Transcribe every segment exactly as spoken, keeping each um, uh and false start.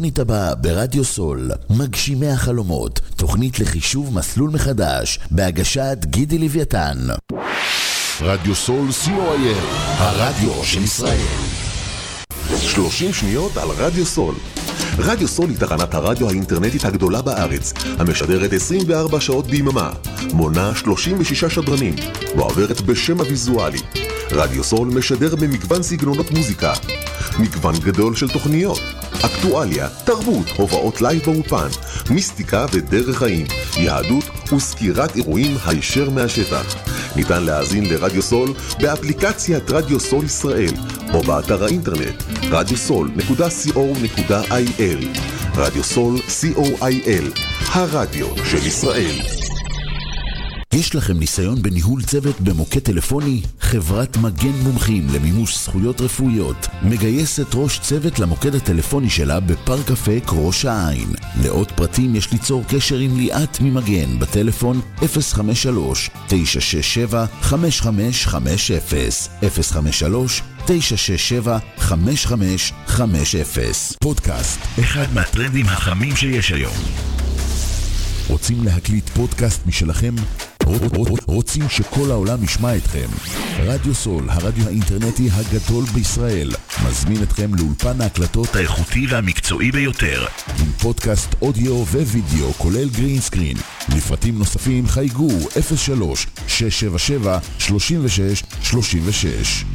התוכנית הבאה ברדיו סול, מגשימי החלומות, תוכנית לחישוב מסלול מחדש, בהגשת גידי לוויתן. רדיו סול סי או איי אל, הרדיו של ישראל. שלושים שניות על רדיו סול. רדיו סול היא תחנת הרדיו האינטרנטית הגדולה בארץ, המשדרת עשרים וארבע שעות ביממה, מונה שלושים ושישה שדרנים, ועוברת בשם הוויזואלי. רדיו סול משדר במגוון סגנונות מוזיקה, מגוון גדול של תוכניות, אקטואליה, תרבות, הובאות לייב באופן, מיסטיקה ודרך חיים, יהדות וסקירת אירועים הישר מהשטח. ניתן להאזין לרדיו סול באפליקציית רדיו סול ישראל, או באתר האינטרנט רדיו סול נקודה סי או נקודה איי אל. רדיו סול סי או איי אל, הרדיו של ישראל. יש לכם ניסיון בניהול צוות במוקד טלפוני? חברת מגן מומחים למימוש זכויות רפואיות מגייסת ראש צוות למוקד הטלפוני שלה בפארק אפק ראש העין. לעוד פרטים יש ליצור קשר עם ליאת ממגן בטלפון אפס חמש שלוש תשע שש שבע חמש חמש חמש אפס אפס חמש שלוש תשע שש שבע חמש חמש חמש אפס. פודקאסט, אחד מהטרנדים החמים שיש היום. רוצים להקליט פודקאסט משלכם? רוצים שכל העולם ישמע אתכם? רדיו סול, הרדיו האינטרנטי הגדול בישראל, מזמין אתכם לאולפן ההקלטות האיכותי והמקצועי ביותר, עם פודקאסט אודיו ווידאו כולל גרין סקרין. לפרטים נוספים חייגו אפס שלוש שש שבע שבע שלוש שש שלוש שש.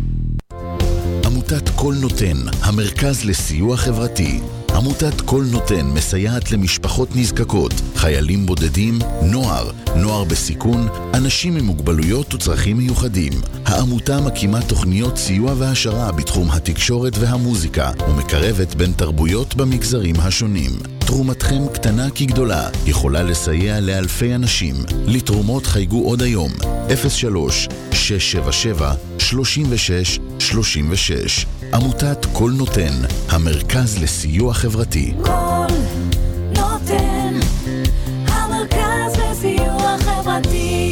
עמותת כל נותן, המרכז לסיוע חברתי. עמותת כל נותן מסייעת למשפחות נזקקות, חיילים בודדים, נוער, נוער בסיכון, אנשים עם מוגבלויות וצרכים מיוחדים. העמותה מקימה תוכניות סיוע והשרה בתחום התקשורת והמוזיקה, ומקרבת בין תרבויות במגזרים השונים. תרומתכם קטנה כגדולה, יכולה לסייע לאלפי אנשים. לתרומות חייגו עוד היום, אפס שלוש שש שבע שבע שלוש שש שלוש שש. עמותת כל נותן, המרכז לסיוע חברתי. כל נותן, המרכז לסיוע חברתי.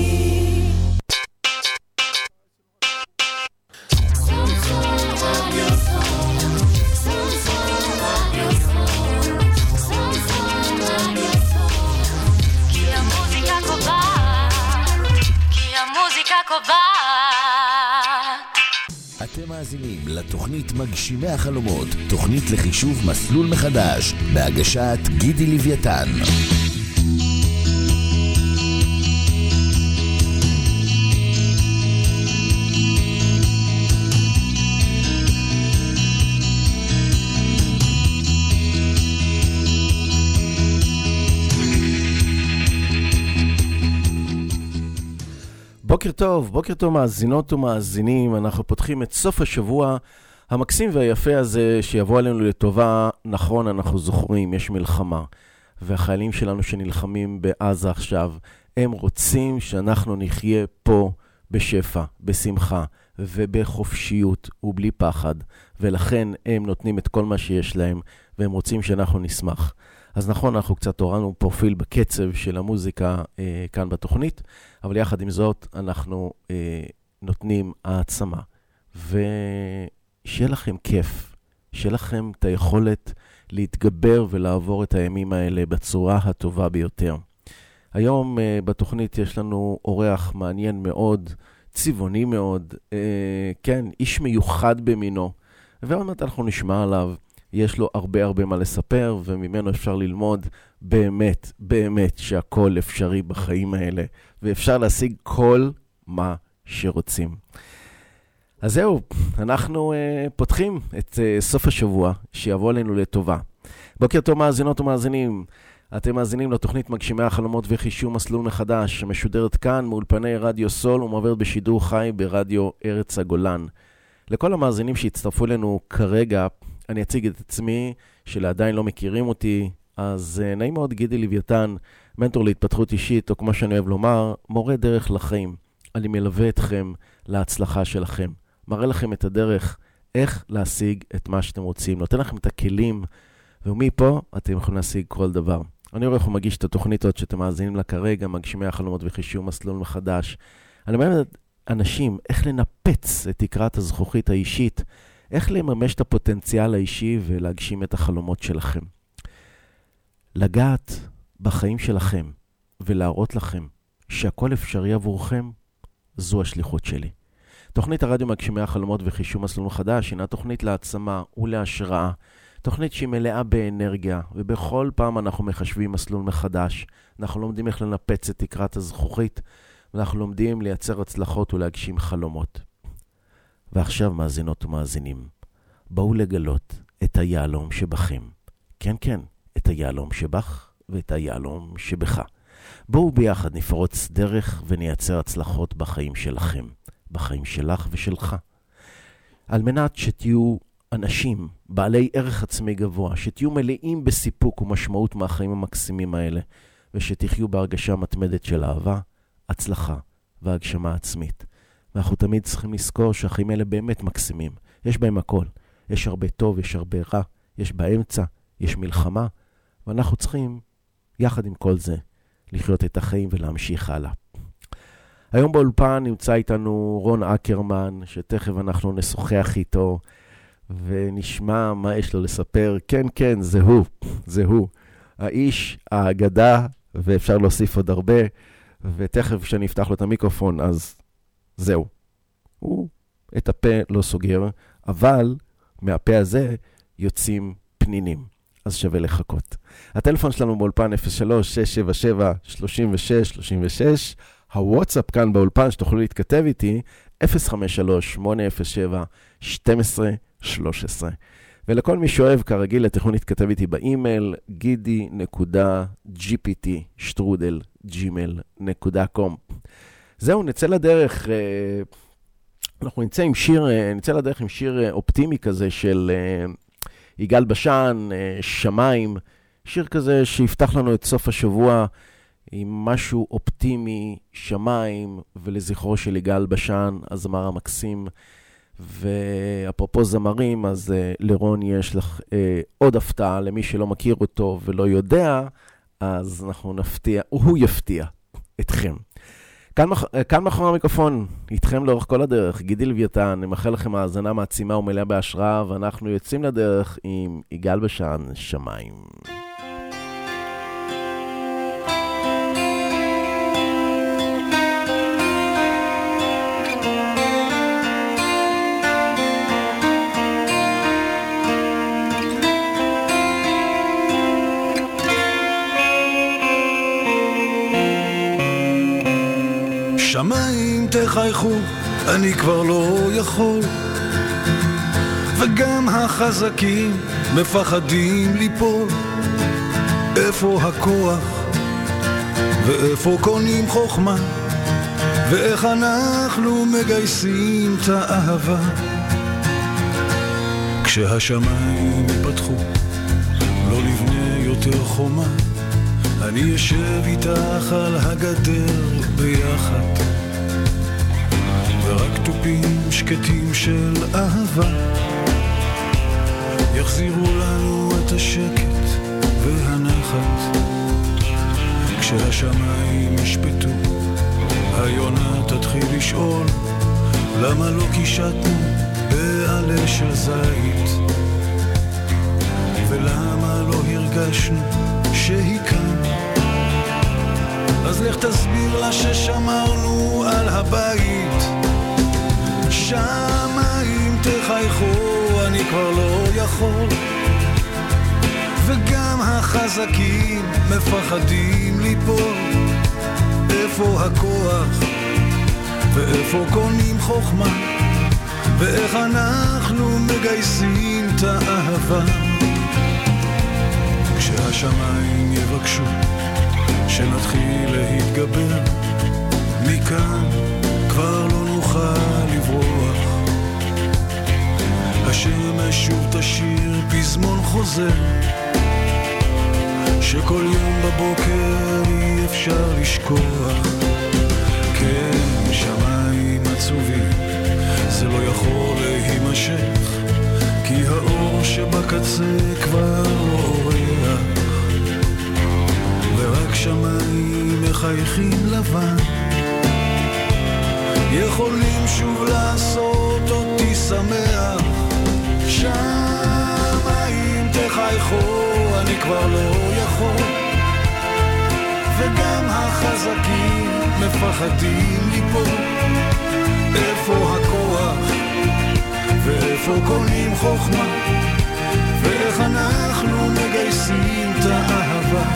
כי המוזיקה קובעת, כי המוזיקה קובעת. אתם מאזינים לתוכנית מגשימי החלומות, תוכנית לחישוב מסלול מחדש, בהגשת גידי לוויתן. בוקר טוב, בוקר טוב מאזינות ומאזינים. אנחנו פותחים את סוף השבוע המקסים והיפה הזה שיבוא עלינו לטובה. נכון, אנחנו זוכרים, יש מלחמה, והחיילים שלנו שנלחמים בעזה עכשיו, הם רוצים שאנחנו נחיה פה בשפע, בשמחה ובחופשיות ובלי פחד, ולכן הם נותנים את כל מה שיש להם, והם רוצים שאנחנו נשמח. אז נכון, אנחנו קצת הורדנו פרופיל בקצב של המוזיקה אה, כאן בתוכנית, אבל יחד עם זאת אנחנו אה, נותנים העצמה. ושיהיה לכם כיף, שיהיה לכם את היכולת להתגבר ולעבור את הימים האלה בצורה הטובה ביותר. היום אה, בתוכנית יש לנו אורח מעניין מאוד, צבעוני מאוד, אה, כן, איש מיוחד במינו, ועוד מעט אנחנו נשמע עליו. יש לו הרבה הרבה מה לספר, וממנו אפשר ללמוד באמת, באמת שהכל אפשרי בחיים האלה, ואפשר להשיג כל מה שרוצים. אז זהו, אנחנו uh, פותחים את uh, סוף השבוע, שיבוא עלינו לטובה. בוקר טוב מאזינות ומאזינים, אתם מאזינים לתוכנית מגשימי החלומות וחישוב מסלול מחדש, שמשודרת כאן מאולפני רדיו סול, ומעברת בשידור חי ברדיו ארץ הגולן. לכל המאזינים שהצטרפו אלינו כרגע, אני אציג את עצמי, שלעדיין לא מכירים אותי, אז uh, נעים מאוד, גידי לוויתן, מנטור להתפתחות אישית, או כמו שאני אוהב לומר, מורה דרך לחיים. אני מלווה אתכם להצלחה שלכם. מראה לכם את הדרך, איך להשיג את מה שאתם רוצים. נותן לכם את הכלים, ומפה אתם יכולים להשיג כל דבר. אני רואה איך הוא מגיש את התוכנית עוד שאתם מאזינים לה כרגע, מגשימי החלומות וחישוב מסלול מחדש. אני אומר אנשים, איך לנפץ את תקרת הזכוכית האישית, איך לממש את הפוטנציאל האישי ולהגשים את החלומות שלכם. לגעת בחיים שלכם ולהראות לכם שהכל אפשרי עבורכם, זו השליחות שלי. תוכנית הרדיו מגשימי החלומות וחישום מסלול חדש הינה תוכנית להעצמה ולהשראה, תוכנית שהיא מלאה באנרגיה, ובכל פעם אנחנו מחשבים מסלול מחדש. אנחנו לומדים איך לנפץ את תקרת הזכוכית, ואנחנו לומדים לייצר הצלחות ולהגשים חלומות. ועכשיו מאזינות ומאזינים, בואו לגלות את היעלום שבכם. כן, כן, את היעלום שבך ואת היעלום שבך. בואו ביחד נפרוץ דרך ונייצר הצלחות בחיים שלכם, בחיים שלך ושלך. על מנת שתהיו אנשים בעלי ערך עצמי גבוה, שתהיו מלאים בסיפוק ומשמעות מהחיים המקסימים האלה, ושתחיו בהרגשה מתמדת של אהבה, הצלחה והגשמה עצמית. ואנחנו תמיד צריכים לזכור שהחיים האלה באמת מקסימים. יש בהם הכל. יש הרבה טוב, יש הרבה רע, יש באמצע, יש מלחמה, ואנחנו צריכים, יחד עם כל זה, לחיות את החיים ולהמשיך הלאה. היום באולפן נמצא איתנו רון אקרמן, שתכף אנחנו נשוחח איתו, ונשמע מה יש לו לספר. כן, כן, זה הוא, זה הוא. האיש, האגדה, ואפשר להוסיף עוד הרבה, ותכף כשאני אפתח לו את המיקרופון, אז זהו. הוא את הפה לא סוגר, אבל מהפה הזה יוצאים פנינים. אז שווה לחכות. הטלפון שלנו באולפן אפס שלוש שש שבע שבע שלוש שש שלוש שש, הוואטסאפ כאן באולפן שתוכלו להתכתב איתי, אפס חמש שלוש שמונה אפס שבע שתים עשרה שלוש עשרה. ולכל מי שאוהב כרגיל לתכון להתכתב איתי באימייל, גידי נקודה ג'י פי טי שטרודל ג'ימייל נקודה קום. זהו, נצא לדרך, אנחנו נצא עם שיר, נצא לדרך עם שיר אופטימי כזה של יגאל בשן, שמיים, שיר כזה שיפתח לנו את סוף השבוע עם משהו אופטימי, שמיים, ולזכרו של יגאל בשן, הזמר המקסים. ואפרופו זמרים, אז לרון יש לך עוד הפתעה, למי שלא מכיר אותו ולא יודע, אז אנחנו נפתיע, הוא יפתיע אתכם. כאן, כאן מאחורי המיקרופון, איתכם לאורך כל הדרך, גידי לוויתן, אני מאחל לכם האזנה מעצימה ומלאה בהשראה, ואנחנו יוצאים לדרך עם יגאל בשן, שמיים. שמיים תחייכו, אני כבר לא יכול, וגם החזקים מפחדים ליפול. איפה הכוח ואיפה קונים חוכמה, ואיך אנחנו מגייסים את האהבה. כשהשמיים יפתחו, לא לבנה יותר חומה, אני אשב איתך על הגדר ביחד, ורק טופים שקטים של אהבה יחזירו לנו את השקט והנחת. כשהשמיים ישפטו, היונה תתחיל לשאול, למה לא קישטנו בעלה של זית, ולמה לא הרגשנו שהיא כאן. אז לך תסביר לה ששמרנו על הבית. שמיים תחייכו, אני כבר לא יכול, וגם החזקים מפחדים ליפול. איפה הכוח ואיפה קונים חוכמה, ואיך אנחנו מגייסים את האהבה. כשהשמיים יבקשו שנתחיל להתגבר, מכאן כבר לא נוכל לברוח. השמש שוב תשיר פזמון חוזר, שכל יום בבוקר אי אפשר לשכוח. כן, שמיים עצובים, זה לא יכול להימשך, כי האור שבקצה כבר לא אורח, ורק שמיים מחייכים לבן יכולים שוב לעשות אותי שמח. שמיים תחייכו, אני כבר לא יכול, וגם החזקים מפחדים ליפול. איפה הכוח ואיפה קונים חוכמה, ואיך אנחנו מגייסים את האהבה.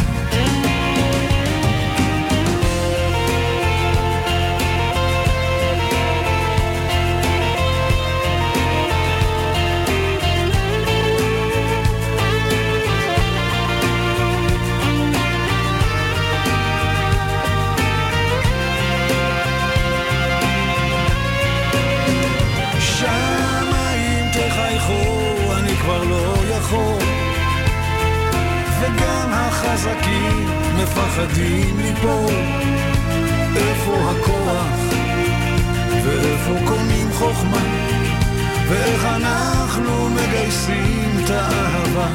וגם החזקים מפחדים ליפול. איפה הכוח ואיפה קונים חוכמה, ואיך אנחנו מגייסים את האהבה.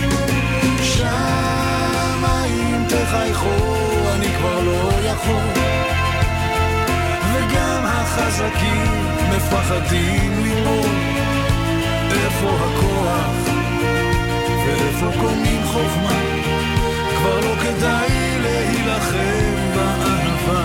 שמיים תחייכו, אני כבר לא יכול, וגם החזקים מפחדים ליפול. איפה הכוח ואיפה קונים חוכמה, כבר לא כדאי להילחם באהבה.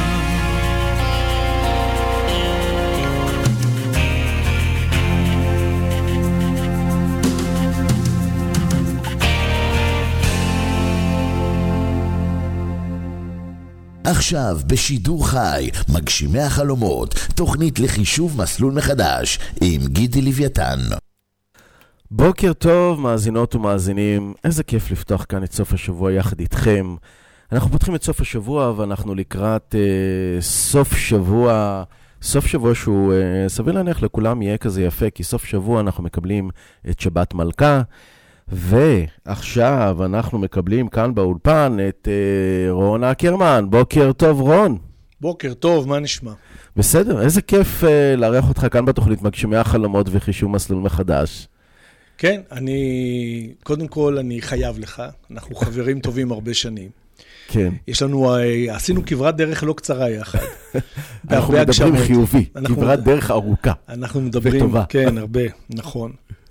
עכשיו בשידור חי, מגשימי החלומות, תוכנית לחישוב מסלול מחדש עם גידי לוויתן. בוקר טוב, מאזינות ומאזינים, איזה כיף לפתוח כאן את סוף השבוע יחד איתכם. אנחנו פותחים את סוף השבוע ואנחנו לקראת אה, סוף שבוע, סוף שבוע שהוא אה, סביר להניח לכולם יהיה כזה יפה, כי סוף שבוע אנחנו מקבלים את שבת מלכה, ועכשיו אנחנו מקבלים כאן באולפן את אה, רון אקרמן. בוקר טוב רון. בוקר טוב, מה נשמע? בסדר, איזה כיף אה, לארח אותך כאן בתוכנית מגשימי החלומות וחישוב מסלול מחדש. כן, אני, קודם כל אני חייב לך, אנחנו חברים טובים הרבה שנים. כן. יש לנו, עשינו כברת דרך לא קצרה יחד. אנחנו מדברים חיובי, כברת דרך ארוכה. אנחנו מדברים, כן, הרבה, נכון.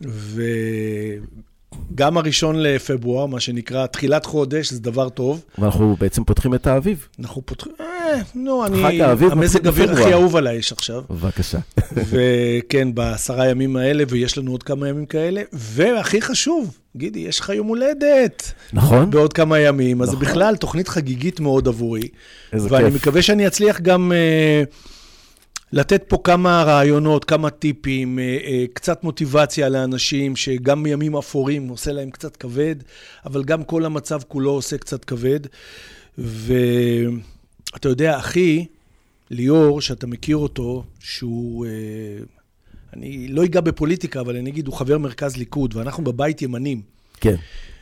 וגם הראשון לפברואר, מה שנקרא, תחילת חודש, זה דבר טוב. ואנחנו בעצם פותחים את האביב. אנחנו פותחים, אה, נו, אני, המזג אוויר הכי אהוב עליי יש עכשיו. בבקשה. וכן, בעשרה ימים האלה, ויש לנו עוד כמה ימים כאלה, והכי חשוב, גידי, יש לך יום הולדת. נכון. בעוד כמה ימים, אז זה בכלל תוכנית חגיגית מאוד עבורי. איזה ואני כיף. מקווה שאני אצליח גם לתת פה כמה רעיונות, כמה טיפים, קצת מוטיבציה לאנשים, שגם מימים אפורים עושה להם קצת כבד, אבל גם כל המצב כולו עושה קצת כבד. ואתה יודע, אחי, ליאור, שאתה מכיר אותו, שהוא, אני לא אגע בפוליטיקה, אבל אני אגיד, הוא חבר מרכז ליכוד, ואנחנו בבית ימנים. כן.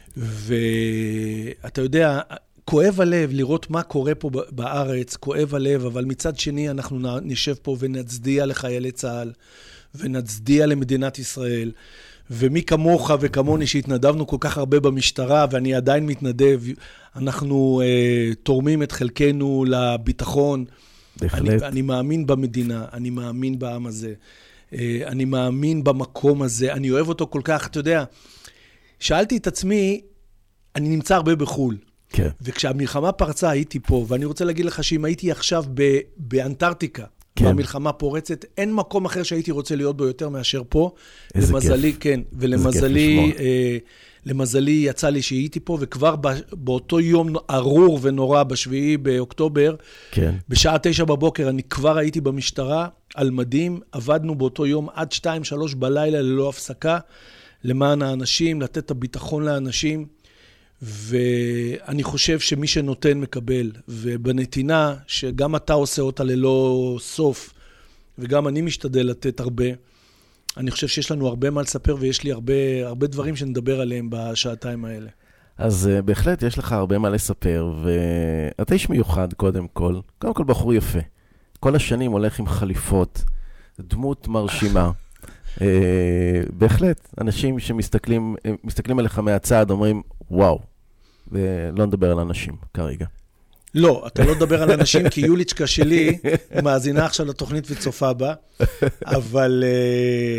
ואתה יודע, כואב הלב לראות מה קורה פה בארץ, כואב הלב, אבל מצד שני אנחנו נשב פה ונצדיע לחיילי צה"ל, ונצדיע למדינת ישראל, ומי כמוך וכמוני שהתנדבנו כל כך הרבה במשטרה, ואני עדיין מתנדב, אנחנו uh, תורמים את חלקנו לביטחון. בהחלט. אני, אני מאמין במדינה, אני מאמין בעם הזה, uh, אני מאמין במקום הזה, אני אוהב אותו כל כך, אתה יודע, שאלתי את עצמי, אני נמצא הרבה בחול. כן. וכשהמלחמה פרצה הייתי פה, ואני רוצה להגיד לך שאם הייתי עכשיו ב- באנטארקטיקה, כן. והמלחמה פורצת, אין מקום אחר שהייתי רוצה להיות בו יותר מאשר פה. איזה למזלי, כיף. כן, ולמזלי, אה, למזלי יצא לי שהייתי פה, וכבר ב- באותו יום ארור ונורא, בשביעי באוקטובר, כן. בשעה תשע בבוקר, אני כבר הייתי במשטרה, על מדים, עבדנו באותו יום עד שתיים, שלוש בלילה ללא הפסקה, למען האנשים, לתת את הביטחון לאנשים, ואני חושב שמי שנותן מקבל, ובנתינה שגם אתה עושה אותה ללא סוף, וגם אני משתדל לתת הרבה, אני חושב שיש לנו הרבה מה לספר, ויש לי הרבה, הרבה דברים שנדבר עליהם בשעתיים האלה. אז uh, בהחלט יש לך הרבה מה לספר, ואתה איש מיוחד קודם כל, קודם כל בחור יפה. כל השנים הולך עם חליפות, דמות מרשימה. uh, בהחלט, אנשים שמסתכלים מסתכלים עליך מהצד, אומרים, וואו, ולא נדבר על אנשים כרגע. לא, אתה לא מדבר על אנשים, כי יוליצ'קה שלי מאזינה עכשיו לתוכנית וצופה בה, אבל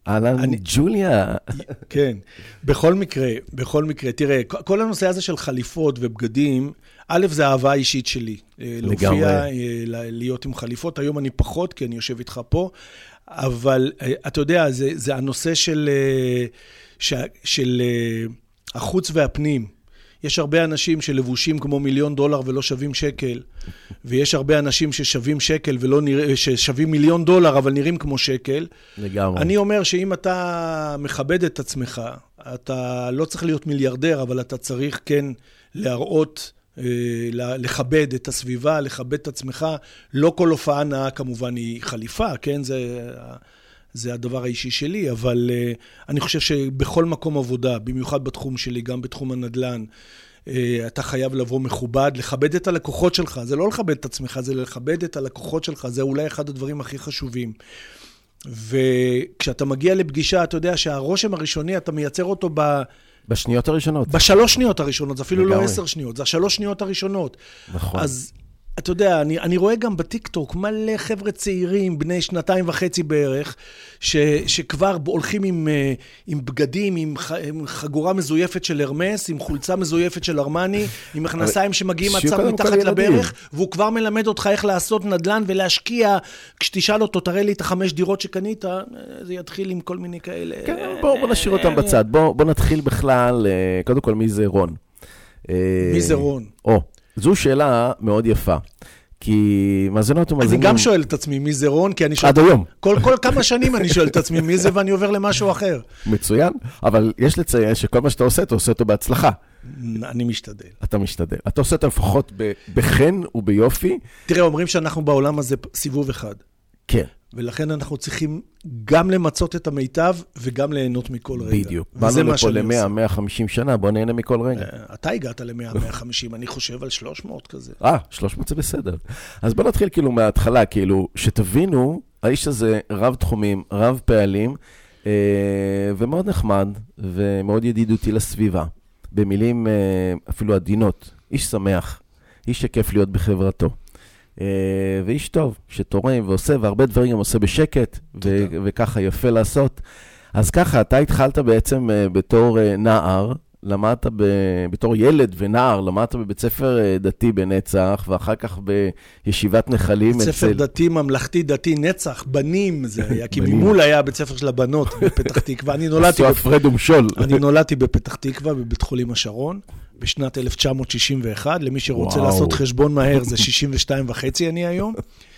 אהלן, ג'וליה. כן, בכל מקרה, בכל מקרה, תראה, כל הנושא הזה של חליפות ובגדים, א', זה האהבה האישית שלי. להופיע, להיות עם חליפות. היום אני פחות, כי אני יושב איתך פה, אבל אתה יודע, זה, זה הנושא של, של, של החוץ והפנים. יש הרבה אנשים שלבושים כמו מיליון דולר ולא שווים שקל, ויש הרבה אנשים ששווים שקל ולא נראה, ששווים מיליון דולר אבל נראים כמו שקל. לגמרי. אני אומר שאם אתה מכבד את עצמך, אתה לא צריך להיות מיליארדר, אבל אתה צריך כן להראות, לכבד את הסביבה, לכבד את עצמך. לא כל הופעה נאה כמובן היא חליפה, כן? זה... זה הדבר האישי שלי, אבל uh, אני חושב שבכל מקום עבודה, במיוחד בתחום שלי, גם בתחום הנדל"ן, uh, אתה חייב לבוא מכובד, לכבד את הלקוחות שלך. זה לא לכבד את עצמך, זה לכבד את הלקוחות שלך. זה אולי אחד הדברים הכי חשובים. וכשאתה מגיע לפגישה, אתה יודע שהרושם הראשוני, אתה מייצר אותו ב... בשניות הראשונות. בשלוש שניות הראשונות, זה אפילו לא עשר שניות, זה השלוש שניות הראשונות. נכון. אז... אתה יודע, אני, אני רואה גם בטיקטוק מלא חבר'ה צעירים, בני שנתיים וחצי בערך, ש, שכבר הולכים עם, עם בגדים, עם, ח, עם חגורה מזויפת של הרמס, עם חולצה מזויפת של ארמני, עם מכנסיים שמגיעים עד צד מתחת לברך, והוא כבר מלמד אותך איך לעשות נדל"ן ולהשקיע. כשתשאל אותו, תראה לי את החמש דירות שקנית, זה יתחיל עם כל מיני כאלה. כן, בוא, בוא נשאיר אותם בצד. בוא, בוא נתחיל בכלל, קודם כל, מי זה רון? מי זה רון? או. זו שאלה מאוד יפה, כי מאזינות ומאזינים... אני גם שואל את עצמי מי זה רון, כי אני שואל... עד היום. כל, כל כמה שנים אני שואל את עצמי מי זה, ואני עובר למשהו אחר. מצוין, אבל יש לציין שכל מה שאתה עושה, אתה עושה אותו בהצלחה. אני משתדל. אתה משתדל. אתה עושה אותו לפחות בחן וביופי. תראה, אומרים שאנחנו בעולם הזה סיבוב אחד. כן. ולכן אנחנו צריכים גם למצות את המיטב וגם ליהנות מכל רגע. בדיוק. באנו לפה ל-מאה עד מאה וחמישים שנה, בוא נהנה מכל רגע. אתה הגעת ל-מאה עד מאה וחמישים, אני חושב על שלוש מאות כזה. אה, שלוש מאות זה בסדר. אז בוא נתחיל כאילו מההתחלה, כאילו, שתבינו, האיש הזה רב תחומים, רב פעלים, ומאוד נחמד, ומאוד ידידותי לסביבה. במילים אפילו עדינות. איש שמח, איש שכיף להיות בחברתו. ואיש טוב, שתורם ועושה, והרבה דברים גם עושה בשקט, ו- וככה יפה לעשות. אז ככה, אתה התחלת בעצם בתור נער, למדת ב- בתור ילד ונער, למדת בבית ספר דתי בנצח, ואחר כך בישיבת נחלים. בית ספר אצל... דתי, ממלכתי דתי, נצח, בנים זה היה, כי ממול היה בית ספר של הבנות בפתח תקווה. אני נולדתי... עשו הפרד ומשול. אני נולדתי בפתח תקווה, בבית חולים השרון. בשנת אלף תשע מאות שישים ואחת, למי שרוצה וואו. לעשות חשבון מהר, זה שישים ושתיים וחצי אני היום.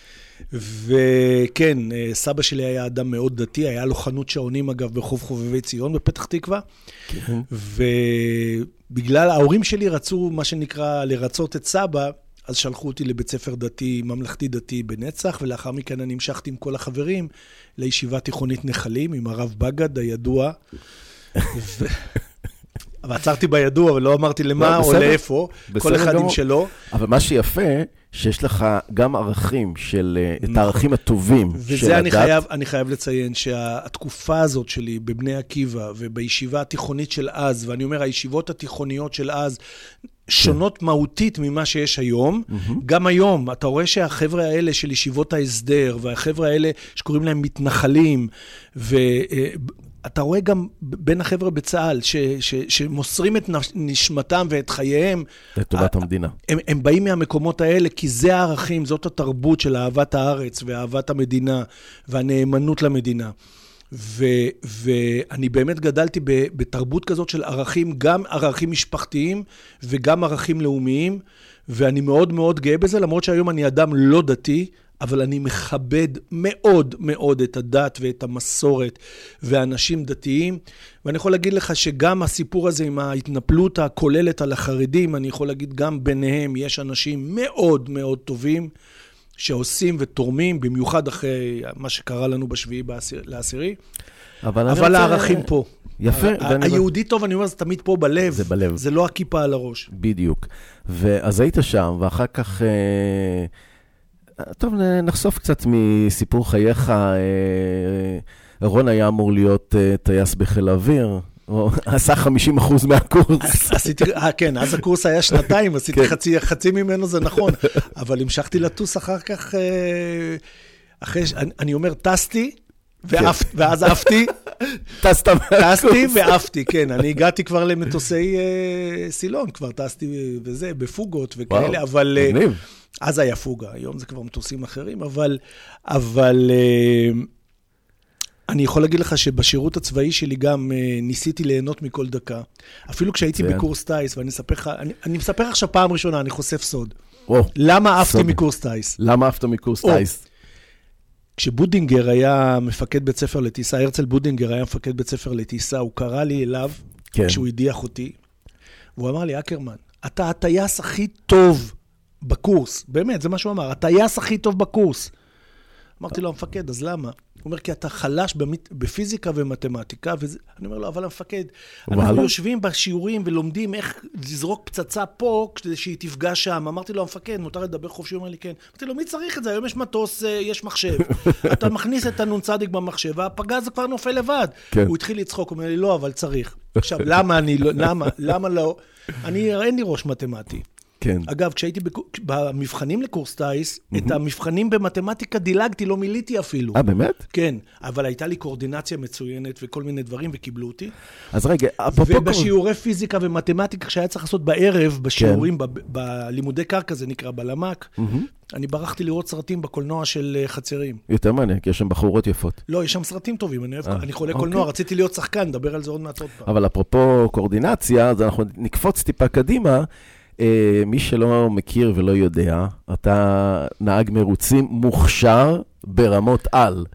וכן, סבא שלי היה אדם מאוד דתי, היה לו חנות שעונים אגב ברחוב חובבי ציון בפתח תקווה, כן. ובגלל ההורים שלי רצו מה שנקרא לרצות את סבא, אז שלחו אותי לבית ספר דתי, ממלכתי דתי בנצח, ולאחר מכן אני המשכתי עם כל החברים לישיבה תיכונית נחלים, עם הרב בגד הידוע, ו... אבל עצרתי בידוע, אבל לא אמרתי למה או לאיפה, כל אחד עם שלו. אבל מה שיפה, שיש לך גם ערכים של, את הערכים הטובים של הדת. וזה אני חייב, אני חייב לציין שהתקופה הזאת שלי בבני עקיבא ובישיבה התיכונית של אז, ואני אומר, הישיבות התיכוניות של אז, שונות מהותית ממה שיש היום. גם היום, אתה רואה שהחבר'ה האלה של ישיבות ההסדר, והחבר'ה האלה שקוראים להם מתנחלים, ו... אתה רואה גם בין החבר'ה בצה"ל, ש, ש, שמוסרים את נשמתם ואת חייהם. לטובת המדינה. הם, הם באים מהמקומות האלה, כי זה הערכים, זאת התרבות של אהבת הארץ, ואהבת המדינה, והנאמנות למדינה. ו, ואני באמת גדלתי בתרבות כזאת של ערכים, גם ערכים משפחתיים, וגם ערכים לאומיים, ואני מאוד מאוד גאה בזה, למרות שהיום אני אדם לא דתי, אבל אני מכבד מאוד מאוד את הדת ואת המסורת ואנשים דתיים, ואני יכול להגיד לך שגם הסיפור הזה עם ההתנפלות הכוללת על החרדים, אני יכול להגיד גם ביניהם יש אנשים מאוד מאוד טובים שעושים ותורמים, במיוחד אחרי מה שקרה לנו בשביעי לעשירי, אבל, אבל הערכים רוצה... פה. יפה. היהודי טוב, אני אומר, זה תמיד פה בלב. זה בלב. זה לא הכיפה על הראש. בדיוק. ואז היית שם, ואחר כך... טוב, נחשוף קצת מסיפור חייך. רון היה אמור להיות טייס בחיל האוויר, או עשה חמישים אחוז מהקורס. עשיתי, כן, אז הקורס היה שנתיים, עשיתי חצי, חצי ממנו, זה נכון. אבל המשכתי לטוס אחר כך, אחרי, אני אומר, טסתי, ואז עפתי, טסת מהקורס. טסתי ועפתי, כן. אני הגעתי כבר למטוסי אה, סילון, כבר טסתי וזה, בפוגות וכאלה, וואו, אבל... אה, מגניב. אז היה פוגה, היום זה כבר מטוסים אחרים, אבל... אבל אה, אני יכול להגיד לך שבשירות הצבאי שלי גם אה, ניסיתי ליהנות מכל דקה. אפילו כשהייתי ציין. בקורס טייס, ואני אספר לך, אני, אני מספר עכשיו פעם ראשונה, אני חושף סוד. וואו, למה עפתי סוד. מקורס טייס? למה עפת מקורס או. טייס? כשבודינגר היה מפקד בית ספר לטיסה, הרצל בודינגר היה מפקד בית ספר לטיסה, הוא קרא לי אליו, כן. כשהוא הדיח אותי, והוא אמר לי, אקרמן, אתה הטייס הכי טוב בקורס, באמת, זה מה שהוא אמר, הטייס הכי טוב בקורס. אמרתי לו, המפקד, אז למה? הוא אומר, כי אתה חלש במית, בפיזיקה ומתמטיקה, וזה, אני אומר לו, אבל המפקד, אנחנו וואלה? יושבים בשיעורים ולומדים איך לזרוק פצצה פה, כדי שהיא תפגע שם. אמרתי לו, המפקד, מותר לדבר חופשי? הוא אומר לי, כן. אמרתי לו, מי צריך את זה? היום יש מטוס, יש מחשב. אתה מכניס את הנון צדיק במחשב, והפגז כבר נופל לבד. כן. הוא התחיל לצחוק, הוא אומר לי, לא, אבל צריך. עכשיו, למה אני לא, למה, למה לא? אני, אין לי ראש מתמטי. כן. אגב, כשהייתי במבחנים לקורס טייס, את המבחנים במתמטיקה דילגתי, לא מיליתי אפילו. אה, באמת? כן, אבל הייתה לי קואורדינציה מצוינת וכל מיני דברים, וקיבלו אותי. אז רגע, אפרופו... ובשיעורי פיזיקה ומתמטיקה, שהיה צריך לעשות בערב, בשיעורים, בלימודי קרקע, זה נקרא בלמ"ק, אני ברחתי לראות סרטים בקולנוע של חצרים. יותר מעניין, כי יש שם בחורות יפות. לא, יש שם סרטים טובים, אני אוהב, אני חולה קולנוע, רציתי להיות שחקן, נדבר על זה עוד מעט עוד פעם. אבל אפרופו קואורדינציה, אז אנחנו נקפוץ טיפה קדימה. מי שלא מכיר ולא יודע, אתה נהג מרוצים מוכשר ברמות על.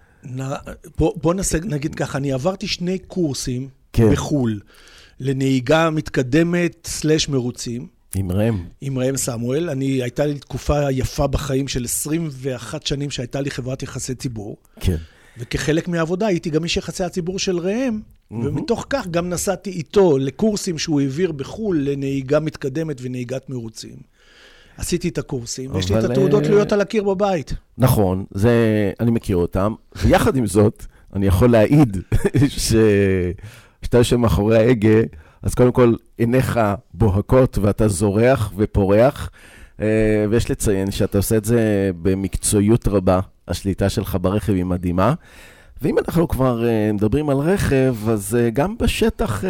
בוא נגיד ככה, אני עברתי שני קורסים כן. בחול, לנהיגה מתקדמת סלש מרוצים. עם רם. עם רם סמואל. אני, הייתה לי תקופה יפה בחיים של עשרים ואחת שנים שהייתה לי חברת יחסי ציבור. כן. וכחלק מהעבודה הייתי גם איש יחסי הציבור של ראם, mm-hmm. ומתוך כך גם נסעתי איתו לקורסים שהוא העביר בחול לנהיגה מתקדמת ונהיגת מרוצים. עשיתי את הקורסים, ויש לי את התעודות להיות על הקיר בבית. נכון, זה, אני מכיר אותם, ויחד עם זאת, אני יכול להעיד שאתה יושב מאחורי ההגה, אז קודם כל עיניך בוהקות ואתה זורח ופורח, ויש לציין שאתה עושה את זה במקצועיות רבה, השליטה שלך ברכב היא מדהימה, ואם אנחנו כבר מדברים על רכב, אז גם בשטח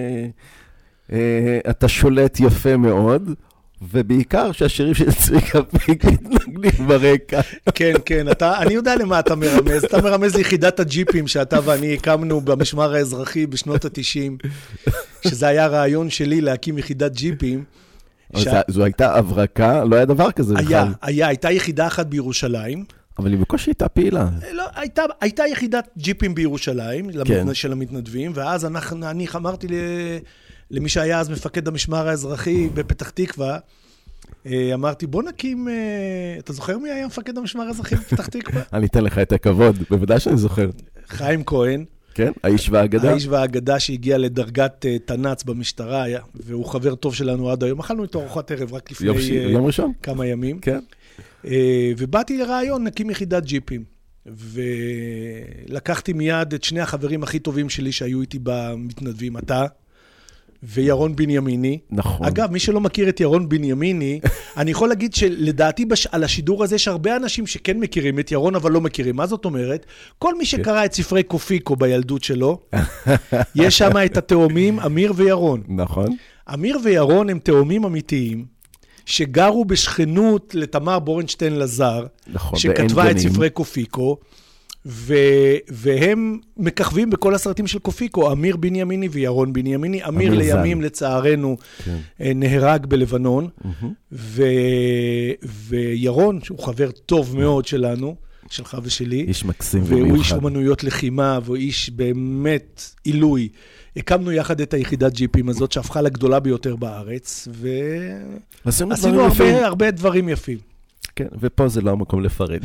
אתה שולט יפה מאוד, ובעיקר שהשירים של צביקה פיק מתנגנים ברקע. כן, כן, אתה, אני יודע למה אתה מרמז. אתה מרמז ליחידת הג'יפים שאתה ואני הקמנו במשמר האזרחי בשנות ה-תשעים, שזה היה רעיון שלי להקים יחידת ג'יפים. ש... זו הייתה הברקה, לא היה דבר כזה בכלל. היה, היה, הייתה יחידה אחת בירושלים. אבל היא בקושי הייתה פעילה. לא, הייתה, הייתה יחידת ג'יפים בירושלים, כן. של המתנדבים, ואז אנחנו, אני אמרתי ל... למי שהיה אז מפקד המשמר האזרחי בפתח תקווה, אמרתי, בוא נקים, אתה זוכר מי היה מפקד המשמר האזרחי בפתח תקווה? אני אתן לך את הכבוד, בוודאי שאני זוכר. חיים כהן. כן, האיש והאגדה. האיש והאגדה שהגיע לדרגת תנ"צ במשטרה, והוא חבר טוב שלנו עד היום. אכלנו איתו ארוחת ערב רק לפני יום ראשון. כמה ימים. כן. ובאתי לרעיון, נקים יחידת ג'יפים. ולקחתי מיד את שני החברים הכי טובים שלי שהיו איתי במתנדבים, אתה וירון בנימיני. נכון. אגב, מי שלא מכיר את ירון בנימיני, אני יכול להגיד שלדעתי בש... על השידור הזה יש הרבה אנשים שכן מכירים את ירון, אבל לא מכירים. מה זאת אומרת? כל מי שקרא את ספרי קופיקו בילדות שלו, יש שם את התאומים אמיר וירון. נכון. אמיר וירון הם תאומים אמיתיים, שגרו בשכנות לתמר בורנשטיין לזר, נכון, שכתבה את ספרי קופיקו, ו... והם מככבים בכל הסרטים של קופיקו, אמיר בנימיני וירון בנימיני. אמיר אמיר לימים, זן. לצערנו, כן. נהרג בלבנון, Mm-hmm. ו... וירון, שהוא חבר טוב מאוד שלנו, שלך ושלי, איש מקסים ומיוחד. והוא איש אומנויות לחימה, והוא איש באמת עילוי. הקמנו יחד את היחידת ג'יפים הזאת, שהפכה לגדולה ביותר בארץ, ועשינו הרבה, הרבה דברים יפים. כן, ופה זה לא המקום לפרד.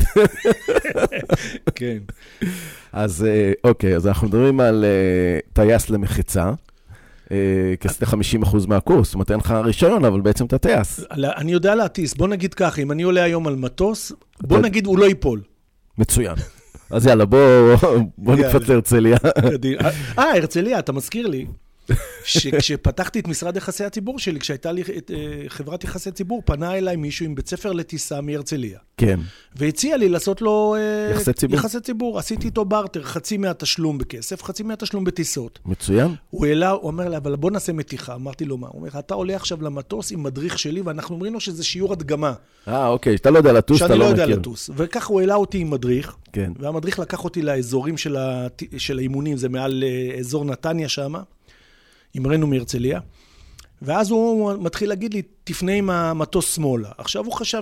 כן. אז אוקיי, אז אנחנו מדברים על טייס למחיצה, כעשית חמישים אחוז מהקורס, זאת אומרת, אין לך רישיון, אבל בעצם אתה טייס. אני יודע להטיס, בוא נגיד ככה, אם אני עולה היום על מטוס, בוא נגיד הוא לא ייפול. מצוין. אז יאללה, בוא נקפץ להרצליה. אה, הרצליה, אתה מזכיר לי. שכשפתחתי את משרד יחסי הציבור שלי, כשהייתה לי את, uh, חברת יחסי ציבור, פנה אליי מישהו עם בית ספר לטיסה מהרצליה. כן. והציע לי לעשות לו uh, יחסי ציבור. יחסי ציבור. עשיתי איתו בארטר, חצי מהתשלום בכסף, חצי מהתשלום בטיסות. מצוין. הוא העלה, הוא אומר לי, אבל בוא נעשה מתיחה. אמרתי לו מה? הוא אומר, אתה עולה עכשיו למטוס עם מדריך שלי, ואנחנו אומרים לו שזה שיעור הדגמה. אה, אוקיי, אתה לא יודע לטוס, אתה לא מכיר. שאני לא יודע לטוס. וכך הוא העלה אותי עם מדריך, כן. והמדריך לקח אותי לאזורים של, ה... של האימונים, זה מעל אזור נתניה שם, אמרנו מהרצליה, ואז הוא מתחיל להגיד לי, תפנה עם המטוס שמאלה. עכשיו הוא חשב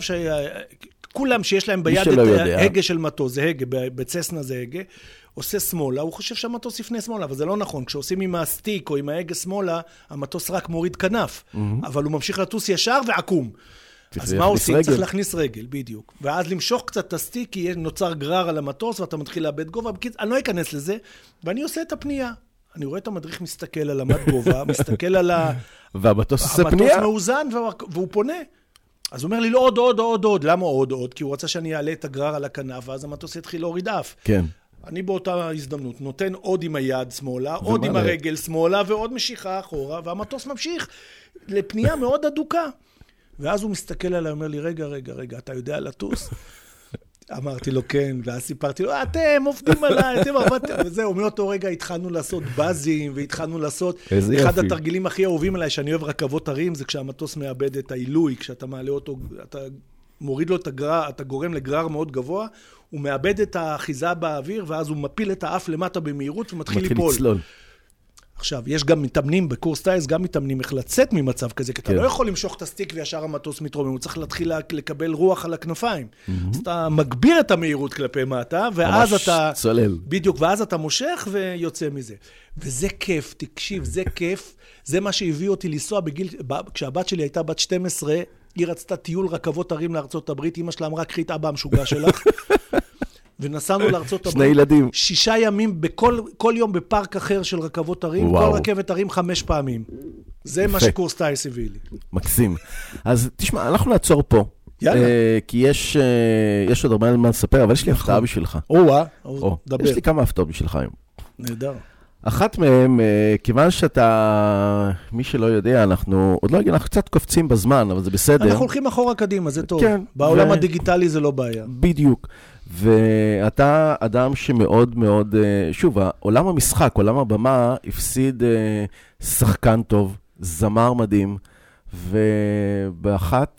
שכולם שיש להם ביד את ההגה של מטוס, זה הגה, בצסנה זה הגה, עושה שמאלה, הוא חושב שהמטוס יפנה שמאלה, אבל זה לא נכון. כשעושים עם הסטיק או עם ההגה שמאלה, המטוס רק מוריד כנף, אבל הוא ממשיך לטוס ישר ועקום. אז מה עושים? צריך להכניס רגל, בדיוק. ואז למשוך קצת את הסטיק, כי נוצר גרר על המטוס, ואתה מתחיל לאבד גובה. אני לא אכנס לזה, ואני עושה את הפנייה. אני רואה את המדריך מסתכל על המד גובה, מסתכל על ה... והמטוס עושה פנייה. המטוס מאוזן, והוא פונה. אז הוא אומר לי, לא עוד, עוד, עוד, עוד. למה עוד, עוד? כי הוא רצה שאני אעלה את הגרר על הכנף, ואז המטוס יתחיל להוריד אף. כן. אני באותה הזדמנות נותן עוד עם היד שמאלה, עוד עם הרגל שמאלה, ועוד משיכה אחורה, והמטוס ממשיך לפנייה מאוד אדוקה. ואז הוא מסתכל עליי, אומר לי, רגע, רגע, רגע, אתה יודע לטוס? אמרתי לו, כן, ואז סיפרתי לו, אתם עובדים עליי, אתם עבדתם, וזהו, מאותו רגע התחלנו לעשות בזים, והתחלנו לעשות, אחד התרגילים הכי אהובים עליי, שאני אוהב רכבות הרים, זה כשהמטוס מאבד את העילוי, כשאתה מעלה אותו, אתה מוריד לו את הגרר, אתה גורם לגרר מאוד גבוה, הוא מאבד את האחיזה באוויר, ואז הוא מפיל את האף למטה במהירות, ומתחיל ליפול. עכשיו, יש גם מתאמנים, בקורס טייס גם מתאמנים איך לצאת ממצב כזה, כי אתה לא יכול למשוך את הסטיק וישר המטוס מתרומם, הוא צריך להתחיל לקבל רוח על הכנפיים. אז אתה מגביר את המהירות כלפי מטה, ואז אתה... צולל. בדיוק, ואז אתה מושך ויוצא מזה. וזה כיף, תקשיב, זה כיף, זה מה שהביא אותי לנסוע בגיל... כשהבת שלי הייתה בת שתים עשרה, היא רצתה טיול רכבות הרים לארצות הברית, אמא שלה אמרה, קחי את אבא המשוגע שלך. ונסענו לארצות שני ילדים. שישה ימים, בכל, כל יום בפארק אחר של רכבות הרים, וואו. כל רכבת הרים חמש פעמים. זה יפה. מה שקורס טייס הביא לי. מקסים. אז תשמע, אנחנו נעצור פה. יאללה. Uh, כי יש, uh, יש עוד הרבה מה לספר, אבל יש לי הפתעה בשבילך. או-אה, או, דבר. יש לי כמה הפתעות בשבילך היום. נהדר. אחת מהם, uh, כיוון שאתה, מי שלא יודע, אנחנו, עוד לא יודע, אנחנו קצת קופצים בזמן, אבל זה בסדר. אנחנו הולכים אחורה קדימה, זה טוב. כן. בעולם ו... הדיגיטלי זה לא בעיה. בדיוק. ואתה אדם שמאוד מאוד, שוב, עולם המשחק, עולם הבמה, הפסיד שחקן טוב, זמר מדהים, ובאחת,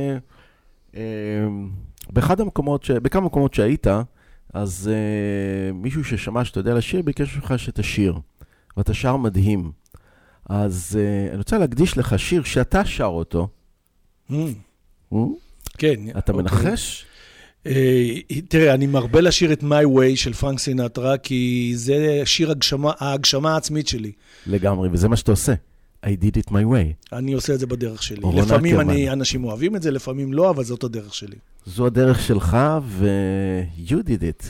באחד המקומות, בכמה מקומות שהיית, אז מישהו ששמע שאתה יודע לשיר, ביקש לך שתשיר, ואתה שר מדהים. אז אני רוצה להקדיש לך שיר שאתה שר אותו. כן. אתה מנחש? תראה, אני מרבה לשיר את My Way של פרנק סינטרה, כי זה שיר ההגשמה העצמית שלי. לגמרי, וזה מה שאתה עושה. I did it my way. אני עושה את זה בדרך שלי. לפעמים אנשים אוהבים את זה, לפעמים לא, אבל זאת הדרך שלי. זו הדרך שלך, ו- you did it.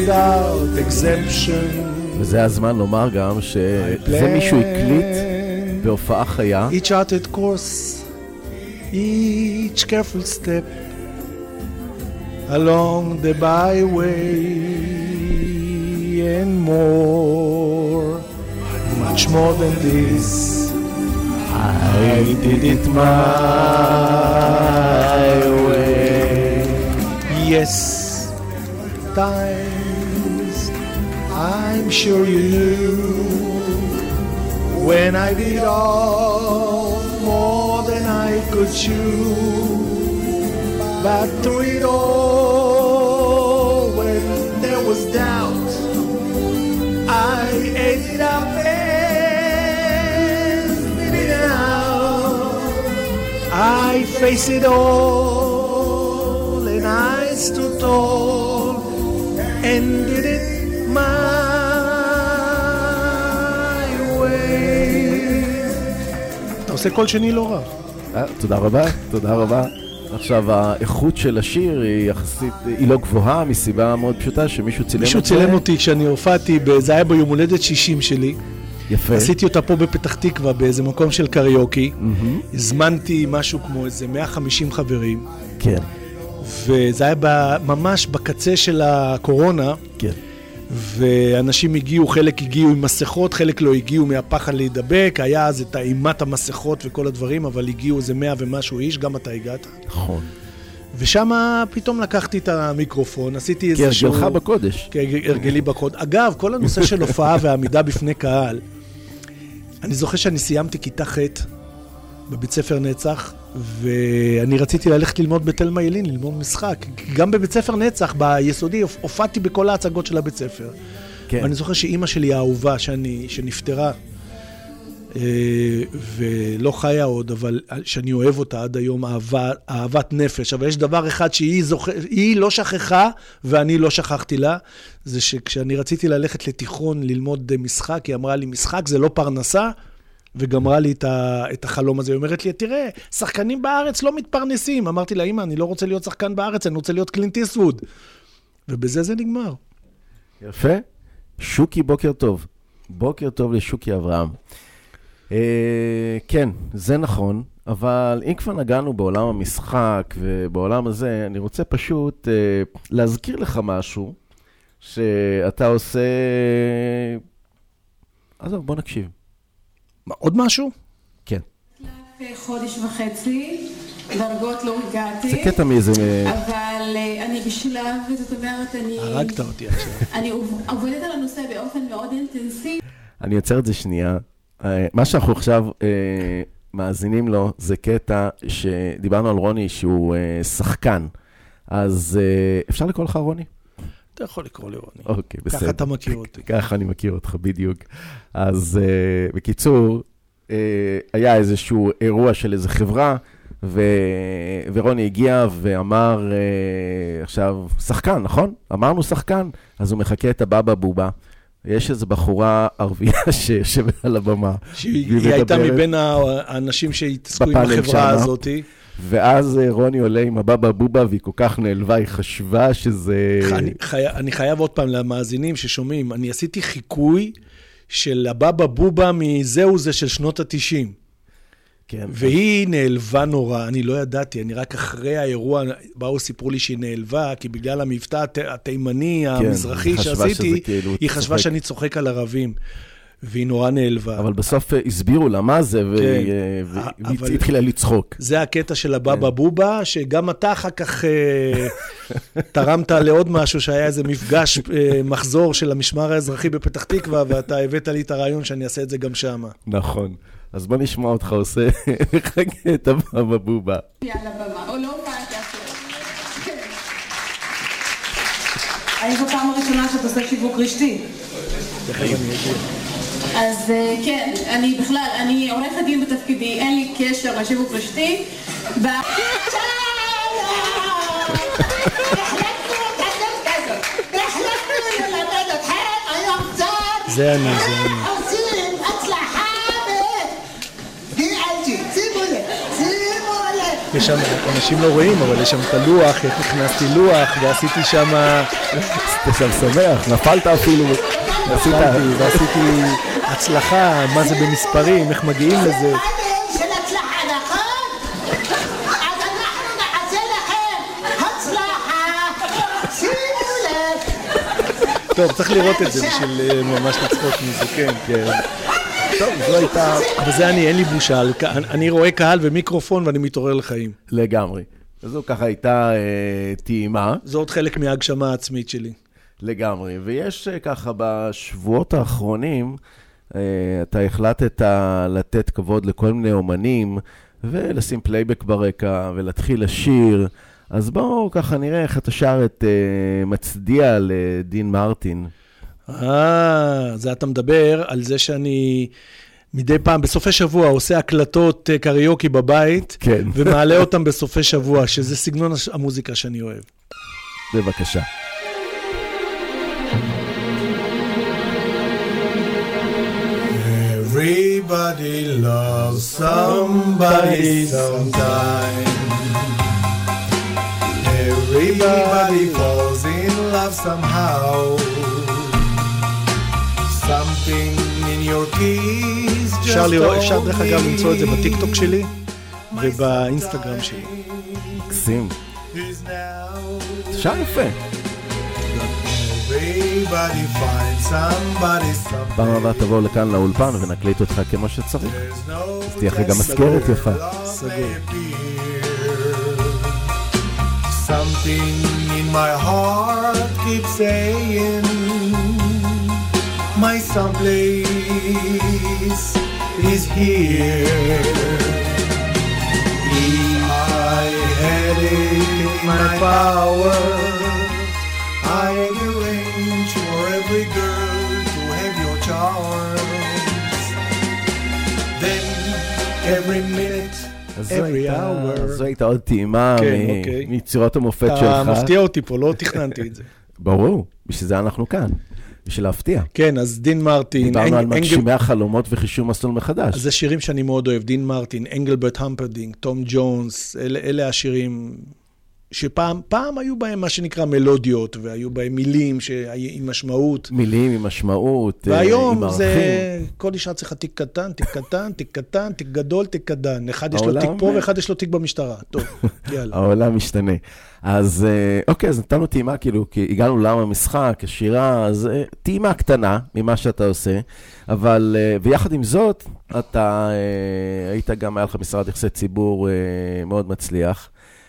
without exemption. וזה הזמן לומר גם שזה מישהו הקליט בהופעה חיה. Each charted course, each careful step along the byway and more, much more than this. I did it my way. Yes, times I'm sure you knew when I did all more than I could chew. But through it all, when there was doubt, I ate it up and spit it out. I faced it all and I stood tall and did it my way. אתה עושה קול שני לא רע. תודה רבה, תודה רבה. עכשיו, האיכות של השיר היא יחסית, היא לא גבוהה, מסיבה מאוד פשוטה, שמישהו צילם מישהו צילם אותי כשאני הופעתי, זה היה ביום הולדת שישים שלי. יפה. עשיתי אותה פה בפתח תקווה, באיזה מקום של קריוקי. הזמנתי משהו כמו איזה מאה וחמישים חברים. כן. וזה היה ממש בקצה של הקורונה. כן. ואנשים הגיעו, חלק הגיעו עם מסכות, חלק לא הגיעו מהפחד להידבק, היה אז את האימת המסכות וכל הדברים, אבל הגיעו איזה מאה ומשהו איש, גם אתה הגעת. נכון. ושם פתאום לקחתי את המיקרופון, עשיתי איזשהו... כהרגלך בקודש. כהרגלי בקודש. אגב, כל הנושא של הופעה והעמידה בפני קהל, אני זוכר שאני סיימתי כיתה ח' בבית ספר נצח, ואני רציתי ללכת ללמוד בתלמה ילין, ללמוד משחק. גם בבית ספר נצח, ביסודי, הופעתי בכל ההצגות של הבית ספר. כן. ואני זוכר שאימא שלי האהובה, שאני, שנפטרה, ולא חיה עוד, אבל שאני אוהב אותה עד היום, אהבה, אהבת נפש. אבל יש דבר אחד שהיא זוכר, היא לא שכחה, ואני לא שכחתי לה, זה שכשאני רציתי ללכת לתיכון ללמוד משחק, היא אמרה לי, משחק זה לא פרנסה, וגמרה לי את, ה, את החלום הזה. היא אומרת לי, תראה, שחקנים בארץ לא מתפרנסים. אמרתי לה, אמא, אני לא רוצה להיות שחקן בארץ, אני רוצה להיות קלינט איסטווד. ובזה זה נגמר. יפה. שוקי, בוקר טוב. בוקר טוב לשוקי אברהם. אה, כן, זה נכון, אבל אם כבר נגענו בעולם המשחק ובעולם הזה, אני רוצה פשוט אה, להזכיר לך משהו שאתה עושה... אז בוא נקשיב. מה, עוד משהו? כן. חודש וחצי, דרגות לא הגעתי. זה קטע מאיזה... אבל אני בשלב, זאת אומרת, אני... הרגת אותי עכשיו. אני עובדת על הנושא באופן מאוד אינטנסיבי. אני יוצר את זה שנייה. מה שאנחנו עכשיו מאזינים לו, זה קטע שדיברנו על רוני שהוא שחקן. אז אפשר לקרוא לך רוני? אתה יכול לקרוא לי רוני. אוקיי, בסדר. ככה אתה מכיר אותי. ככה אני מכיר אותך, בדיוק. אז uh, בקיצור, uh, היה איזשהו אירוע של איזו חברה, ו... ורוני הגיע ואמר, uh, עכשיו, שחקן, נכון? אמרנו שחקן, אז הוא מחכה את הבאבא בובה. יש איזו בחורה ערבייה שיושבת על הבמה. שהיא הייתה מבין האנשים שהתעסקו עם החברה הזאת. ואז רוני עולה עם הבאבא בובה, והיא כל כך נעלבה, היא חשבה שזה... אני, חי... אני חייב עוד פעם למאזינים ששומעים, אני עשיתי חיקוי של הבאבא בובה מזהו זה של שנות ה-תשעים. כן. והיא נעלבה נורא, אני לא ידעתי, אני רק אחרי האירוע, באו סיפרו לי שהיא נעלבה, כי בגלל המבטא התימני, כן, המזרחי שעשיתי, כאילו היא חשבה שאני צוחק על ערבים. והיא נורא נעלבה. אבל בסוף הסבירו לה מה זה, והיא התחילה לצחוק. זה הקטע של הבאבא בובה, שגם אתה אחר כך תרמת לעוד משהו, שהיה איזה מפגש מחזור של המשמר האזרחי בפתח תקווה, ואתה הבאת לי את הרעיון שאני אעשה את זה גם שם. נכון. אז בוא נשמע אותך עושה לחכה את הבאבא בובה. יאללה במה, או לא פעתי אפילו. האם זו פעם הראשונה שאת עושה שיווק רשתי? תכף אני אגיד. אז כן, אני בכלל, אני עורכת דין בתפקידי, אין לי קשר לשיווק רשתי. זה אני, זה אני. יש שם, אנשים לא רואים, אבל יש שם את הלוח, איך הכנסתי לוח, ועשיתי שם... אתה שם שמח, נפלת אפילו. נפלתי, ועשיתי הצלחה, מה זה במספרים, איך מגיעים לזה. של הצלחה, נכון? אז אנחנו נעשה לכם הצלחה. שימו לב. טוב, צריך לראות את זה בשביל ממש לצחוק מזה, כן, כן. טוב, זו הייתה... אבל זה אני, אין לי בושה. אני רואה קהל ומיקרופון ואני מתעורר לחיים. לגמרי. זו ככה הייתה טעימה. זו עוד חלק מההגשמה העצמית שלי. לגמרי. ויש ככה בשבועות האחרונים, אתה החלטת לתת כבוד לכל מיני אומנים, ולשים פלייבק ברקע, ולהתחיל לשיר. אז בואו ככה נראה איך אתה שר את מצדיע לדין מרטין. אה, זה אתה מדבר על זה שאני מדי פעם בסופי שבוע עושה הקלטות קריוקי בבית, כן. ומעלה אותם בסופי שבוע, שזה סגנון המוזיקה שאני אוהב. בבקשה. Everybody loves somebody sometime. Everybody falls in love somehow. Something in your keys just אפשר לראות, אפשר דרך אגב למצוא את זה בטיקטוק שלי ובאינסטגרם שלי. מקסים. שר יפה. פעם הבאה תבוא לכאן לאולפן ונקליט אותך כמו שצריך. אז תהיה לך גם מזכרת יפה. סגור. Something in my heart keeps saying my someplace is here. If I had it in my power, I'd arrange for every girl to have your charms. Then every minute, every hour. זו הייתה עוד טעימה מיצירות המופת שלך. אתה מפתיע אותי פה, לא תכננתי את זה. ברור, בשביל זה אנחנו כאן. בשביל להפתיע. כן, אז דין מרטין. דיברנו על מגשימי החלומות וחישום מסלול מחדש. אז זה שירים שאני מאוד אוהב. דין מרטין, אנגלברט המפרדינג, תום ג'ונס, אלה, אלה השירים שפעם פעם היו בהם מה שנקרא מלודיות, והיו בהם מילים עם משמעות. מילים עם משמעות, והיום עם ערכים. זה, כל אישה צריכה תיק קטן, תיק קטן, תיק קטן, תיק גדול, תיק קטן. אחד יש לו תיק פה ואחד יש לו תיק במשטרה. טוב, יאללה. העולם משתנה. אז אוקיי, אז נתנו טעימה, כאילו, כי הגענו לעם המשחק, השירה, אז טעימה קטנה ממה שאתה עושה, אבל, ויחד עם זאת, אתה היית גם, היה לך משרד יחסי ציבור מאוד מצליח,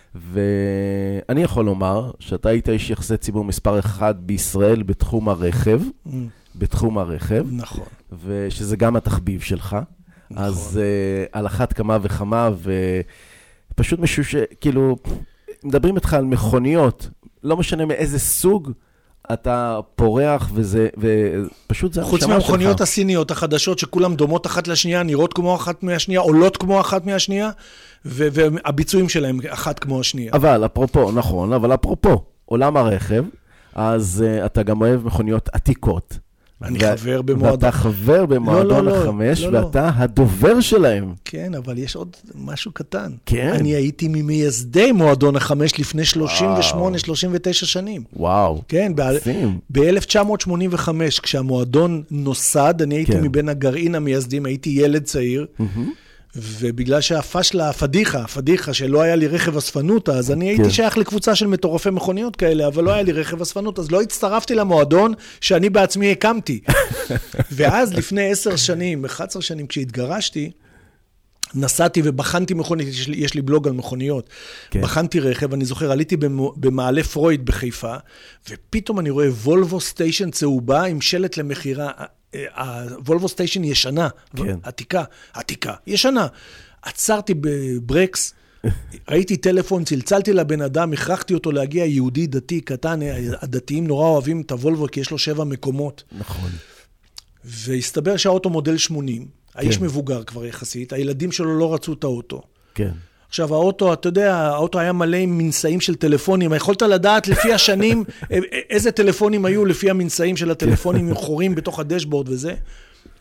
ואני יכול לומר שאתה היית איש יחסי ציבור מספר אחד בישראל בתחום הרכב, בתחום הרכב, נכון. ושזה גם התחביב שלך, נכון. אז על אחת כמה וכמה, ופשוט משהו שכאילו, מדברים איתך על מכוניות, לא משנה מאיזה סוג, אתה פורח וזה, ופשוט זה חוץ מהמכוניות הסיניות החדשות שכולם דומות אחת לשנייה, נראות כמו אחת מהשנייה, עולות כמו אחת מהשנייה, והביצועים שלהם אחת כמו השנייה. אבל אפרופו, נכון, אבל אפרופו, עולם הרכב, אז אתה גם אוהב מכוניות עתיקות. אני חבר במועדון. ואתה חבר במועדון החמש, ואתה הדובר שלהם. כן, אבל יש עוד משהו קטן. כן. אני הייתי ממייסדי מועדון החמש לפני שלושים ושמונה שלושים ותשע שנים. וואו. כן, ב-אלף תשע מאות שמונים וחמש, כשהמועדון נוסד, אני הייתי מבין הגרעין המייסדים, הייתי ילד צעיר, ובגלל שהפשלה, הפדיחה, הפדיחה שלא היה לי רכב אספנות, אז אני הייתי שייך לקבוצה של מטורפי מכוניות כאלה, אבל לא היה לי רכב אספנות, אז לא הצטרפתי למועדון שאני בעצמי הקמתי. ואז לפני עשר שנים, אחת עשרה שנים, כשהתגרשתי, נסעתי ובחנתי מכונית, יש לי, יש לי בלוג על מכוניות, כן. בחנתי רכב, אני זוכר, עליתי במעלה פרויד בחיפה, ופתאום אני רואה וולבו סטיישן צהובה עם שלט למחירה, הוולבו סטיישן ישנה, כן. עתיקה, עתיקה, ישנה. עצרתי בברקס, ראיתי טלפון, צלצלתי לבן אדם, הכרחתי אותו להגיע יהודי דתי קטן, הדתיים נורא אוהבים את הוולבו, כי יש לו שבע מקומות. נכון. והסתבר שהאוטו מודל שמונים, האיש מבוגר כבר יחסית, הילדים שלו לא רצו את האוטו. כן. עכשיו, האוטו, אתה יודע, האוטו היה מלא עם מנסאים של טלפונים, יכולת לדעת לפי השנים, איזה טלפונים היו לפי המנסאים של הטלפונים, עם חורים בתוך הדשבורד וזה.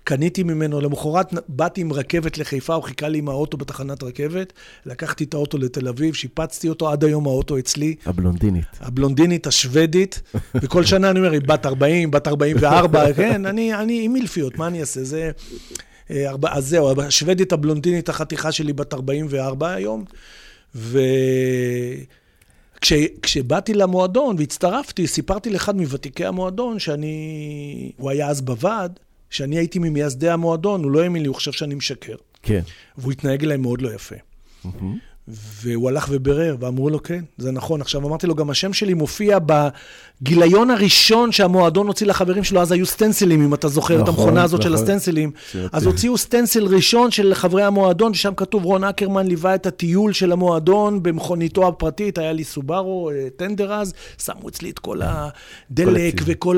קניתי ממנו, למחרת באתי עם רכבת לחיפה, הוא חיכה לי עם האוטו בתחנת רכבת, לקחתי את האוטו לתל אביב, שיפצתי אותו, עד היום האוטו אצלי. הבלונדינית. הבלונדינית, השוודית, וכל שנה אני אומר, היא בת ארבעים, בת ארבעים וארבע, כן, אני, אני עם מילפיות, מה אני אעשה? זה, אז זהו, השוודית הבלונדינית, החתיכה שלי בת ארבעים וארבע היום, ו... כש, כשבאתי למועדון והצטרפתי, סיפרתי לאחד מוותיקי המועדון שאני, הוא היה אז בוועד, שאני הייתי ממייסדי המועדון, הוא לא האמין לי, הוא חושב שאני משקר. כן. והוא התנהג אליי מאוד לא יפה. Mm-hmm. והוא הלך וברר, ואמרו לו, כן, זה נכון. עכשיו אמרתי לו, גם השם שלי מופיע בגיליון הראשון שהמועדון הוציא לחברים שלו, אז היו סטנסילים, אם אתה זוכר נכון, את המכונה הזאת נכון. של הסטנסילים. אז הוציאו סטנסיל ראשון של חברי המועדון, ששם כתוב, רון אקרמן ליווה את הטיול של המועדון במכוניתו הפרטית, היה לי סובארו, טנדר אז, שמו אצלי את כל הדלק וכל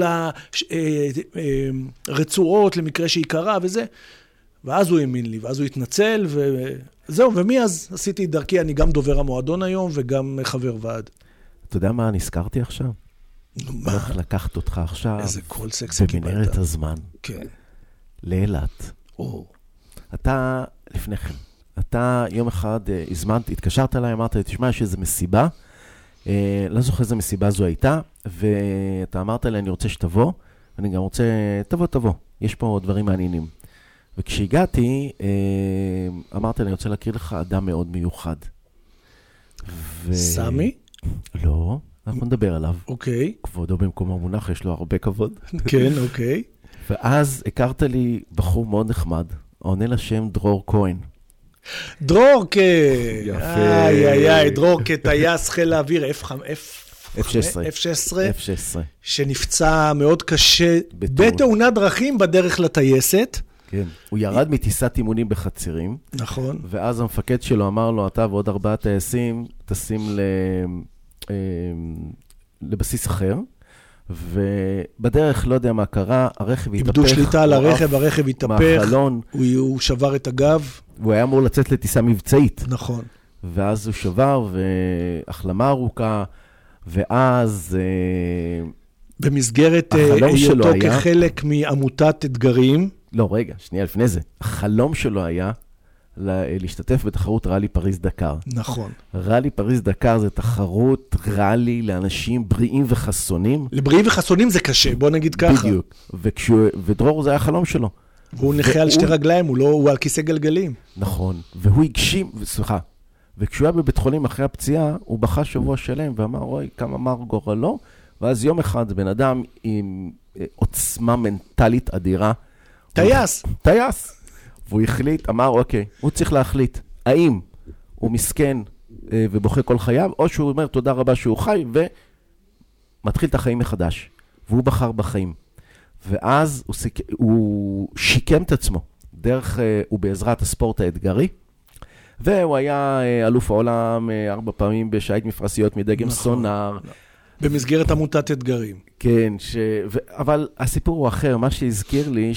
הרצועות למקרה שהיא קרה וזה. ואז הוא האמין לי, ואז הוא התנצל, וזהו, ומאז עשיתי את דרכי, אני גם דובר המועדון היום, וגם חבר ועד. אתה יודע מה נזכרתי עכשיו? מה? הולך לקחת אותך עכשיו, איזה קול סקסי קיבלת. במנהרת הזמן. כן. לאילת. או. אתה, לפני כן, אתה יום אחד הזמנת, התקשרת אליי, אמרת לי, תשמע, יש איזו מסיבה, לא זוכר איזו מסיבה זו הייתה, ואתה אמרת לי, אני רוצה שתבוא, ואני גם רוצה, תבוא, תבוא, יש פה דברים מעניינים. וכשהגעתי, אמרתי, אני רוצה להכיר לך אדם מאוד מיוחד. סמי? לא, אנחנו נדבר עליו. אוקיי. כבודו במקום המונח, יש לו הרבה כבוד. כן, אוקיי. ואז הכרת לי בחור מאוד נחמד, עונה לשם דרור כהן. דרור כ... יפה. איי, איי, איי, דרור כטייס חיל האוויר, אף שש עשרה. אף שש עשרה. אף שש עשרה. שנפצע מאוד קשה בתאונת דרכים בדרך לטייסת. כן, הוא ירד מטיסת אימונים בחצירים. נכון. ואז המפקד שלו אמר לו, אתה ועוד ארבעה טייסים, טסים ל... לבסיס אחר, ובדרך, לא יודע מה קרה, הרכב התהפך. איבדו שליטה על הרכב, הרכב התהפך. מהחלון. הוא, הוא שבר את הגב. הוא היה אמור לצאת לטיסה מבצעית. נכון. ואז הוא שבר, והחלמה ארוכה, ואז... במסגרת היותו כחלק מעמותת אתגרים. לא, רגע, שנייה לפני זה. החלום שלו היה להשתתף בתחרות ראלי פריז דקר. נכון. ראלי פריז דקר זה תחרות ראלי לאנשים בריאים וחסונים. לבריאים וחסונים זה קשה, בוא נגיד ככה. בדיוק. וכשהוא, ודרור זה היה החלום שלו. והוא נכה על שתי רגליים, הוא לא, הוא על כיסא גלגלים. נכון. והוא הגשים, סליחה, וכשהוא היה בבית חולים אחרי הפציעה, הוא בכה שבוע שלם ואמר, אוי, כמה מר גורלו. ואז יום אחד בן אדם עם עוצמה מנטלית אדירה, טייס. טייס. והוא החליט, אמר, אוקיי, הוא צריך להחליט, האם הוא מסכן ובוכה כל חייו, או שהוא אומר תודה רבה שהוא חי, ומתחיל את החיים מחדש. והוא בחר בחיים. ואז הוא, סיק... הוא שיקם את עצמו, דרך, הוא בעזרת הספורט האתגרי, והוא היה אלוף העולם ארבע פעמים בשייט מפרסיות מדגם נכון. סונאר. במסגרת עמותת אתגרים. כן, ש... ו... אבל הסיפור הוא אחר. מה שהזכיר לי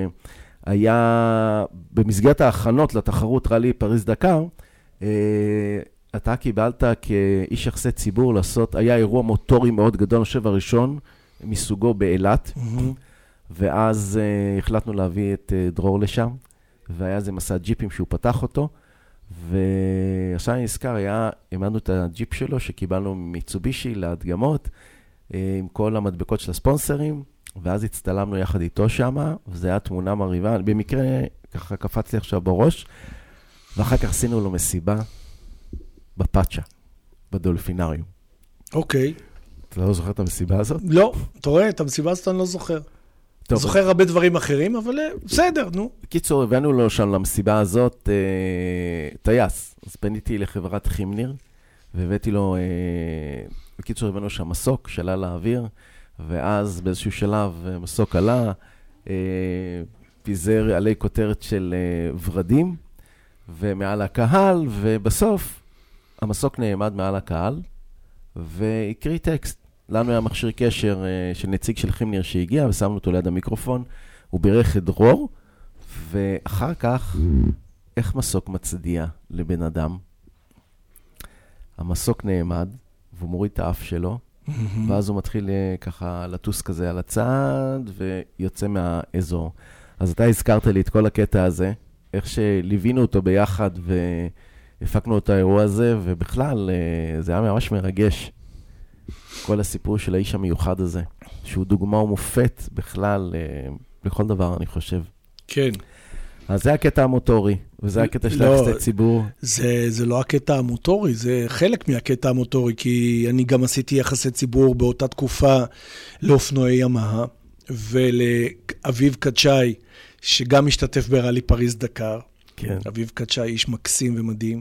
שהיה במסגרת ההכנות לתחרות ראלי פריז דקר, אה, אתה קיבלת כאיש יחסי ציבור לעשות, היה אירוע מוטורי מאוד גדול, השבע הראשון מסוגו באילת, mm-hmm. ואז אה, החלטנו להביא את אה, דרור לשם, והיה זה מסע ג'יפים שהוא פתח אותו, ועכשיו אני נזכר, היה, העמדנו את הג'יפ שלו שקיבלנו מיצובישי להדגמות, עם כל המדבקות של הספונסרים, ואז הצטלמנו יחד איתו שם, וזו הייתה תמונה מריבה, במקרה ככה קפץ לי עכשיו בראש, ואחר כך עשינו לו מסיבה בפאצ'ה, בדולפינריום. אוקיי. אתה לא זוכר את המסיבה הזאת? לא, אתה רואה, את המסיבה הזאת אני לא זוכר. טוב. זוכר הרבה דברים אחרים, אבל בסדר, נו. קיצור, הבאנו לו שם למסיבה הזאת אה, טייס. אז פניתי לחברת חימניר, והבאתי לו, אה, בקיצור, הבאנו שם מסוק, שעלה לאוויר, ואז באיזשהו שלב מסוק עלה, אה, פיזר עלי כותרת של אה, ורדים, ומעל הקהל, ובסוף המסוק נעמד מעל הקהל, והקריא טקסט. לנו היה מכשיר קשר uh, של נציג של חימניר שהגיע, ושמנו אותו ליד המיקרופון, הוא בירך את דרור, ואחר כך, איך מסוק מצדיע לבן אדם? המסוק נעמד, והוא מוריד את האף שלו, ואז הוא מתחיל uh, ככה לטוס כזה על הצד, ויוצא מהאזור. אז אתה הזכרת לי את כל הקטע הזה, איך שליווינו אותו ביחד והפקנו את האירוע הזה, ובכלל זה היה ממש מרגש. כל הסיפור של האיש המיוחד הזה, שהוא דוגמה ומופת בכלל לכל דבר, אני חושב. כן. אז זה הקטע המוטורי, וזה הקטע של לא, יחסי ציבור. זה, זה לא הקטע המוטורי, זה חלק מהקטע המוטורי, כי אני גם עשיתי יחסי ציבור באותה תקופה לאופנועי ימאה, ולאביב קדשי, שגם השתתף בראלי פריז דקר. כן. אביב קדשי, איש מקסים ומדהים.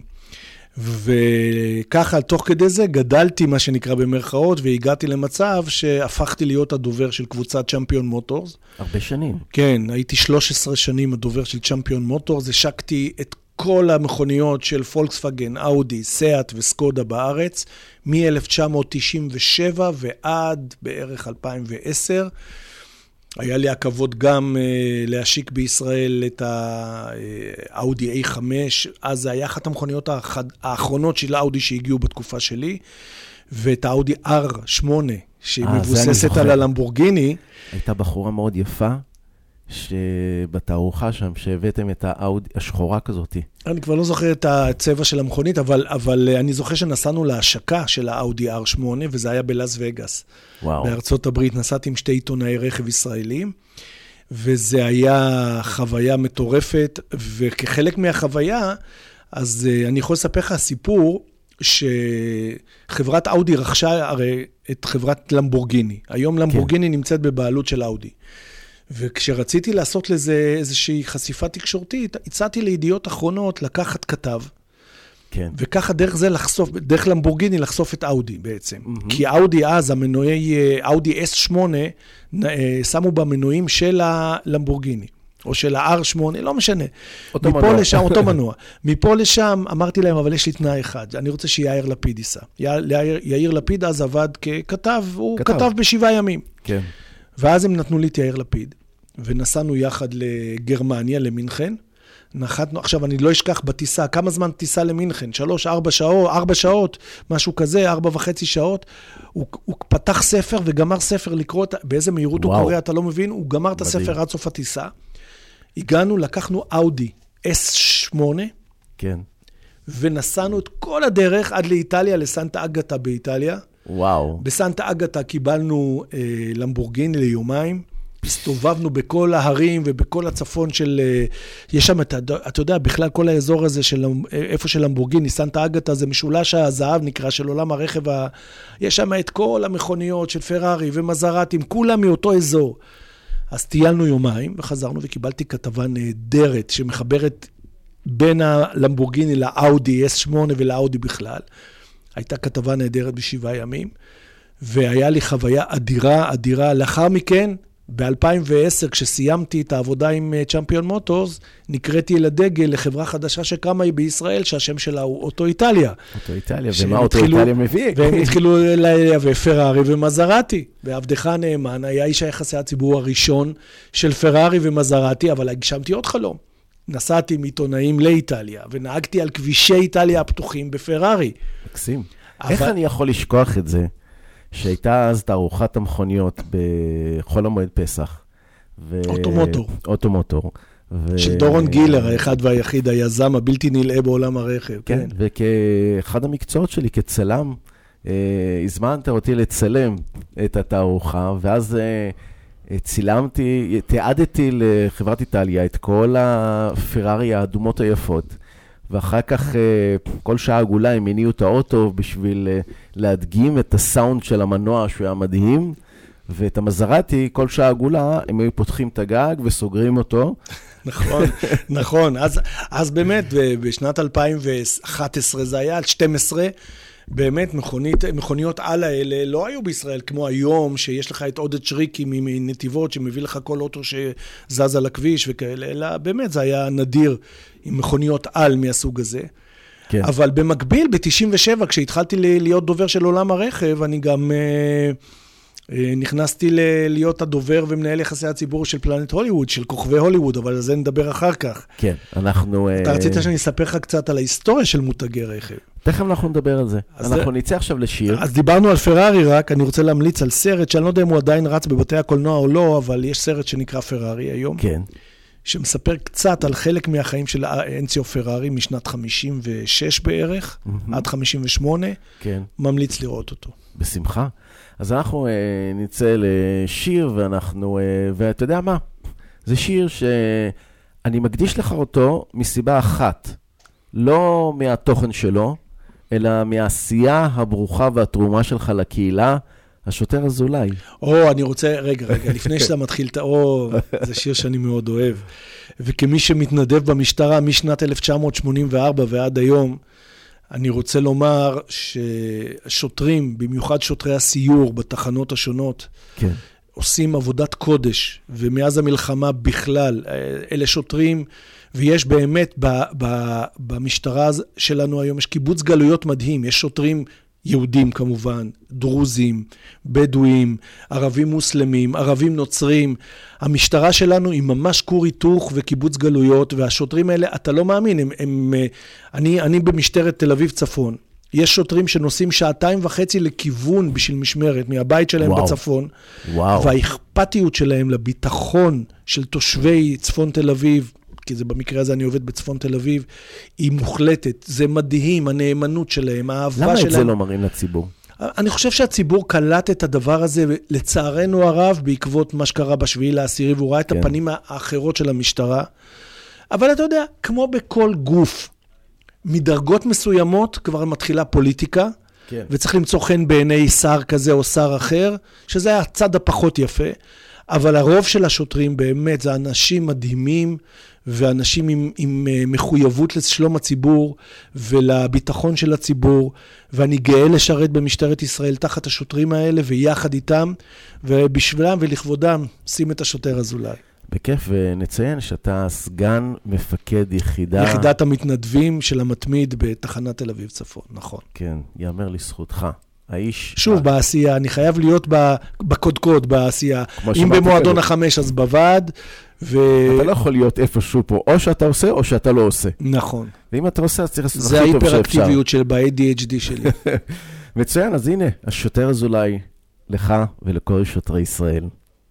וככה, תוך כדי זה, גדלתי, מה שנקרא במרכאות, והגעתי למצב שהפכתי להיות הדובר של קבוצת צ'מפיון מוטורס. הרבה שנים. כן, הייתי שלוש עשרה שנים הדובר של צ'מפיון מוטורס, השקתי את כל המכוניות של פולקסווגן, אאודי, סיאט וסקודה בארץ, מ-אלף תשע מאות תשעים ושבע ועד בערך אלפיים ועשר. היה לי הכבוד גם uh, להשיק בישראל את האאודי איי חמש, אז זה היה אחת המכוניות האחד, האחרונות של האאודי שהגיעו בתקופה שלי, ואת האאודי אר שמונה, שהיא מבוססת על הלמבורגיני. הייתה בחורה מאוד יפה, שבתערוכה שם, שהבאתם את האאודי השחורה כזאת. אני כבר לא זוכר את הצבע של המכונית, אבל, אבל אני זוכר שנסענו להשקה של האאודי אר שמונה, וזה היה בלאס וגאס. וואו. בארצות הברית נסעתי עם שתי עיתונאי רכב ישראלים, וזה היה חוויה מטורפת, וכחלק מהחוויה, אז אני יכול לספר לך סיפור, שחברת אאודי רכשה הרי את חברת למבורגיני. היום למבורגיני כן. נמצאת בבעלות של אאודי. וכשרציתי לעשות לזה איזושהי חשיפה תקשורתית, הצעתי לידיעות אחרונות לקחת כתב, כן. וככה דרך זה לחשוף, דרך למבורגיני לחשוף את אאודי בעצם. Mm-hmm. כי אאודי אז, המנועי, אאודי אס שמונה, שמו במנועים של הלמבורגיני, או של ה-אר שמונה, לא משנה. אותו מפה מנוע. לשם, אותו מנוע. מפה לשם אמרתי להם, אבל יש לי תנאי אחד, אני רוצה שיאיר לפיד ייסע. יאיר, יאיר לפיד אז עבד ככתב, הוא כתב, כתב בשבעה ימים. כן. ואז הם נתנו לי את יאיר לפיד, ונסענו יחד לגרמניה, למינכן. נחתנו, עכשיו אני לא אשכח בטיסה, כמה זמן טיסה למינכן? שלוש, ארבע שעות, ארבע שעות, משהו כזה, ארבע וחצי שעות. הוא, הוא פתח ספר וגמר ספר לקרוא, באיזה מהירות וואו. הוא קורא, אתה לא מבין? הוא גמר את הספר עד סוף הטיסה. הגענו, לקחנו אאודי אס שמונה, כן. ונסענו את כל הדרך עד לאיטליה, לסנטה אגתה באיטליה. וואו. בסנטה אגתה קיבלנו אה, למבורגיני ליומיים, הסתובבנו בכל ההרים ובכל הצפון של, אה, יש שם, אתה, אתה יודע, בכלל כל האזור הזה של, איפה של למבורגיני, סנטה אגתה זה משולש הזהב נקרא, של עולם הרכב, ה, יש שם את כל המכוניות של פרארי ומזרטים, כולם מאותו אזור. אז טיילנו יומיים וחזרנו וקיבלתי כתבה נהדרת שמחברת בין הלמבורגיני לאאודי אס שמונה ולאאודי בכלל. הייתה כתבה נהדרת בשבעה ימים, והיה לי חוויה אדירה, אדירה. לאחר מכן, ב-אלפיים ועשר, כשסיימתי את העבודה עם צ'מפיון מוטורס, נקראתי לדגל לחברה חדשה שקמה בישראל, שהשם שלה הוא אוטו איטליה. אוטו איטליה, ומה אוטו איטליה מביא? והם התחילו לייבא פרארי ומזרטי, ועבדך הנאמן היה איש היחסי הציבור הראשון של פרארי ומזרטי, אבל הגשמתי עוד חלום. נסעתי מעיתונאים לאיטליה, ונהגתי על כבישי איטליה הפתוחים בפרארי. מקסים. אבל... איך אני יכול לשכוח את זה, שהייתה אז תערוכת המכוניות בחול המועד פסח. ו... אוטומוטור. אוטומוטור. ו... של דורון גילר, האחד והיחיד, היזם הבלתי נלאה בעולם הרכב. כן, כן. וכאחד המקצועות שלי, כצלם, אה, הזמנת אותי לצלם את התערוכה, ואז... אה, צילמתי, תיעדתי לחברת איטליה את כל הפרארי האדומות היפות, ואחר כך כל שעה עגולה הם הניעו את האוטו בשביל להדגים את הסאונד של המנוע שהוא היה מדהים, ואת המזרטי, כל שעה עגולה, הם היו פותחים את הגג וסוגרים אותו. נכון, נכון. אז, אז באמת, בשנת אלפיים ואחת עשרה זה היה, על שתים עשרה, באמת מכונית, מכוניות על האלה לא היו בישראל כמו היום, שיש לך את עודד שריקי מנתיבות שמביא לך כל אוטו שזז על הכביש וכאלה, אלא באמת זה היה נדיר עם מכוניות על מהסוג הזה. כן. אבל במקביל, ב-תשעים ושבע, כשהתחלתי להיות דובר של עולם הרכב, אני גם אה, אה, נכנסתי ל- להיות הדובר ומנהל יחסי הציבור של פלנט הוליווד, של כוכבי הוליווד, אבל על זה נדבר אחר כך. כן, אנחנו... אתה אה... רצית שאני אספר לך קצת על ההיסטוריה של מותגי רכב. תכף אנחנו נדבר על זה. אנחנו נצא עכשיו לשיר. אז דיברנו על פרארי רק, אני רוצה להמליץ על סרט, שאני לא יודע אם הוא עדיין רץ בבתי הקולנוע או לא, אבל יש סרט שנקרא פרארי היום. כן. שמספר קצת על חלק מהחיים של אנציו פרארי משנת חמישים ושש בערך, mm-hmm. עד חמישים ושמונה. כן. ממליץ לראות אותו. בשמחה. אז אנחנו אה, נצא לשיר, ואנחנו, אה, ואתה יודע מה? זה שיר שאני מקדיש לך אותו מסיבה אחת. לא מהתוכן שלו, אלא מהעשייה הברוכה והתרומה שלך לקהילה, השוטר אזולאי. או, אני רוצה, רגע, רגע, לפני שאתה מתחיל את האו, זה שיר שאני מאוד אוהב. וכמי שמתנדב במשטרה משנת אלף תשע מאות שמונים וארבע ועד היום, אני רוצה לומר ששוטרים, במיוחד שוטרי הסיור בתחנות השונות, כן. עושים עבודת קודש, ומאז המלחמה בכלל, אלה שוטרים, ויש באמת ב, ב, במשטרה שלנו היום, יש קיבוץ גלויות מדהים, יש שוטרים יהודים כמובן, דרוזים, בדואים, ערבים מוסלמים, ערבים נוצרים. המשטרה שלנו היא ממש כור היתוך וקיבוץ גלויות, והשוטרים האלה, אתה לא מאמין, הם, הם, אני, אני במשטרת תל אביב צפון. יש שוטרים שנוסעים שעתיים וחצי לכיוון בשביל משמרת, מהבית שלהם וואו. בצפון. וואו. והאכפתיות שלהם לביטחון של תושבי צפון תל אביב, כי זה במקרה הזה אני עובד בצפון תל אביב, היא מוחלטת. זה מדהים, הנאמנות שלהם, האהבה שלהם. למה את זה לא מראים לציבור? אני חושב שהציבור קלט את הדבר הזה, לצערנו הרב, בעקבות מה שקרה בשביעי לעשירי, והוא ראה את כן. הפנים האחרות של המשטרה. אבל אתה יודע, כמו בכל גוף, מדרגות מסוימות כבר מתחילה פוליטיקה, כן. וצריך למצוא חן בעיני שר כזה או שר אחר, שזה הצד הפחות יפה. אבל הרוב של השוטרים באמת זה אנשים מדהימים, ואנשים עם, עם מחויבות לשלום הציבור ולביטחון של הציבור, ואני גאה לשרת במשטרת ישראל תחת השוטרים האלה ויחד איתם, ובשבילם ולכבודם שים את השוטר אזולאי. בכיף, ונציין שאתה סגן מפקד יחידה... יחידת המתנדבים של המתמיד בתחנת תל אביב צפון, נכון. כן, יאמר לזכותך. האיש... שוב, בעשייה, אני חייב להיות בקודקוד בעשייה. אם במועדון החמש, אז בוועד, ו... אתה לא יכול להיות איפשהו פה, או שאתה עושה, או שאתה לא עושה. נכון. ואם אתה עושה, אז צריך לעשות הכי טוב שאפשר. זה ההיפראקטיביות של ב-איי די אייץ' די שלי. מצוין, אז הנה, השוטר אזולאי, לך ולכל שוטרי ישראל.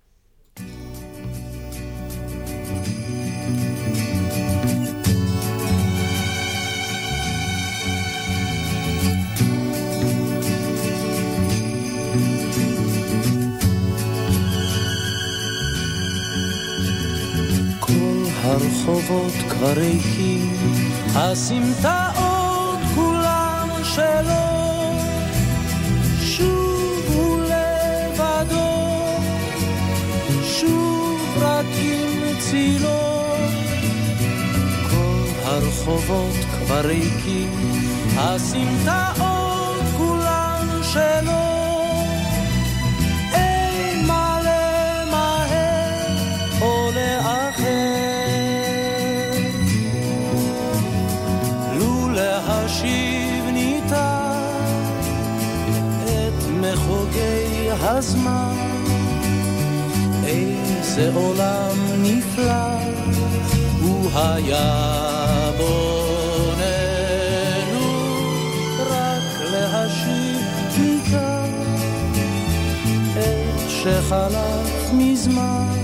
הרחובות כבר ריקים, הסמטאות כולם שלו, שוב הוא לבדו, שוב רק עם צילו. כל הרחובות כבר ריקים, הסמטאות כולם שלו, אין מה למהר או לאחר. להשיב ניתן את מחוגי הזמן, איזה עולם נפלא הוא היה בוננו, רק להשיב ניתן את שחלף מזמן,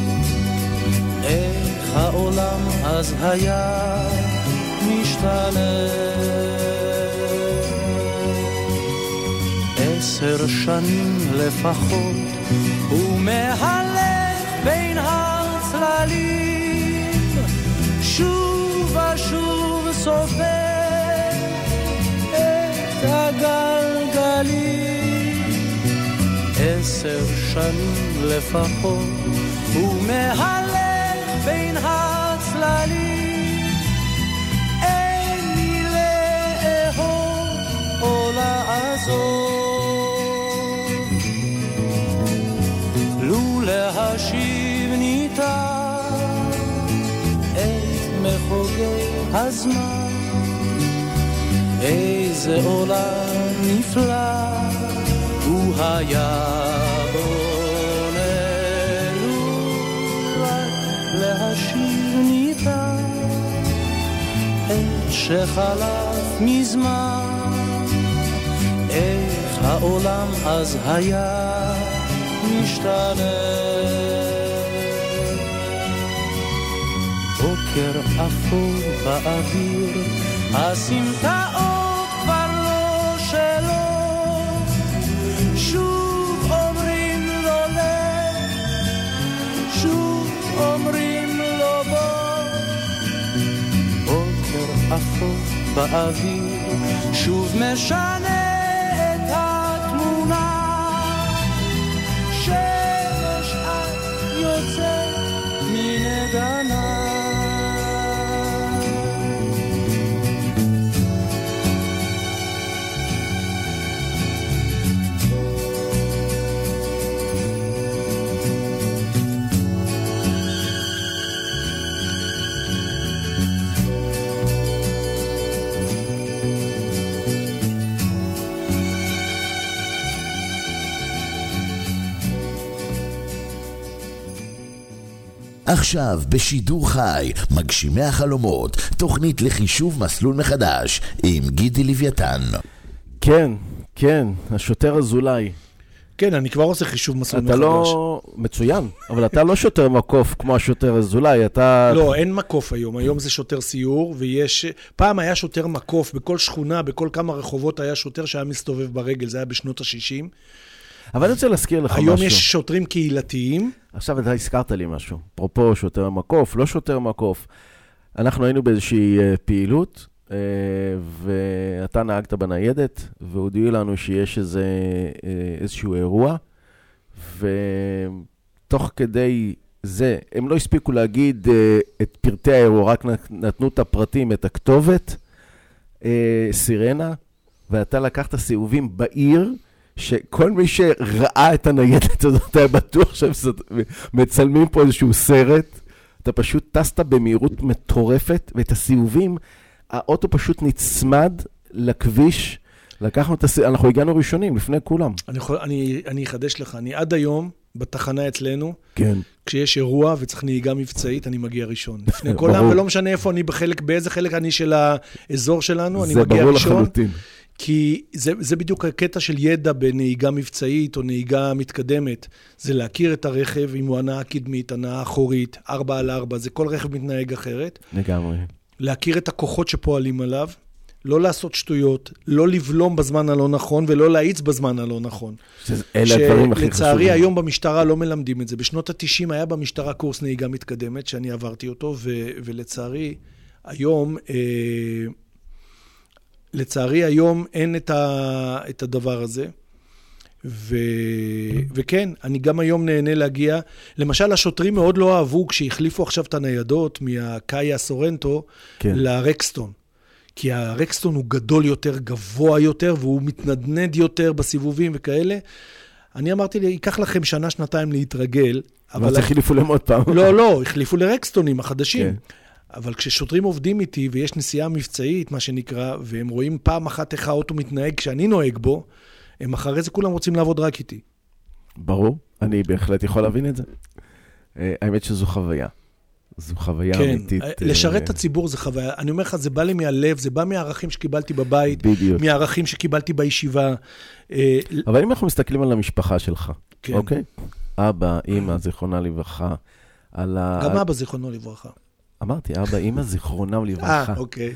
איך העולם אז היה משתנה. עשר שנים לפחות הוא מהלך בין הצללים, שוב ושוב סופר את הגלגלים. עשר שנים לפחות הוא מהלך בין הצללים, או לעזור, לו להשיב ניתן את מחוגי הזמן, איזה עולם נפלא הוא היה בוננו, רק להשיב ניתן את שחלף מזמן, איך העולם אז היה משתנה. בוקר אפור באוויר, הסמטאות כבר לא שלו, שוב אומרים לו לך, שוב אומרים לו בוא. בוקר אפור באוויר, שוב משנה את התמונה, שמש את יוצאת מנגנה. עכשיו בשידור חי, מגשימי החלומות, תוכנית לחישוב מסלול מחדש, עם גידי לוויתן. כן, כן, השוטר אזולאי. כן, אני כבר עושה חישוב מסלול אתה מחדש. לא מצוין, אבל אתה לא שוטר מקוף כמו השוטר אזולאי, אתה... לא, אין מקוף היום, היום זה שוטר סיור, ויש... פעם היה שוטר מקוף, בכל שכונה, בכל כמה רחובות היה שוטר שהיה מסתובב ברגל, זה היה בשנות ה-שישים. אבל אני רוצה להזכיר לך היום משהו. היום יש שוטרים קהילתיים. עכשיו אתה הזכרת לי משהו. אפרופו שוטר מקוף, לא שוטר מקוף. אנחנו היינו באיזושהי פעילות, ואתה נהגת בניידת, והודיעו לנו שיש איזה, איזשהו אירוע, ותוך כדי זה, הם לא הספיקו להגיד את פרטי האירוע, רק נתנו את הפרטים, את הכתובת, סירנה, ואתה לקחת סיבובים בעיר, שכל מי שראה את הניידת הזאת היה בטוח שהם מצלמים פה איזשהו סרט, אתה פשוט טסת במהירות מטורפת, ואת הסיבובים, האוטו פשוט נצמד לכביש, לקחנו את הסיבובים, אנחנו הגענו ראשונים לפני כולם. אני, אני, אני אחדש לך, אני עד היום בתחנה אצלנו, כן. כשיש אירוע וצריך נהיגה מבצעית, אני מגיע ראשון. לפני כולם, ולא משנה איפה אני בחלק, באיזה חלק אני של האזור שלנו, אני מגיע ראשון. זה ברור לחלוטין. כי זה, זה בדיוק הקטע של ידע בנהיגה מבצעית או נהיגה מתקדמת. זה להכיר את הרכב, אם הוא הנעה קדמית, הנעה אחורית, ארבע על ארבע, זה כל רכב מתנהג אחרת. לגמרי. להכיר את הכוחות שפועלים עליו, לא לעשות שטויות, לא לבלום בזמן הלא נכון, ולא להאיץ בזמן הלא נכון. אלה הדברים הכי חשובים. שלצערי היום במשטרה לא מלמדים את זה. בשנות ה-תשעים היה במשטרה קורס נהיגה מתקדמת, שאני עברתי אותו, ו- ולצערי היום... אה, לצערי היום אין את, ה, את הדבר הזה, ו, וכן, אני גם היום נהנה להגיע, למשל השוטרים מאוד לא אהבו כשהחליפו עכשיו את הניידות מהקאיה סורנטו כן. לרקסטון, כי הרקסטון הוא גדול יותר, גבוה יותר, והוא מתנדנד יותר בסיבובים וכאלה. אני אמרתי לי, ייקח לכם שנה, שנתיים להתרגל. אבל זה החליפו להם עוד פעם. לא, לא, החליפו לרקסטונים החדשים. כן. אבל כששוטרים עובדים איתי ויש נסיעה מבצעית, מה שנקרא, והם רואים פעם אחת איך האוטו מתנהג כשאני נוהג בו, הם אחרי זה כולם רוצים לעבוד רק איתי. ברור, אני בהחלט יכול להבין את זה. האמת שזו חוויה. זו חוויה כן, אמיתית. לשרת את הציבור זה חוויה. אני אומר לך, זה בא לי מהלב, זה בא מהערכים שקיבלתי בבית, בדיוק. מהערכים שקיבלתי בישיבה. אבל אם אנחנו מסתכלים על המשפחה שלך, כן. אוקיי? אבא, אמא, זיכרונה לברכה. על ה... גם אבא זיכרונו לברכה. אמרתי, אבא, אמא, זיכרונם לברכה. אה, אוקיי.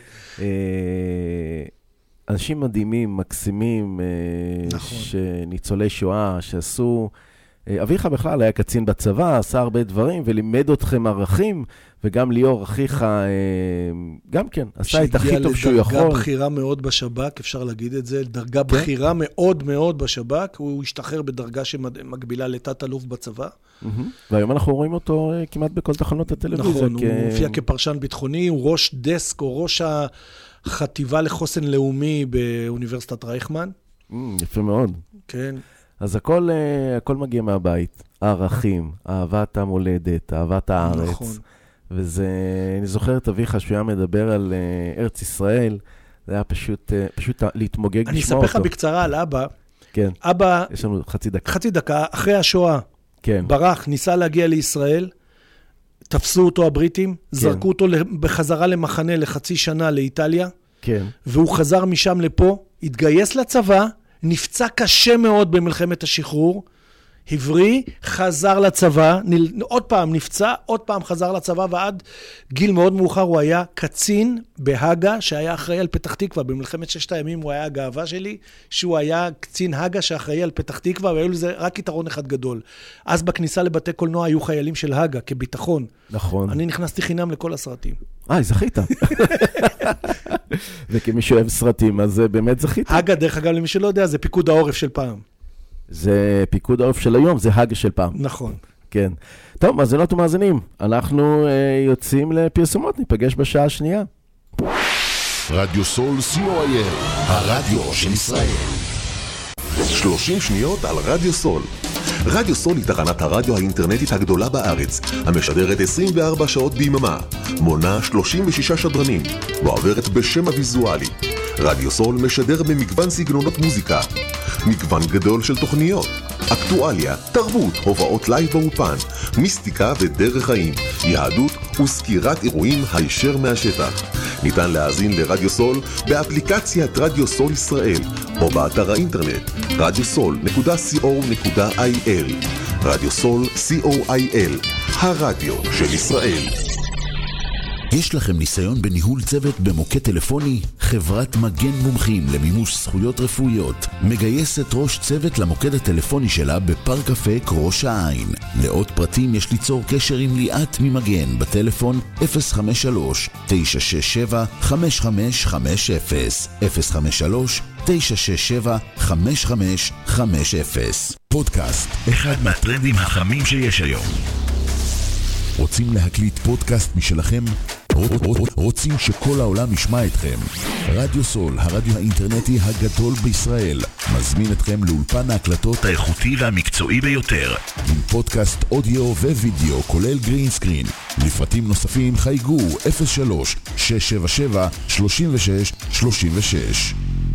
אנשים מדהימים, מקסימים, נכון. שניצולי שואה, שעשו... אביך בכלל היה קצין בצבא, עשה הרבה דברים, ולימד אתכם ערכים, וגם ליאור, אחיך, גם כן, עשה את הכי טוב שהוא יכול. שהגיע לדרגה בחירה מאוד בשב"כ, אפשר להגיד את זה, דרגה בחירה מאוד מאוד בשב"כ, הוא השתחרר בדרגה שמקבילה לתת אלוף בצבא. והיום אנחנו רואים אותו כמעט בכל תחנות הטלוויזיה. נכון, הוא מופיע כפרשן ביטחוני, הוא ראש דסק או ראש החטיבה לחוסן לאומי באוניברסיטת רייכמן. יפה מאוד. כן. אז הכל, הכל מגיע מהבית. הערכים, אהבת המולדת, אהבת הארץ. נכון. וזה, אני זוכר את אביך שהוא היה מדבר על ארץ ישראל, זה היה פשוט, פשוט להתמוגג לשמוע אותו. אני אספר לך בקצרה על אבא. כן. אבא... יש לנו חצי דקה. חצי דקה, אחרי השואה. כן. ברח, ניסה להגיע לישראל, תפסו אותו הבריטים, כן. זרקו אותו בחזרה למחנה לחצי שנה לאיטליה. כן. והוא חזר משם לפה, התגייס לצבא, נפצע קשה מאוד במלחמת השחרור, הבריא, חזר לצבא, נ... עוד פעם נפצע, עוד פעם חזר לצבא, ועד גיל מאוד מאוחר הוא היה קצין בהגה, שהיה אחראי על פתח תקווה. במלחמת ששת הימים הוא היה הגאווה שלי, שהוא היה קצין הגה שאחראי על פתח תקווה, והיו לזה רק יתרון אחד גדול. אז בכניסה לבתי קולנוע היו חיילים של הגה, כביטחון. נכון. אני נכנסתי חינם לכל הסרטים. אה, זכית. וכמי שאוהב סרטים, אז באמת זכית. הגה, דרך אגב, למי שלא יודע, זה פיקוד העורף של פעם. זה פיקוד העורף של היום, זה הגה של פעם. נכון. כן. טוב, מאזינות ומאזינים, אנחנו אה, יוצאים לפרסומות, ניפגש בשעה השנייה. רדיו סול סי או איי אל, הרדיו של ישראל. שלושים שניות על רדיו סול. רדיו סול היא תחנת הרדיו האינטרנטית הגדולה בארץ, המשדרת עשרים וארבע שעות ביממה, מונה שלושים ושישה שדרנים, ועוברת בשם הוויזואלי. רדיו סול משדר במגוון סגנונות מוזיקה, מגוון גדול של תוכניות, אקטואליה, תרבות, הובאות לייב באופן, מיסטיקה ודרך חיים, יהדות וסקירת אירועים הישר מהשטח. ניתן להאזין לרדיו סול באפליקציית רדיו סול ישראל, או באתר האינטרנט רדיו סול נקודה סי או נקודה איי אל. רדיו סול סי או איי אל, הרדיו של ישראל. יש לכם ניסיון בניהול צוות במוקד טלפוני? חברת מגן מומחים למימוש זכויות רפואיות מגייסת ראש צוות למוקד הטלפוני שלה בפארק אפק ראש העין. לעוד פרטים יש ליצור קשר עם ליאת ממגן בטלפון אפס חמש שלוש תשע שש שבע חמש חמש חמש אפס אפס חמש שלוש תשע שש שבע חמש חמש חמש אפס. פודקאסט. אחד מהטרנדים החמים שיש היום. רוצים להקליט פודקאסט משלכם? רוצים שכל העולם ישמע אתכם? רדיו סול, הרדיו האינטרנטי הגדול בישראל, מזמין אתכם לאולפן ההקלטות האיכותי והמקצועי ביותר, עם פודקאסט אודיו ווידאו כולל גרין סקרין. לפרטים נוספים חייגו אפס שלוש שש שבע שבע שלוש שש שלוש שש.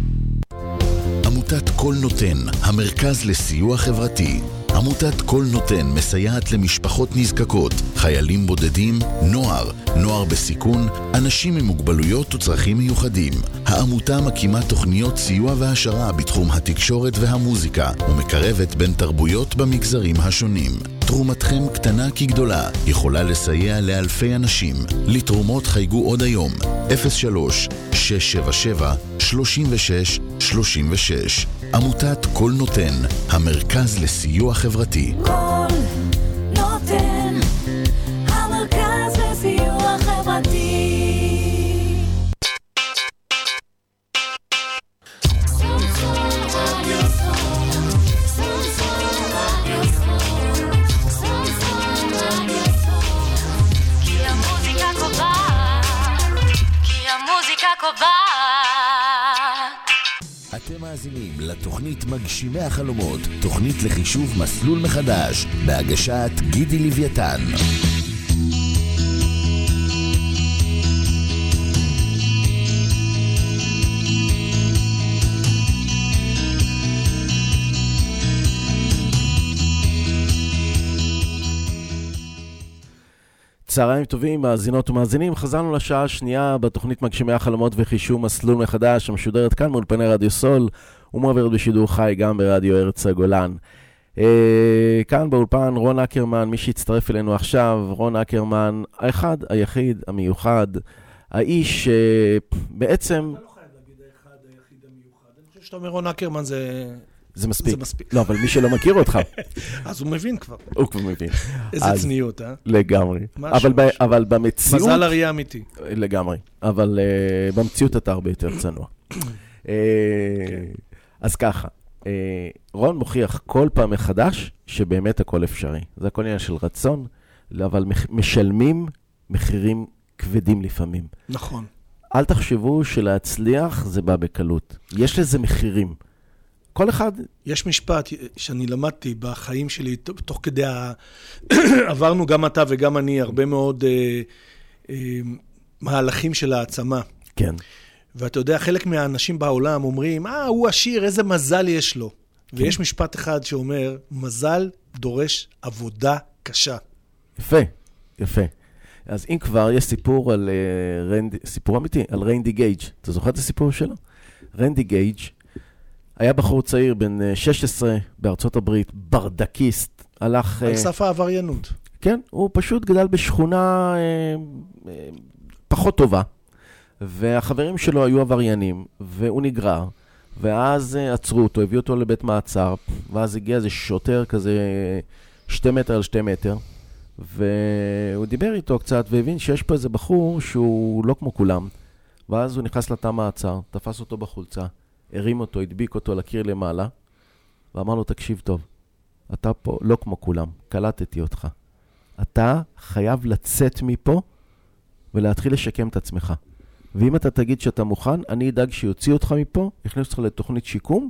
עמותת כל נותן, המרכז לסיוע חברתי. עמותת כל נותן מסייעת למשפחות נזקקות, חיילים בודדים, נוער, נוער בסיכון, אנשים עם מוגבלויות וצרכים מיוחדים. העמותה מקימה תוכניות סיוע והשרה בתחום התקשורת והמוזיקה, ומקרבת בין תרבויות במגזרים השונים. תרומתכם קטנה כגדולה, יכולה לסייע לאלפי אנשים. לתרומות חייגו עוד היום, אפס שלוש שש שבע שבע שלוש שש שלוש שש. עמותת כל נותן, המרכז לסיוע חברתי. כל נותן, המרכז לסיוע חברתי. כי המוזיקה קובעת, כי המוזיקה קובעת. אתם מאזינים לתוכנית מגשימי החלומות, תוכנית לחישוב מסלול מחדש, בהגשת גידי לוויתן. צהריים טובים, מאזינות ומאזינים. חזרנו לשעה השנייה בתוכנית מגשימי החלומות וחישוב מסלול מחדש, המשודרת כאן מאולפני רדיו סול, ומועברת בשידור חי גם ברדיו ארץ הגולן. אה, כאן באולפן רון אקרמן, מי שהצטרף אלינו עכשיו, רון אקרמן, האחד, היחיד, המיוחד, האיש שבעצם... אתה לא חייב להגיד האחד, היחיד, המיוחד. אני חושב שאתה אומר רון אקרמן זה... זה מספיק. זה מספיק. לא, אבל מי שלא מכיר אותך. אז הוא מבין כבר. הוא כבר מבין. איזה אז, צניעות, אה? לגמרי. משהו, אבל, משהו. ב, אבל במציאות... מזל אריה אמיתי. לגמרי. אבל uh, במציאות אתה הרבה יותר צנוע. uh, אז ככה, uh, רון מוכיח כל פעם מחדש שבאמת הכל אפשרי. זה הכל עניין של רצון, אבל משלמים מחירים כבדים לפעמים. נכון. אל תחשבו שלהצליח זה בא בקלות. יש לזה מחירים. כל אחד... יש משפט שאני למדתי בחיים שלי, תוך כדי ה... עברנו גם אתה וגם אני הרבה מאוד אה, אה, מהלכים של העצמה. כן. ואתה יודע, חלק מהאנשים בעולם אומרים, אה, הוא עשיר, איזה מזל יש לו. כן. ויש משפט אחד שאומר, מזל דורש עבודה קשה. יפה, יפה. אז אם כבר, יש סיפור על uh, רנדי, סיפור אמיתי, על רנדי גייג'. אתה זוכר את הסיפור שלו? רנדי גייג' היה בחור צעיר בן שש עשרה בארצות הברית, ברדקיסט, הלך... על סף העבריינות. כן, הוא פשוט גדל בשכונה אה, אה, פחות טובה, והחברים שלו היו עבריינים, והוא נגרר, ואז אה, עצרו אותו, הביאו אותו לבית מעצר, ואז הגיע איזה שוטר כזה שתי מטר על שתי מטר, והוא דיבר איתו קצת, והבין שיש פה איזה בחור שהוא לא כמו כולם, ואז הוא נכנס לתא מעצר, תפס אותו בחולצה, הרים אותו, הדביק אותו לקיר למעלה, ואמר לו, תקשיב טוב, אתה פה לא כמו כולם, קלטתי אותך. אתה חייב לצאת מפה ולהתחיל לשקם את עצמך. ואם אתה תגיד שאתה מוכן, אני אדאג שיוציא אותך מפה, יכניס אותך לתוכנית שיקום,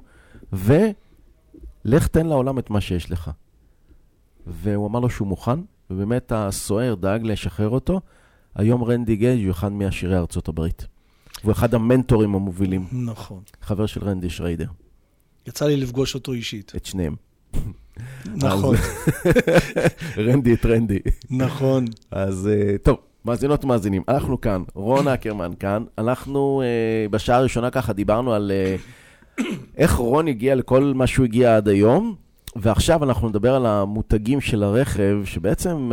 ולך תן לעולם את מה שיש לך. והוא אמר לו שהוא מוכן, ובאמת הסוער דאג לשחרר אותו. היום רנדי גייג' הוא אחד מהשירי ארצות הברית. הוא אחד המנטורים המובילים. נכון. חבר של רנדי שריידר. יצא לי לפגוש אותו אישית. את שניהם. נכון. רנדי את רנדי. נכון. אז טוב, מאזינות ומאזינים, אנחנו כאן, רון אקרמן כאן, אנחנו בשעה הראשונה ככה דיברנו על איך רון הגיע לכל מה שהוא הגיע עד היום, ועכשיו אנחנו נדבר על המותגים של הרכב, שבעצם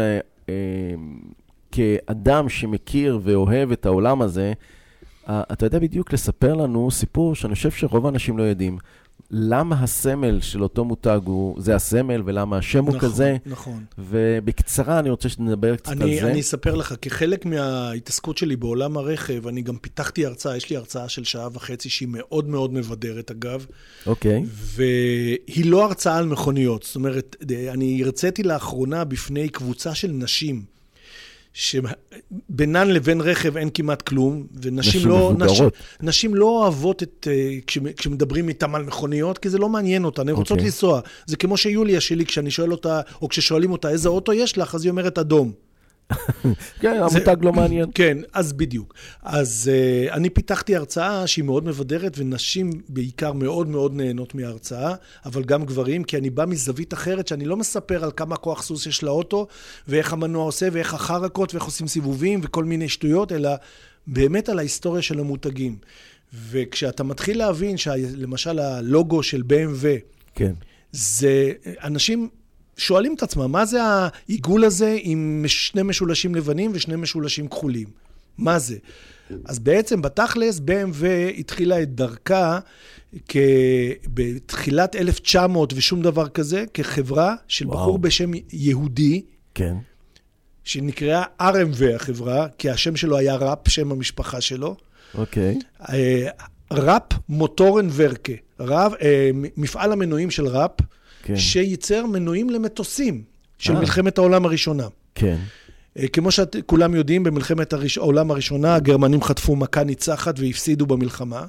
כאדם שמכיר ואוהב את העולם הזה, אתה יודע בדיוק לספר לנו סיפור שאני חושב שרוב האנשים לא יודעים. למה הסמל של אותו מותג הוא, זה הסמל, ולמה השם הוא כזה. נכון. ובקצרה אני רוצה שנדבר קצת אני, על זה. אני אספר לך, כחלק מההתעסקות שלי בעולם הרכב, אני גם פיתחתי הרצאה, יש לי הרצאה של שעה וחצי שהיא מאוד מאוד מבדרת אגב. אוקיי. והיא לא הרצאה על מכוניות. זאת אומרת, אני הרציתי לאחרונה בפני קבוצה של נשים, שבינן לבין רכב אין כמעט כלום, ונשים לא, נשים, נשים לא אוהבות את, כשמדברים איתם על מכוניות, כי זה לא מעניין אותה, הן רוצות okay. לנסוע. זה כמו שיוליה שלי, כשאני שואל אותה, או כששואלים אותה איזה אוטו יש לך, אז היא אומרת אדום. כן, המותג לא מעניין. כן, אז בדיוק. אז uh, אני פיתחתי הרצאה שהיא מאוד מבדרת, ונשים בעיקר מאוד מאוד נהנות מההרצאה, אבל גם גברים, כי אני בא מזווית אחרת, שאני לא מספר על כמה כוח סוס יש לאוטו, ואיך המנוע עושה, ואיך החרקות, ואיך עושים סיבובים, וכל מיני שטויות, אלא באמת על ההיסטוריה של המותגים. וכשאתה מתחיל להבין, למשל הלוגו של בי אם דאבליו, כן. זה אנשים... שואלים את עצמם, מה זה העיגול הזה עם שני משולשים לבנים ושני משולשים כחולים? מה זה? אז בעצם בתכלס, בי אם דאבליו התחילה את דרכה בתחילת אלף תשע מאות ושום דבר כזה, כחברה של וואו. בחור בשם יהודי, כן. שנקראה אר אם וי החברה, כי השם שלו היה ראפ, שם המשפחה שלו. אוקיי. ראפ מוטורן ורקה, רב, מפעל המנועים של ראפ, כן. שייצר מנועים למטוסים של אה. מלחמת העולם הראשונה. כן. כמו שכולם יודעים, במלחמת הראש... העולם הראשונה, הגרמנים חטפו מכה ניצחת והפסידו במלחמה,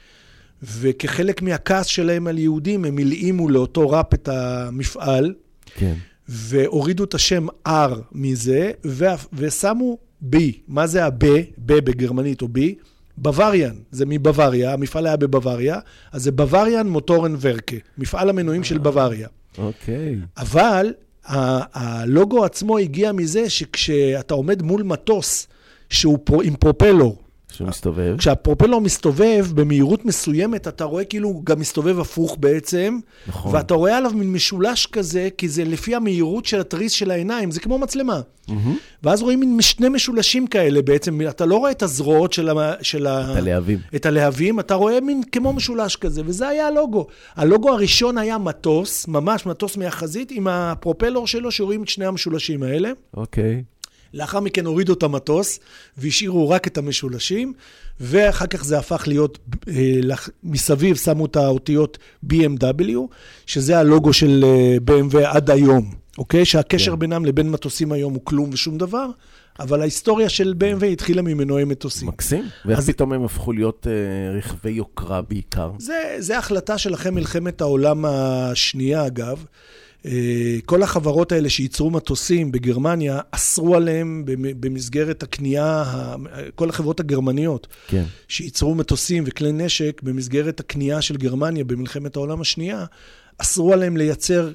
וכחלק מהכעס שלהם על יהודים, הם הלאימו לאותו ראפ את המפעל, כן. והורידו את השם R מזה, ו... ושמו B. מה זה ה-B? B בגרמנית או B? בווריאן, זה מבווריה, המפעל היה בבווריה, אז זה בווריאן מוטורן ורקה, מפעל המנועים של בווריה. אוקיי. אבל הלוגו עצמו הגיע מזה שכשאתה עומד מול מטוס שהוא עם פרופלור, שהוא מסתובב. כשהפרופלור מסתובב במהירות מסוימת, אתה רואה כאילו הוא גם מסתובב הפוך בעצם, נכון. ואתה רואה עליו מין משולש כזה, כי זה לפי המהירות של התריס של העיניים, זה כמו מצלמה. Mm-hmm. ואז רואים מין שני משולשים כאלה בעצם, אתה לא רואה את הזרועות של, ה, של ה, את הלהבים. את הלהבים, אתה רואה מין כמו משולש כזה, וזה היה הלוגו. הלוגו הראשון היה מטוס, ממש מטוס מהחזית, עם הפרופלור שלו, שרואים את שני המשולשים האלה. אוקיי. לאחר מכן הורידו את המטוס, והשאירו רק את המשולשים, ואחר כך זה הפך להיות, מסביב שמו את האותיות בי אם דאבליו, שזה הלוגו של בי אם דאבליו עד היום, אוקיי? שהקשר yeah. בינם לבין מטוסים היום הוא כלום ושום דבר, אבל ההיסטוריה של בי אם דאבליו התחילה ממנועי מטוסים. מקסים. ואיך אז... פתאום הם הפכו להיות uh, רכבי יוקרה בעיקר? זה, זה החלטה שלכם מלחמת העולם השנייה, אגב. כל החברות האלה שייצרו מטוסים בגרמניה, אסרו עליהם במסגרת הקנייה, כל החברות הגרמניות, כן. שייצרו מטוסים וכלי נשק במסגרת הקנייה של גרמניה במלחמת העולם השנייה, אסרו עליהם לייצר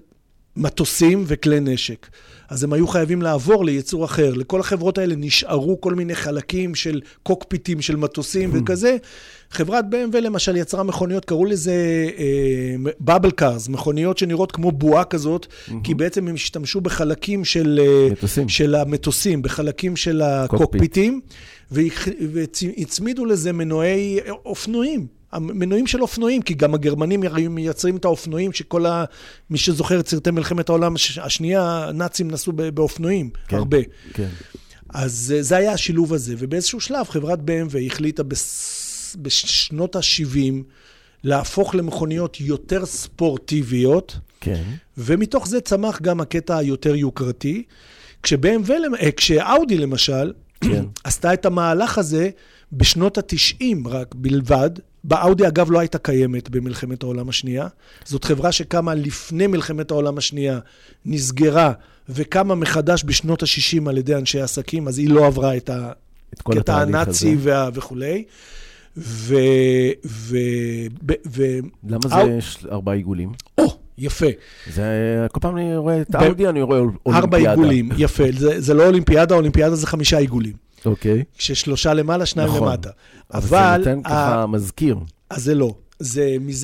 מטוסים וכלי נשק. אז הם היו חייבים לעבור לייצור אחר. לכל החברות האלה נשארו כל מיני חלקים של קוקפיטים של מטוסים וכזה. חברת בי אם דאבליו למשל יצרה מכוניות, קראו לזה בבל קארס, מכוניות שנראות כמו בועה כזאת, כי בעצם הם השתמשו בחלקים של, של המטוסים, בחלקים של הקוקפיטים, והצמידו לזה מנועי אופנועים. המנועים של אופנועים, כי גם הגרמנים מייצרים את האופנועים, שכל ה... מי שזוכר את סרטי מלחמת העולם השנייה, הנאצים נסעו באופנועים, כן, הרבה. כן. אז זה היה השילוב הזה, ובאיזשהו שלב חברת בי אם דאבליו החליטה בס... בשנות ה-שבעים להפוך למכוניות יותר ספורטיביות, כן. ומתוך זה צמח גם הקטע היותר יוקרתי, כשבי אם דאבליו, כשאאודי למשל, כן. עשתה את המהלך הזה בשנות ה-תשעים רק בלבד, באאודי אגב לא הייתה קיימת במלחמת העולם השנייה, זאת חברה שקמה לפני מלחמת העולם השנייה, נסגרה וקמה מחדש בשנות ה-שישים על ידי אנשי עסקים, אז היא לא עברה את הקטע הנאצי וכולי. ו... ו... ו... למה זה יש ארבעה עיגולים? או, יפה. זה, כל פעם אני רואה את האודי, אני רואה אולימפיאדה. ארבע עיגולים, יפה. זה, זה לא אולימפיאדה, אולימפיאדה זה חמישה עיגולים. אוקיי. כששלושה למעלה, שניים נכון. למטה. אבל, אבל זה נותן ככה מזכיר. אז זה לא. זה מזה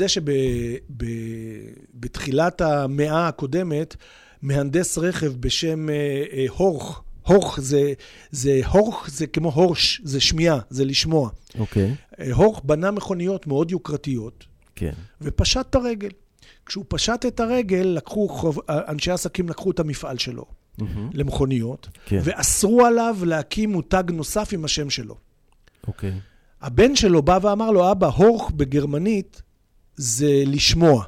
שבתחילת המאה הקודמת, מהנדס רכב בשם אה, הורך, הורך זה, זה, הורך זה כמו הורש, זה שמיעה, זה לשמוע. אוקיי. הורך בנה מכוניות מאוד יוקרתיות, כן. ופשט את הרגל. כשהוא פשט את הרגל, לקחו, אנשי עסקים לקחו את המפעל שלו, mm-hmm. למכוניות, כן. ואסרו עליו להקים מותג נוסף עם השם שלו. אוקיי. הבן שלו בא ואמר לו, אבא, הורך בגרמנית זה לשמוע.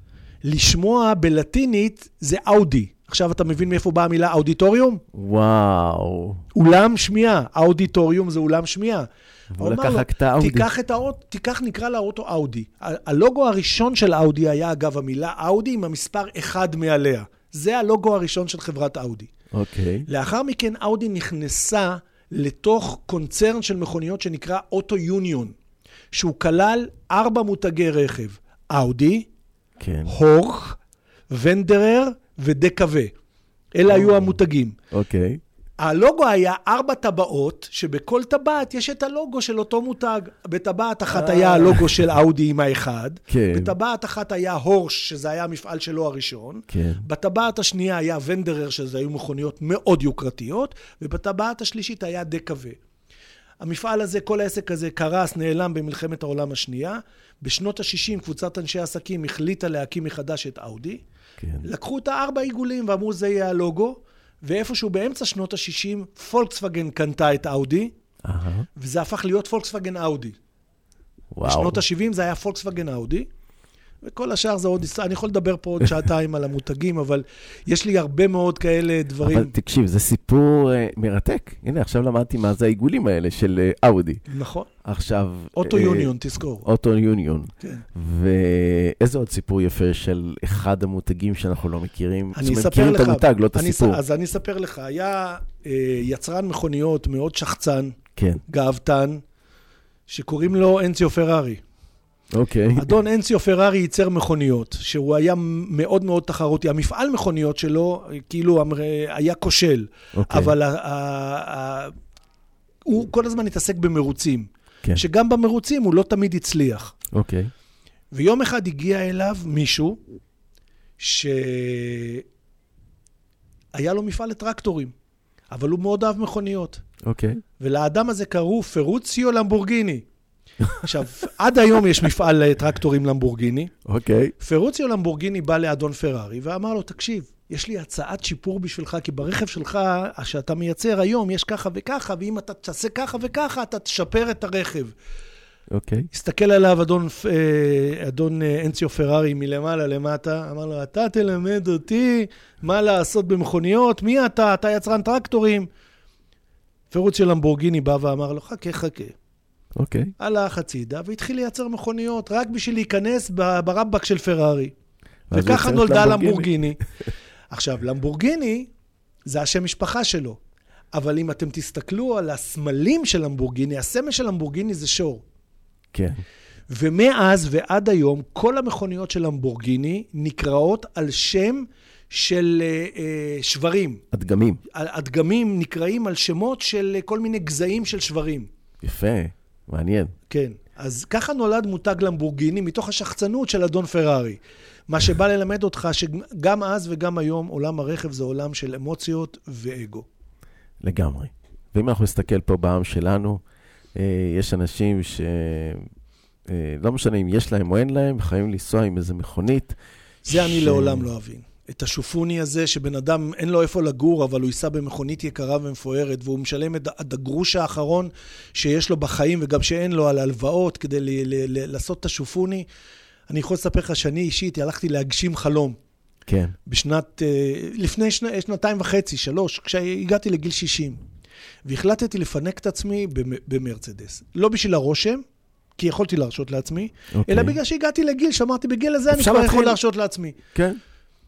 לשמוע בלטינית זה אאודי. עכשיו אתה מבין מאיפה באה המילה אודיטוריום? וואו. אולם שמיעה. אודיטוריום זה אולם שמיעה. והוא לקח רק את האאודי. תיקח את האוטו, תיקח נקרא לאוטו אאודי. הלוגו הראשון של אאודי היה אגב המילה אאודי עם המספר אחד מעליה. זה הלוגו הראשון של חברת אאודי. אוקיי. לאחר מכן אאודי נכנסה לתוך קונצרן של מכוניות שנקרא אוטו יוניון, שהוא כלל ארבע מותגי רכב. אאודי, כן. הורך, ונדרר ודקווה. אלה oh. היו המותגים. אוקיי. Okay. הלוגו היה ארבע טבעות, שבכל טבעת יש את הלוגו של אותו מותג. בטבעת אחת היה הלוגו של אאודי עם האחד. כן. בטבעת אחת היה הורש, שזה היה המפעל שלו הראשון. כן. בטבעת השנייה היה ונדרר, שזה היו מכוניות מאוד יוקרתיות. ובטבעת השלישית היה דקווה. המפעל הזה, כל העסק הזה קרס, נעלם במלחמת העולם השנייה. בשנות ה-שישים קבוצת אנשי עסקים החליטה להקים מחדש את אאודי. כן. לקחו את הארבע עיגולים ואמרו זה יהיה הלוגו, ואיפשהו באמצע שנות ה-שישים פולקסווגן קנתה את אאודי, uh-huh. וזה הפך להיות פולקסווגן אאודי. וואו. בשנות ה-שבעים זה היה פולקסווגן אאודי, וכל השאר זה עוד, אני יכול לדבר פה עוד שעתיים על המותגים, אבל יש לי הרבה מאוד כאלה דברים. אבל תקשיב, זה סיפור uh, מרתק. הנה, עכשיו למדתי מה זה העיגולים האלה של uh, אאודי. נכון. עכשיו... אוטו uh, יוניון, תזכור. אוטו יוניון. כן. ואיזה עוד סיפור יפה של אחד המותגים שאנחנו לא מכירים. אני אספר לך. מכירים את המותג, לא את הסיפור. אז אני אספר לך. היה uh, יצרן מכוניות מאוד שחצן, כן. גאוותן, שקוראים לו אנציו פרארי. אוקיי. אדון אנציו פרארי ייצר מכוניות, שהוא היה מאוד מאוד תחרותי. המפעל מכוניות שלו, כאילו, היה כושל. אוקיי. אבל ה- ה- ה- הוא כל הזמן התעסק במרוצים. כן. שגם במרוצים הוא לא תמיד הצליח. אוקיי. ויום אחד הגיע אליו מישהו, שהיה לו מפעל לטרקטורים, אבל הוא מאוד אהב מכוניות. אוקיי. ולאדם הזה קראו פרוציו למבורגיני. עכשיו, עד היום יש מפעל לטרקטורים למבורגיני. אוקיי. פרוציו למבורגיני בא לאדון פרארי ואמר לו, תקשיב, יש לי הצעת שיפור בשבילך, כי ברכב שלך, שאתה מייצר היום, יש ככה וככה, ואם אתה תעשה ככה וככה, אתה תשפר את הרכב. אוקיי. הסתכל עליו אדון, אדון אנציו פרארי מלמעלה למטה, אמר לו, אתה תלמד אותי מה לעשות במכוניות, מי אתה? אתה יצרן טרקטורים. פרוציו למבורגיני בא ואמר לו, חכה, חכה. אוקיי. Okay. הלך הצידה, והתחיל לייצר מכוניות, רק בשביל להיכנס ברבק של פרארי. וככה נולדה למבורגיני. עכשיו, למבורגיני זה השם משפחה שלו. אבל אם אתם תסתכלו על הסמלים של למבורגיני, הסמל של למבורגיני זה שור. כן. ומאז ועד היום, כל המכוניות של למבורגיני נקראות על שם של אה, אה, שברים. הדגמים. הדגמים נקראים על שמות של כל מיני גזעים של שברים. יפה, מעניין. כן, אז ככה נולד מותג למבורגיני מתוך השחצנות של אדון פרארי. מה שבא ללמד אותך שגם אז וגם היום עולם הרכב זה עולם של אמוציות ואגו. לגמרי. ואם אנחנו נסתכל פה בעם שלנו, יש אנשים ש... לא משנה אם יש להם או אין להם, חייבים לנסוע עם איזה מכונית. זה אני לעולם לא אבין. את השופוני הזה, שבן אדם אין לו איפה לגור, אבל הוא ייסע במכונית יקרה ומפוארת, והוא משלם את הגרוש האחרון שיש לו בחיים, וגם שאין לו על הלוואות כדי ל- ל- ל- לעשות את השופוני. אני יכול לספר לך שאני אישית הלכתי להגשים חלום. כן. בשנת, לפני שנה, שנתיים וחצי, שלוש, כשהגעתי לגיל שישים. והחלטתי לפנק את עצמי במרצדס. לא בשביל הרושם, כי יכולתי להרשות לעצמי, okay. אלא בגלל שהגעתי לגיל, שאמרתי, בגיל הזה אני כבר להתחיל... יכול להרשות לעצמי. כן.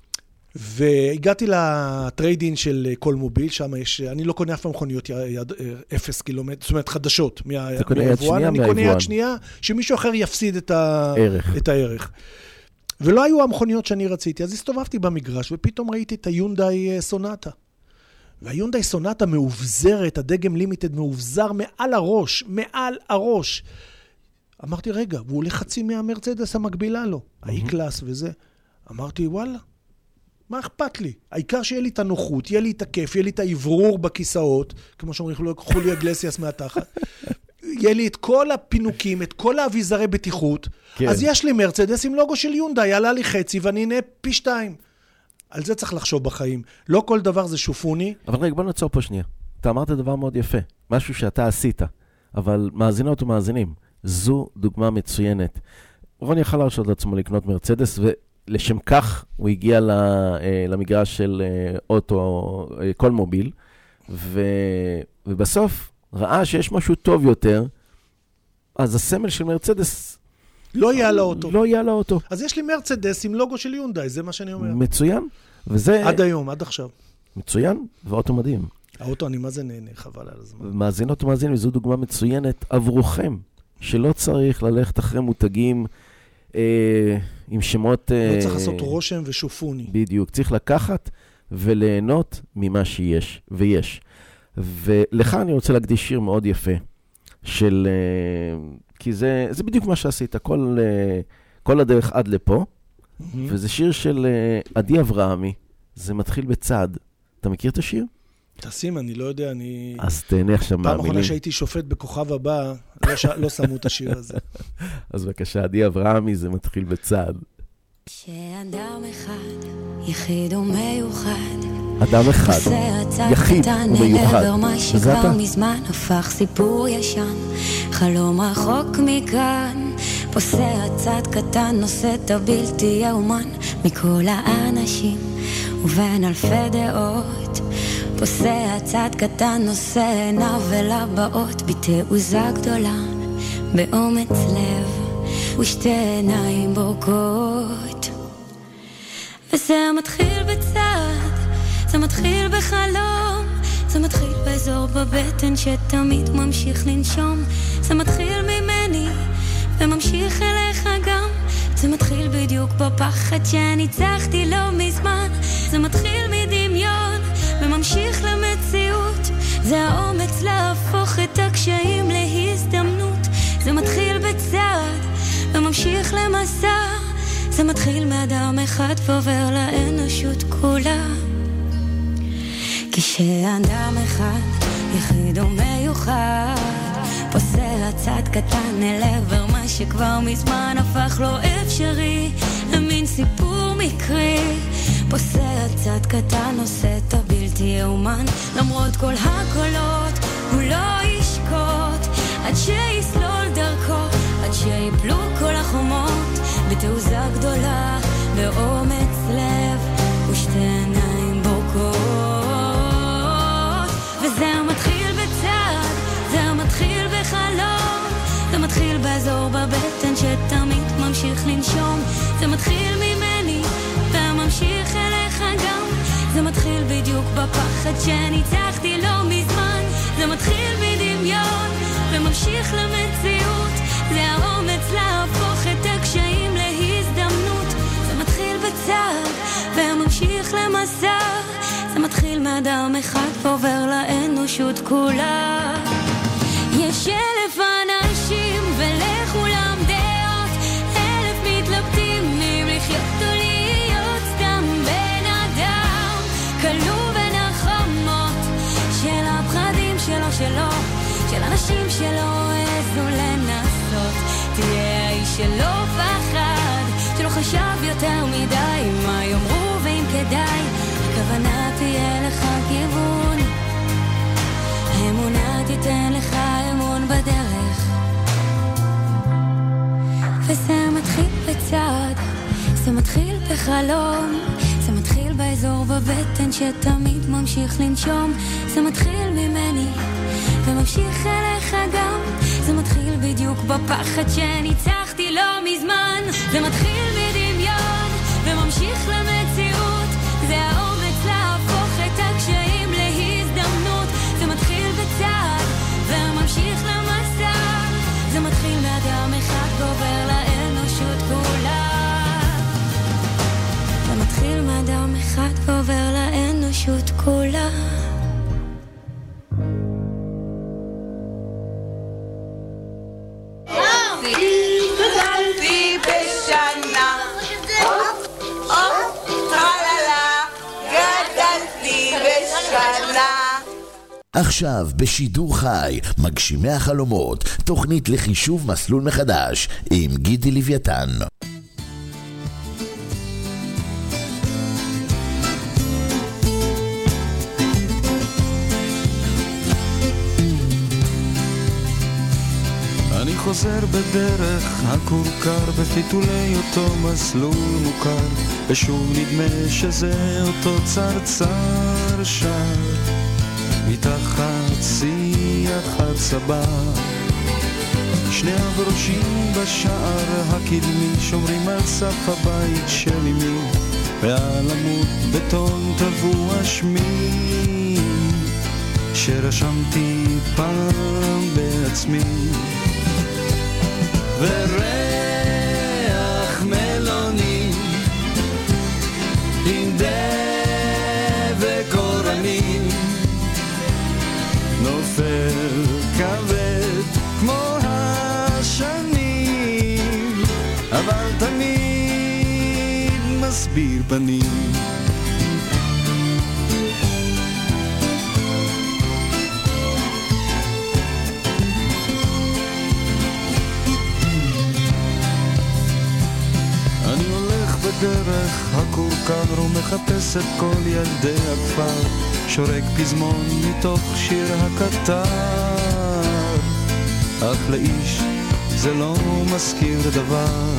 והגעתי לטריידין של כל מוביל, שם יש, אני לא קונה אף פעם מכוניות יד, אפס קילומטר, זאת אומרת חדשות, מהיבואן, אני קונה יד שנייה, שמישהו אחר יפסיד את, ה... את הערך. ולא היו המכוניות שאני רציתי, אז הסתובבתי במגרש, ופתאום ראיתי את היונדאי סונטה. והיונדאי סונטה מאובזרת, הדגם לימיטד מאובזר מעל הראש, מעל הראש. אמרתי, רגע, והוא עולה חצי מהמרצדס המקבילה לו, האי-קלאס וזה. אמרתי, וואלה, מה אכפת לי? העיקר שיהיה לי את הנוחות, יהיה לי את הכיף, יהיה לי את העברור בכיסאות, כמו שאומרים, לא יקחו לי אגלסיאס מהתחת. יהיה לי את כל הפינוקים, את כל האביזרי בטיחות, כן. אז יש לי מרצדס עם לוגו של יונדאי, עלה לי חצי ואני נהיה פי שתיים. על זה צריך לחשוב בחיים. לא כל דבר זה שופוני. אבל רגע, בוא נעצור פה שנייה. אתה אמרת דבר מאוד יפה, משהו שאתה עשית, אבל מאזינות ומאזינים, זו דוגמה מצוינת. רוני יכל להרשות לעצמו לקנות מרצדס, ולשם כך הוא הגיע למגרש של אוטו, כל מוביל, ו... ובסוף ראה שיש משהו טוב יותר, אז הסמל של מרצדס לא יהיה לאוטו. לא יהיה לאוטו. אז יש לי מרצדס עם לוגו של יונדאי, זה מה שאני אומר. מצוין. וזה... עד היום, עד עכשיו. מצוין, ואוטו מדהים. האוטו, אני מה זה נהנה, חבל על הזמן. מאזינות ומאזינים, וזו דוגמה מצוינת עבורכם, שלא צריך ללכת אחרי מותגים אה, עם שמות... אה, לא צריך לעשות רושם ושופוני. בדיוק, צריך לקחת וליהנות ממה שיש, ויש. ולך אני רוצה להקדיש שיר מאוד יפה, של... אה, כי זה, זה בדיוק מה שעשית, כל, כל הדרך עד לפה, mm-hmm. וזה שיר של עדי אברהמי, זה מתחיל בצד. אתה מכיר את השיר? תשים, אני לא יודע, אני... אז תהנה שם מהמילים. פעם אחרונה שהייתי שופט בכוכב הבא, לא, ש... לא שמו את השיר הזה. אז בבקשה, עדי אברהמי, זה מתחיל בצד. שאדם אחד, יחיד ומיוחד, אדם אחד, יחיד ומיוחד. וזה אתה? מזמן הפך סיפור ישן, חלום רחוק מכאן, פוסע צד קטן, נושא את הבלתי יאומן, מכל האנשים ובין אלפי דעות. פוסע צד קטן, נושא עיניו ולבאות, בתעוזה גדולה, באומץ לב, ושתי עיניים בורקות. וזה מתחיל בצד, זה מתחיל בחלום, זה מתחיל באזור בבטן שתמיד ממשיך לנשום. זה מתחיל ממני וממשיך אליך גם, זה מתחיל בדיוק בפחד שניצחתי לא מזמן. זה מתחיל מדמיון וממשיך למציאות, זה האומץ להפוך את הקשיים להזדמנות. זה מתחיל בצד וממשיך למסע, זה מתחיל מאדם אחד ועובר לאנושות כולה. כשאדם אחד יחיד ומיוחד, פוסע צד קטן אל עבר מה שכבר מזמן הפך לא אפשרי, למין סיפור מקרי. פוסע צד קטן, עושה את הבלתי יאומן, למרות כל הקולות הוא לא ישקוט, עד שיסלול דרכו, עד שיפלו כל החומות, בתעוזה גדולה, באומץ לב ושתי עיניים בורקות. וזה מתחיל בצד, זה מתחיל בחלום, זה מתחיל באזור בבטן שתמיד ממשיך לנשום. זה מתחיל ממני וממשיך אליך גם, זה מתחיל בדיוק בפחד שניצחתי לא מזמן. זה מתחיל מדמיון וממשיך למציאות, זה האומץ להפוך את הקשיים להזדמנות. זה מתחיל בצד וממשיך למציאות, ועובר לאנושות כולה. יש אלף אנשים ולכולם דעות, אלף מתלבטים אם לחיות או להיות סתם בן אדם, כלוא בין החומות של הפחדים שלו שלו, של אנשים שלא העזו לנסות. תהיה האיש שלא פחד, שלא חשב יותר מדי מה יאמרו ואם כדאי. הכוונה תהיה לך כיוון, האמונה תיתן לך אמון בדרך. וזה מתחיל בצד, זה מתחיל בחלום, זה מתחיל באזור בבטן שתמיד ממשיך לנשום. זה מתחיל ממני וממשיך אליך גם, זה מתחיל בדיוק בפחד שניצחתי לא מזמן. זה מתחיל מדמיון וממשיך למציאות, זה האומץ להפוך את הקשיים להזדמנות. זה מתחיל בצד וממשיך למסע, זה מתחיל מאדם אחד ועובר לאנושות כולה. זה מתחיל מאדם אחד ועובר לאנושות כולה. גדלתי בשנה, טרללה, גדלתי בשנה. עכשיו בשידור חי, מגשימי החלומות, תוכנית לחישוב מסלול מחדש עם גידי לוויתן. אני חוזר בדרך הכורכר בפיתולי אותו מסלול מוכר, ושוב נדמה שזה אותו צרצר שר מתחת שיח הצבא. שני הברושים בשער הקדמי שומרים על סף הבית של אמי, ועל עמוד בטון טבוע שמי שרשמתי פעם בעצמי. וריח מלוני עם דבק אורנים נופל כבד כמו השנים, אבל תמיד מסביר פנים. דרך הכורכר ומחפש את כל ילדי הכפר, שורק פזמון מתוך שיר הקטר, אך לאיש זה לא מזכיר דבר.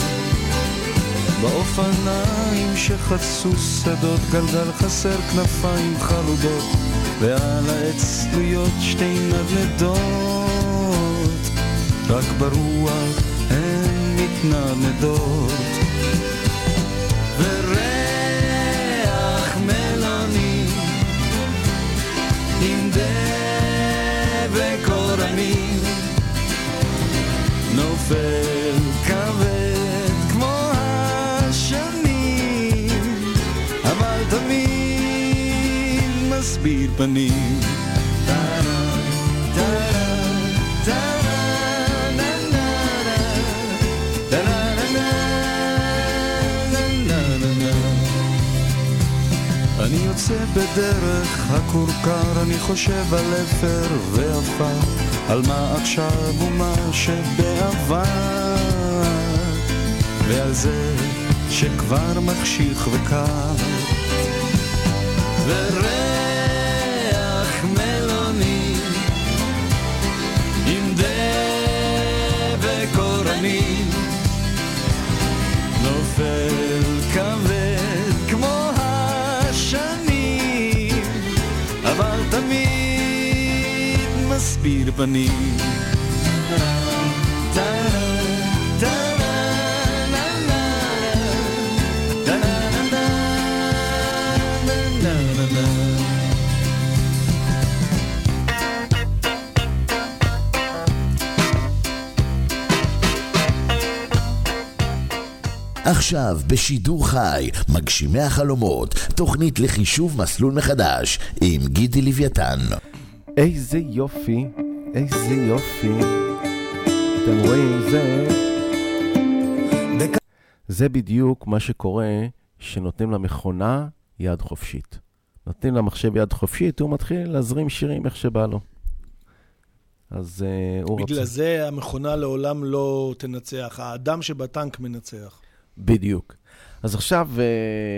באופניים שחצו שדות גלגל חסר כנפיים חלודות, ועל העץ תלויות שתי נדנדות, רק ברוח הן מתנדנדות. וריח מלוני עם דבק אורנים נופל כבד כמו השנים, אבל תמיד מסביר פנים. אני יוצא בדרך הכורכר, אני חושב על אפר ואפר, על מה עכשיו ומה שבעבר, ועל זה שכבר מחשיך וקר. וריח מלוני עם דבק אורנים נופל כבד כמו השנים, אבל תמיד מסביר פנים. עכשיו בשידור חי, מגשימי החלומות, תוכנית לחישוב מסלול מחדש, עם גידי לוויתן. איזה יופי, איזה יופי. אתם רואים, זה... זה בדיוק מה שקורה שנותנים למכונה יד חופשית. נותנים למחשב יד חופשית, הוא מתחיל להזרים שירים איך שבא לו. אז uh, הוא בגלל רוצה... זה המכונה לעולם לא תנצח, האדם שבטנק מנצח. בדיוק. אז עכשיו, uh,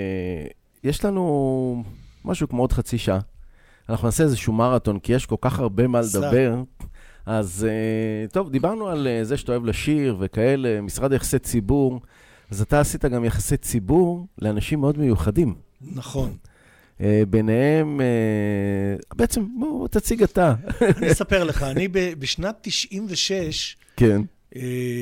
יש לנו משהו כמו עוד חצי שעה. אנחנו נעשה איזשהו מרתון, כי יש כל כך הרבה מה לדבר. אז uh, טוב, דיברנו על uh, זה שאתה אוהב לשיר וכאלה, משרד יחסי ציבור. אז אתה עשית גם יחסי ציבור לאנשים מאוד מיוחדים. נכון. Uh, ביניהם, uh, בעצם, בוא תציג אתה. אני אספר לך, אני ב- בשנת תשעים ושש, כן. uh,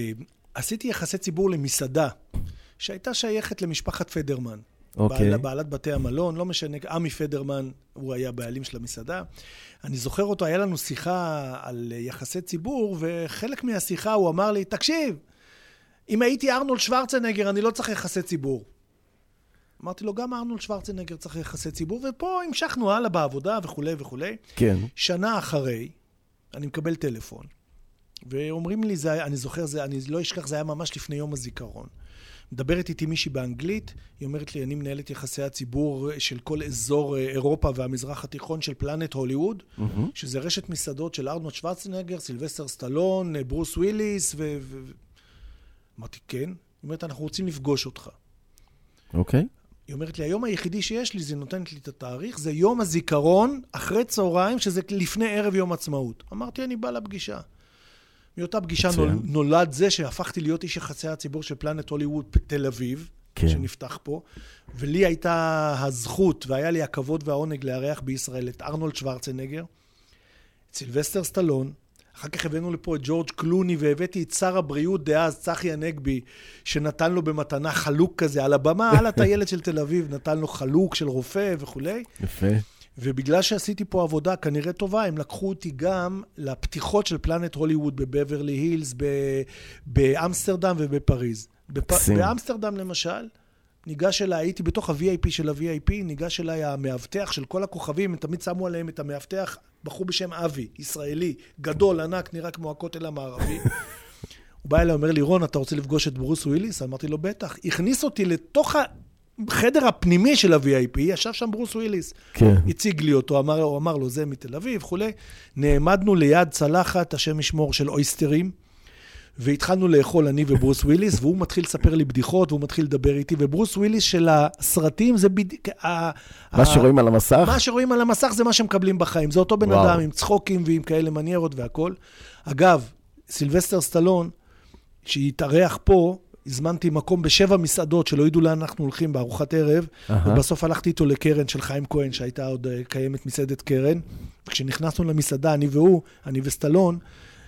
עשיתי יחסי ציבור למסעדה, שהייתה שייכת למשפחת פדרמן. אוקיי. בעל, בעלת בתי המלון, לא משנה, עמי פדרמן, הוא היה בעלים של המסעדה. אני זוכר אותו, היה לנו שיחה על יחסי ציבור, וחלק מהשיחה הוא אמר לי, תקשיב, אם הייתי ארנולד שוורצנגר, אני לא צריך יחסי ציבור. אמרתי לו, גם ארנולד שוורצנגר צריך יחסי ציבור, ופה המשכנו הלאה בעבודה וכו' וכו'. כן. שנה אחרי, אני מקבל טלפון, ואומרים לי, זה, אני זוכר, זה, אני לא אשכח, זה היה ממש לפני יום הזיכרון. מדברת איתי מישהי באנגלית, היא אומרת לי, אני מנהלת יחסי הציבור של כל אזור אירופה והמזרח התיכון של פלנט הוליווד, mm-hmm. שזה רשת מסעדות של ארנולד שוורצנגר, סילבסטר סטלון, ברוס וויליס, ו... ו... אמרתי, כן. היא אומרת, אנחנו רוצים לפגוש אותך. אוקיי. Okay. היא אומרת לי, היום היחידי שיש לי, זה נותנת לי את התאריך, זה יום הזיכרון, אחרי צהריים, שזה לפני ערב יום עצמאות. אמרתי, אני בא לפגישה. מאותה פגישה נול, נולד זה שהפכתי להיות איש יחסי הציבור של פלנט הוליווד תל אביב, כן. שנפתח פה, ולי הייתה הזכות, והיה לי הכבוד והעונג לארח בישראל את ארנולד שוורצנגר, את סילבסטר סטלון, אחר כך הבאנו לפה את ג'ורג' קלוני, והבאתי את שר הבריאות דאז, צחי הנגבי, שנתן לו במתנה חלוק כזה, על הבמה, על הטיילת של תל אביב, נתן לו חלוק של רופא וכו'. יפה. ובגלל שעשיתי פה עבודה כנראה טובה, הם לקחו אותי גם לפתיחות של פלנט הוליווד בבברלי הילס, באמסטרדם ובפריז. בפ... באמסטרדם למשל, ניגש אליי, הייתי בתוך ה-וי איי פי של ה-וי איי פי, ניגש אליי המאבטח של כל הכוכבים, הם תמיד שמו עליהם את המאבטח, בחור בשם אבי, ישראלי, גדול, ענק, נראה כמו הכותל המערבי. הוא בא אליי, אומר לי, רון, אתה רוצה לפגוש את ברוס וויליס? אמרתי לו, בטח. הכניס אותי לתוך החדר הפנימי של ה-וי איי פי, ישב שם ברוס וויליס. כן. הציג לי אותו, אמר, הוא אמר לו, זה מתל אביב, וכו'. נעמדנו ליד צלחת, השם ישמור, של אויסטרים, והתחלנו לאכול אני וברוס וויליס, והוא מתחיל לספר לי בדיחות, והוא מתחיל לדבר איתי, וברוס וויליס של הסרטים זה בדיוק... מה שרואים על המסך? מה שרואים על המסך זה מה שמקבלים בחיים. זה אותו בן אדם עם צחוקים ועם כאלה מניירות והכל. אגב, סילבסטר סטלון, שהתארח פה, הזמנתי מקום בשבע מסעדות שלא ידעו לאן אנחנו הולכים בארוחת ערב, ובסוף הלכתי איתו לקרן של חיים כהן, שהייתה עוד קיימת מסעדת קרן, וכשנכנסנו למסעדה, אני והוא, אני וסטלון,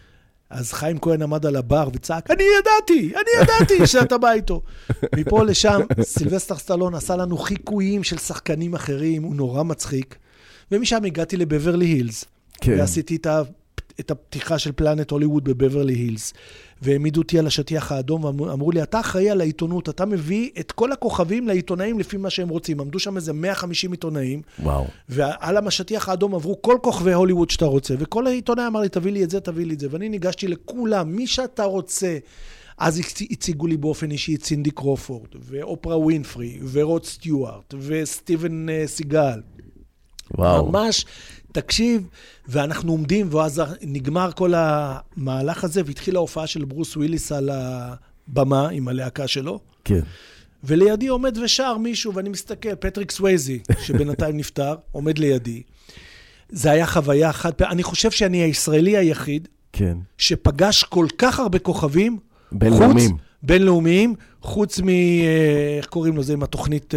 אז חיים כהן עמד על הבר וצעק, אני ידעתי, אני ידעתי שאתה בא איתו. מפה לשם, סילבסטר סטלון עשה לנו חיקויים של שחקנים אחרים, הוא נורא מצחיק, ומשם הגעתי לבברלי הילס, כן. ועשיתי את, ה, את הפתיחה של פלנט הוליווד בבברלי הילס, והעמידו אותי על השטיח האדום, ואמרו לי, אתה אחראי על העיתונות, אתה מביא את כל הכוכבים לעיתונאים לפי מה שהם רוצים. עמדו שם איזה מאה וחמישים עיתונאים, וואו. ועל השטיח האדום עברו כל כוכבי הוליווד שאתה רוצה, וכל העיתונאי אמר לי, תביא לי את זה, תביא לי את זה, ואני ניגשתי לכולם, מי שאתה רוצה, אז הציגו לי באופן אישי את סינדי קרופורד, ואופרה ווינפרי, ורוד סטיוארט, וסטיבן סיגל. וואו. ממש, תקשיב, ואנחנו עומדים, ואז נגמר כל המהלך הזה, והתחילה ההופעה של ברוס וויליס על הבמה עם הלהקה שלו. כן. ולידי עומד ושר מישהו, ואני מסתכל, פטריק סווייזי, שבינתיים נפטר, עומד לידי. זה היה חוויה אחת, אני חושב שאני הישראלי היחיד, כן. שפגש כל כך הרבה כוכבים, בינלאומיים. חוץ, בינלאומיים, חוץ מ... איך קוראים לו זה, עם התוכנית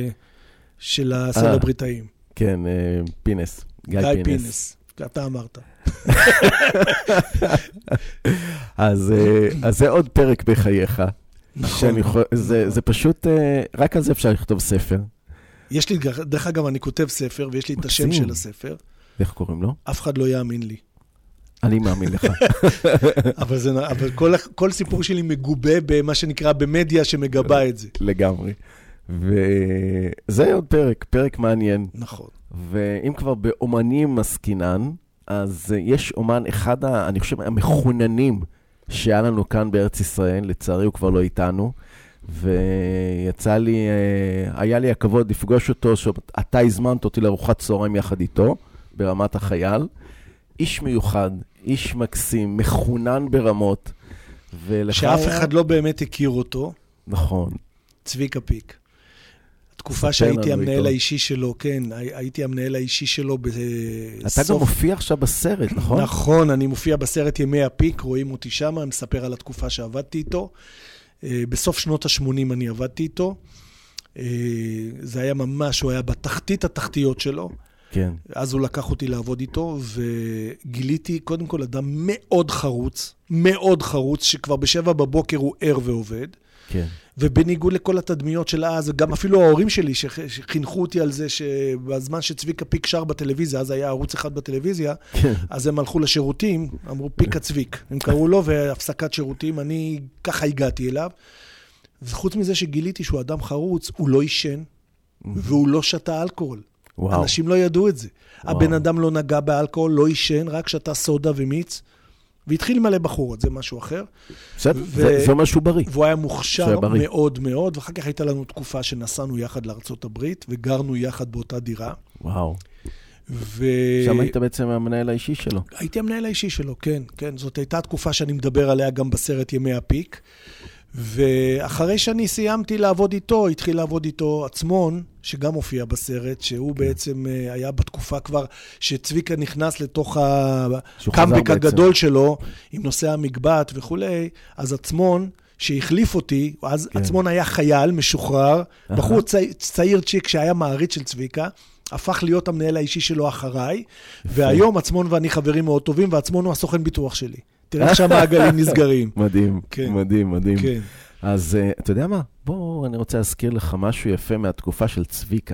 של הסלבריטאים. כן, פינס. גיא, גיא פינס. פינס. אתה אמרת. אז, אז זה עוד פרק בחייך. נכון. יכול, זה, זה פשוט, רק על זה אפשר לכתוב ספר. יש לי, דרך אגב, אני כותב ספר, ויש לי את השם של הספר. איך קוראים לו? אף אחד לא יאמין לי. אני מאמין לך. אבל, זה, אבל כל, כל סיפור שלי מגובה במה שנקרא במדיה שמגבה את זה. לגמרי. וזה עוד פרק, פרק מעניין. נכון. ואם כבר באומנים מסקינן, אז יש אומן אחד, אני חושב, המכוננים שהיה לנו כאן בארץ ישראל, לצערי הוא כבר לא איתנו, ויצא לי, היה לי הכבוד לפגוש אותו, שאתה הזמנת אותי לארוחת צהריים יחד איתו, ברמת החייל. איש מיוחד, איש מקסים, מכונן ברמות. שאף אחד לא באמת הכיר אותו. נכון. צביקה פיק. תקופה שהייתי המנהל האישי שלו, כן, הייתי המנהל האישי שלו בסוף... אתה גם מופיע עכשיו בסרט, נכון? נכון, אני מופיע בסרט ימי הפיק, רואים אותי שם, אני מספר על התקופה שעבדתי איתו. בסוף שנות ה-שמונים אני עבדתי איתו. זה היה ממש, הוא היה בתחתית התחתיות שלו. כן. אז הוא לקח אותי לעבוד איתו, וגיליתי קודם כל אדם מאוד חרוץ, מאוד חרוץ, שכבר בשבע בבוקר הוא ער ועובד. כן. ובניגוד לכל התדמיות של אז, גם אפילו ההורים שלי שחינכו אותי על זה שבזמן שצביקה פיק שר בטלוויזיה, אז היה ערוץ אחד בטלוויזיה, כן. אז הם הלכו לשירותים, אמרו פיק הצביק. הם קראו לו והפסקת שירותים, אני ככה הגעתי אליו. וחוץ מזה שגיליתי שהוא אדם חרוץ, הוא לא ישן, והוא לא שתה אלכוהול. וואו. אנשים לא ידעו את זה. וואו. הבן אדם לא נגע באלכוהול, לא ישן, רק שתה סודה ומיץ. והתחיל מלא בחורות, זה משהו אחר. זה, ו... זה, זה משהו בריא. והוא היה מוכשר מאוד מאוד, ואחר כך הייתה לנו תקופה שנסענו יחד לארצות הברית, וגרנו יחד באותה דירה. וואו. ו... שם היית בעצם המנהל האישי שלו. הייתי המנהל האישי שלו, כן, כן. זאת הייתה תקופה שאני מדבר עליה גם בסרט ימי הפיק. ואחרי שאני סיימתי לעבוד איתו, התחיל לעבוד איתו עצמון, שגם הופיע בסרט, שהוא בעצם היה בתקופה כבר שצביקה נכנס לתוך הקאמבק הגדול שלו, עם נושא המגבעת וכולי, אז עצמון שהחליף אותי, אז עצמון היה חייל משוחרר, בחור צעיר צ'יק שהיה מעריץ של צביקה, הפך להיות המנהל האישי שלו אחריי, והיום עצמון ואני חברים מאוד טובים, ועצמון הוא הסוכן ביטוח שלי. תראה שהמעגלים נסגרים. מדהים, מדהים, מדהים. אז אתה יודע מה? בוא, אני רוצה להזכיר לך משהו יפה מהתקופה של צביקה.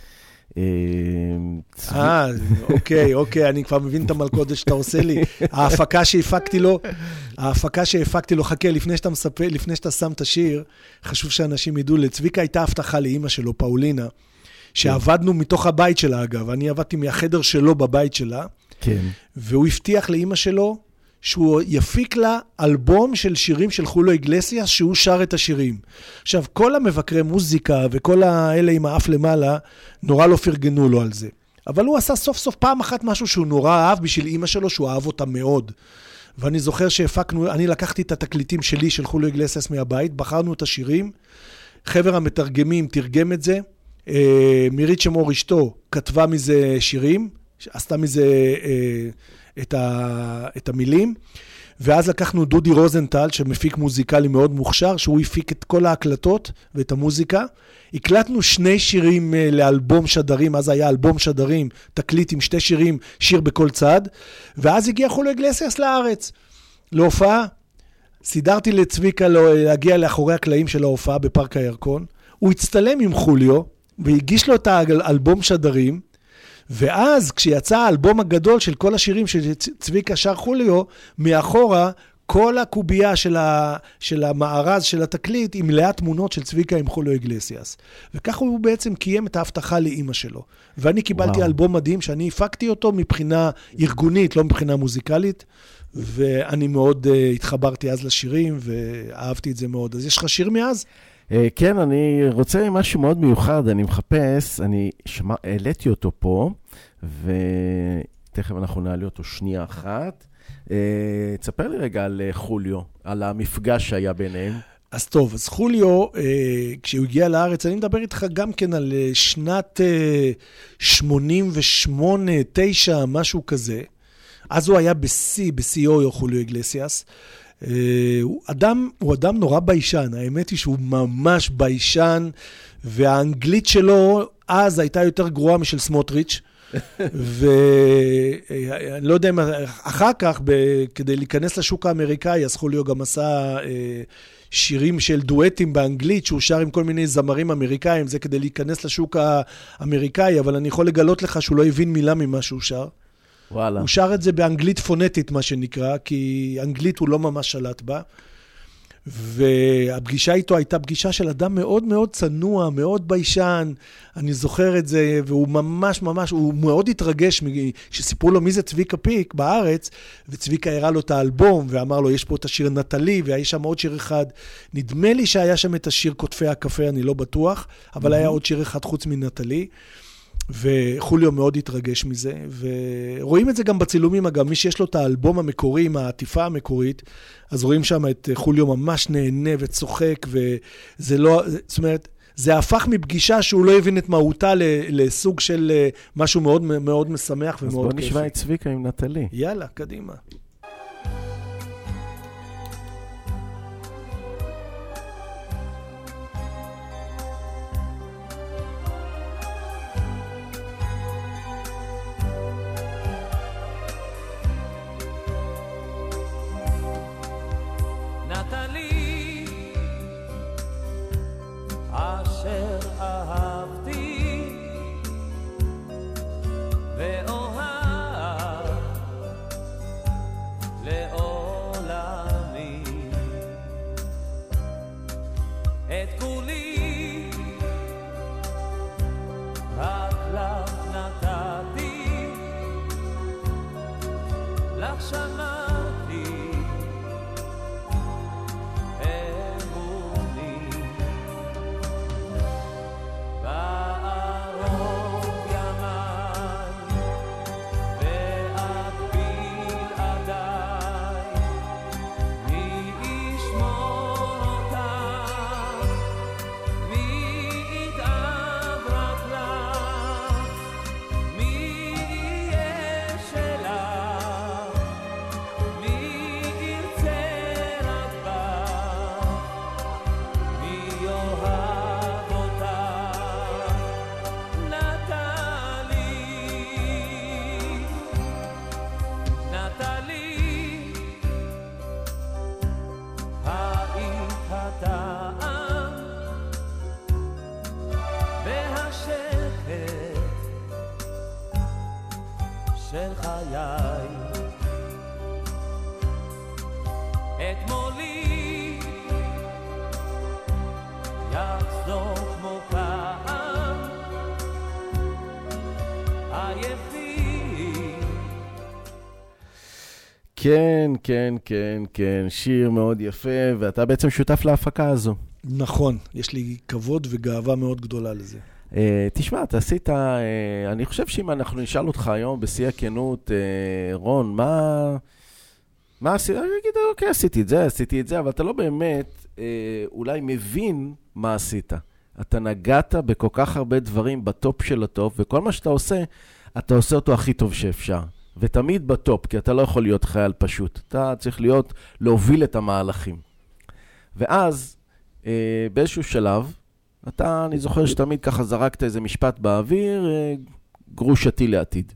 אה, אוקיי, אוקיי, אני כבר מבין את המלכודת שאתה עושה לי. ההפקה שהפקתי לו, ההפקה שהפקתי לו, חכה, לפני שאתה מספר, לפני שאתה שם את השיר, חשוב שאנשים ידעו, לצביקה הייתה הבטחה לאמא שלו, פאולינה, שעבדנו מתוך הבית שלה, אגב. אני עבדתי מהחדר שלו בבית שלה, והוא הבטיח לאמא שלו, שהוא יפיק לה אלבום של שירים של חולו איגלסיאס, שהוא שר את השירים. עכשיו, כל המבקרי מוזיקה וכל האלה עם האף למעלה, נורא לא פרגנו לו על זה. אבל הוא עשה סוף סוף פעם אחת משהו שהוא נורא אהב בשביל אמא שלו, שהוא אהב אותה מאוד. ואני זוכר שהפקנו, אני לקחתי את התקליטים שלי של חולו איגלסיאס מהבית, בחרנו את השירים, חבר המתרגמים תרגם את זה, מירית שמור אשתו כתבה מזה שירים, עשתה מזה... את, ה, את המילים, ואז לקחנו דודי רוזנטל, שמפיק מוזיקלי מאוד מוכשר, שהוא הפיק את כל ההקלטות ואת המוזיקה. הקלטנו שני שירים לאלבום שדרים, אז היה אלבום שדרים, תקליט עם שתי שירים, שיר בכל צד, ואז הגיע חולו איגלסיאס לארץ, להופעה. סידרתי לצביקה להגיע לאחורי הקלעים של ההופעה בפארק הירקון, הוא הצטלם עם חוליו, והגיש לו את האלבום שדרים, ואז כשיצא האלבום הגדול של כל השירים שצביקה שר חוליו, מאחורה כל הקובייה של, ה, של המערז של התקליט עם מלאה תמונות של צביקה עם חוליו איגלסיאס. וכך הוא בעצם קיים את ההבטחה לאמא שלו. ואני קיבלתי וואו. אלבום מדהים שאני הפקתי אותו מבחינה ארגונית, לא מבחינה מוזיקלית, ואני מאוד uh, התחברתי אז לשירים ואהבתי את זה מאוד. אז יש לך שיר מאז? כן, אני רוצה משהו מאוד מיוחד, אני מחפש, אני שמע, העליתי אותו פה, ותכף אנחנו נעלה אותו שנייה אחת. תספר לי רגע על חוליו, על המפגש שהיה ביניהם. אז טוב, אז חוליו, כשהוא הגיע לארץ, אני מדבר איתך גם כן על שנת שמונים ושמונה, תשע, משהו כזה. אז הוא היה בסי, בסי-או חוליו איגלסיאס. הוא אדם, הוא אדם נורא ביישן, האמת היא שהוא ממש ביישן, והאנגלית שלו אז הייתה יותר גרועה משל סמוטריץ', ואני לא יודע אם אחר כך, כדי להיכנס לשוק האמריקאי, אז חוליו גם עשה שירים של דואטים באנגלית, שהוא שר עם כל מיני זמרים אמריקאים, זה כדי להיכנס לשוק האמריקאי, אבל אני יכול לגלות לך שהוא לא הבין מילה ממה שהוא שר. וואלה. הוא שר את זה באנגלית פונטית, מה שנקרא, כי אנגלית הוא לא ממש שלט בה. והפגישה איתו הייתה פגישה של אדם מאוד מאוד צנוע, מאוד ביישן, אני זוכר את זה, והוא ממש ממש, הוא מאוד התרגש שסיפרו לו מי זה צביקה פיק בארץ, וצביקה הראה לו את האלבום, ואמר לו, יש פה את השיר נטלי, והיה שם עוד שיר אחד, נדמה לי שהיה שם את השיר כותפי הקפה, אני לא בטוח, אבל היה עוד שיר אחד חוץ מנטלי, וחוליו מאוד התרגש מזה, ורואים את זה גם בצילומים, אגב, מי שיש לו את האלבום המקורי, עם העטיפה המקורית, אז רואים שם את חוליו ממש נהנה וצוחק, וזה לא, זאת אומרת, זה הפך מפגישה שהוא לא הבין את מהותה לסוג של משהו מאוד מאוד משמח ומאוד כיף. אז בוא נשמע את צביקה עם נטלי. יאללה, קדימה. של חיי אתמולי יחזור כמו פעם עייפים. כן, כן, כן, כן, שיר מאוד יפה, ואתה בעצם שותף להפקה הזו. נכון, יש לי כבוד וגאווה מאוד גדולה לזה. Uh, תשמע, אתה עשית, uh, אני חושב שאם אנחנו נשאל אותך היום בשיא הכנות, uh, רון, מה, מה עשית? אני אגיד, אוקיי, עשיתי את זה, עשיתי את זה, אבל אתה לא באמת uh, אולי מבין מה עשית. אתה נגעת בכל כך הרבה דברים בטופ של הטופ, וכל מה שאתה עושה, אתה עושה אותו הכי טוב שאפשר. ותמיד בטופ, כי אתה לא יכול להיות חייל פשוט. אתה צריך להיות, להוביל את המהלכים. ואז, uh, באיזשהו שלב, אתה, אני זוכר שתמיד ככה זרקת איזה משפט באוויר, גרושתי לעתיד.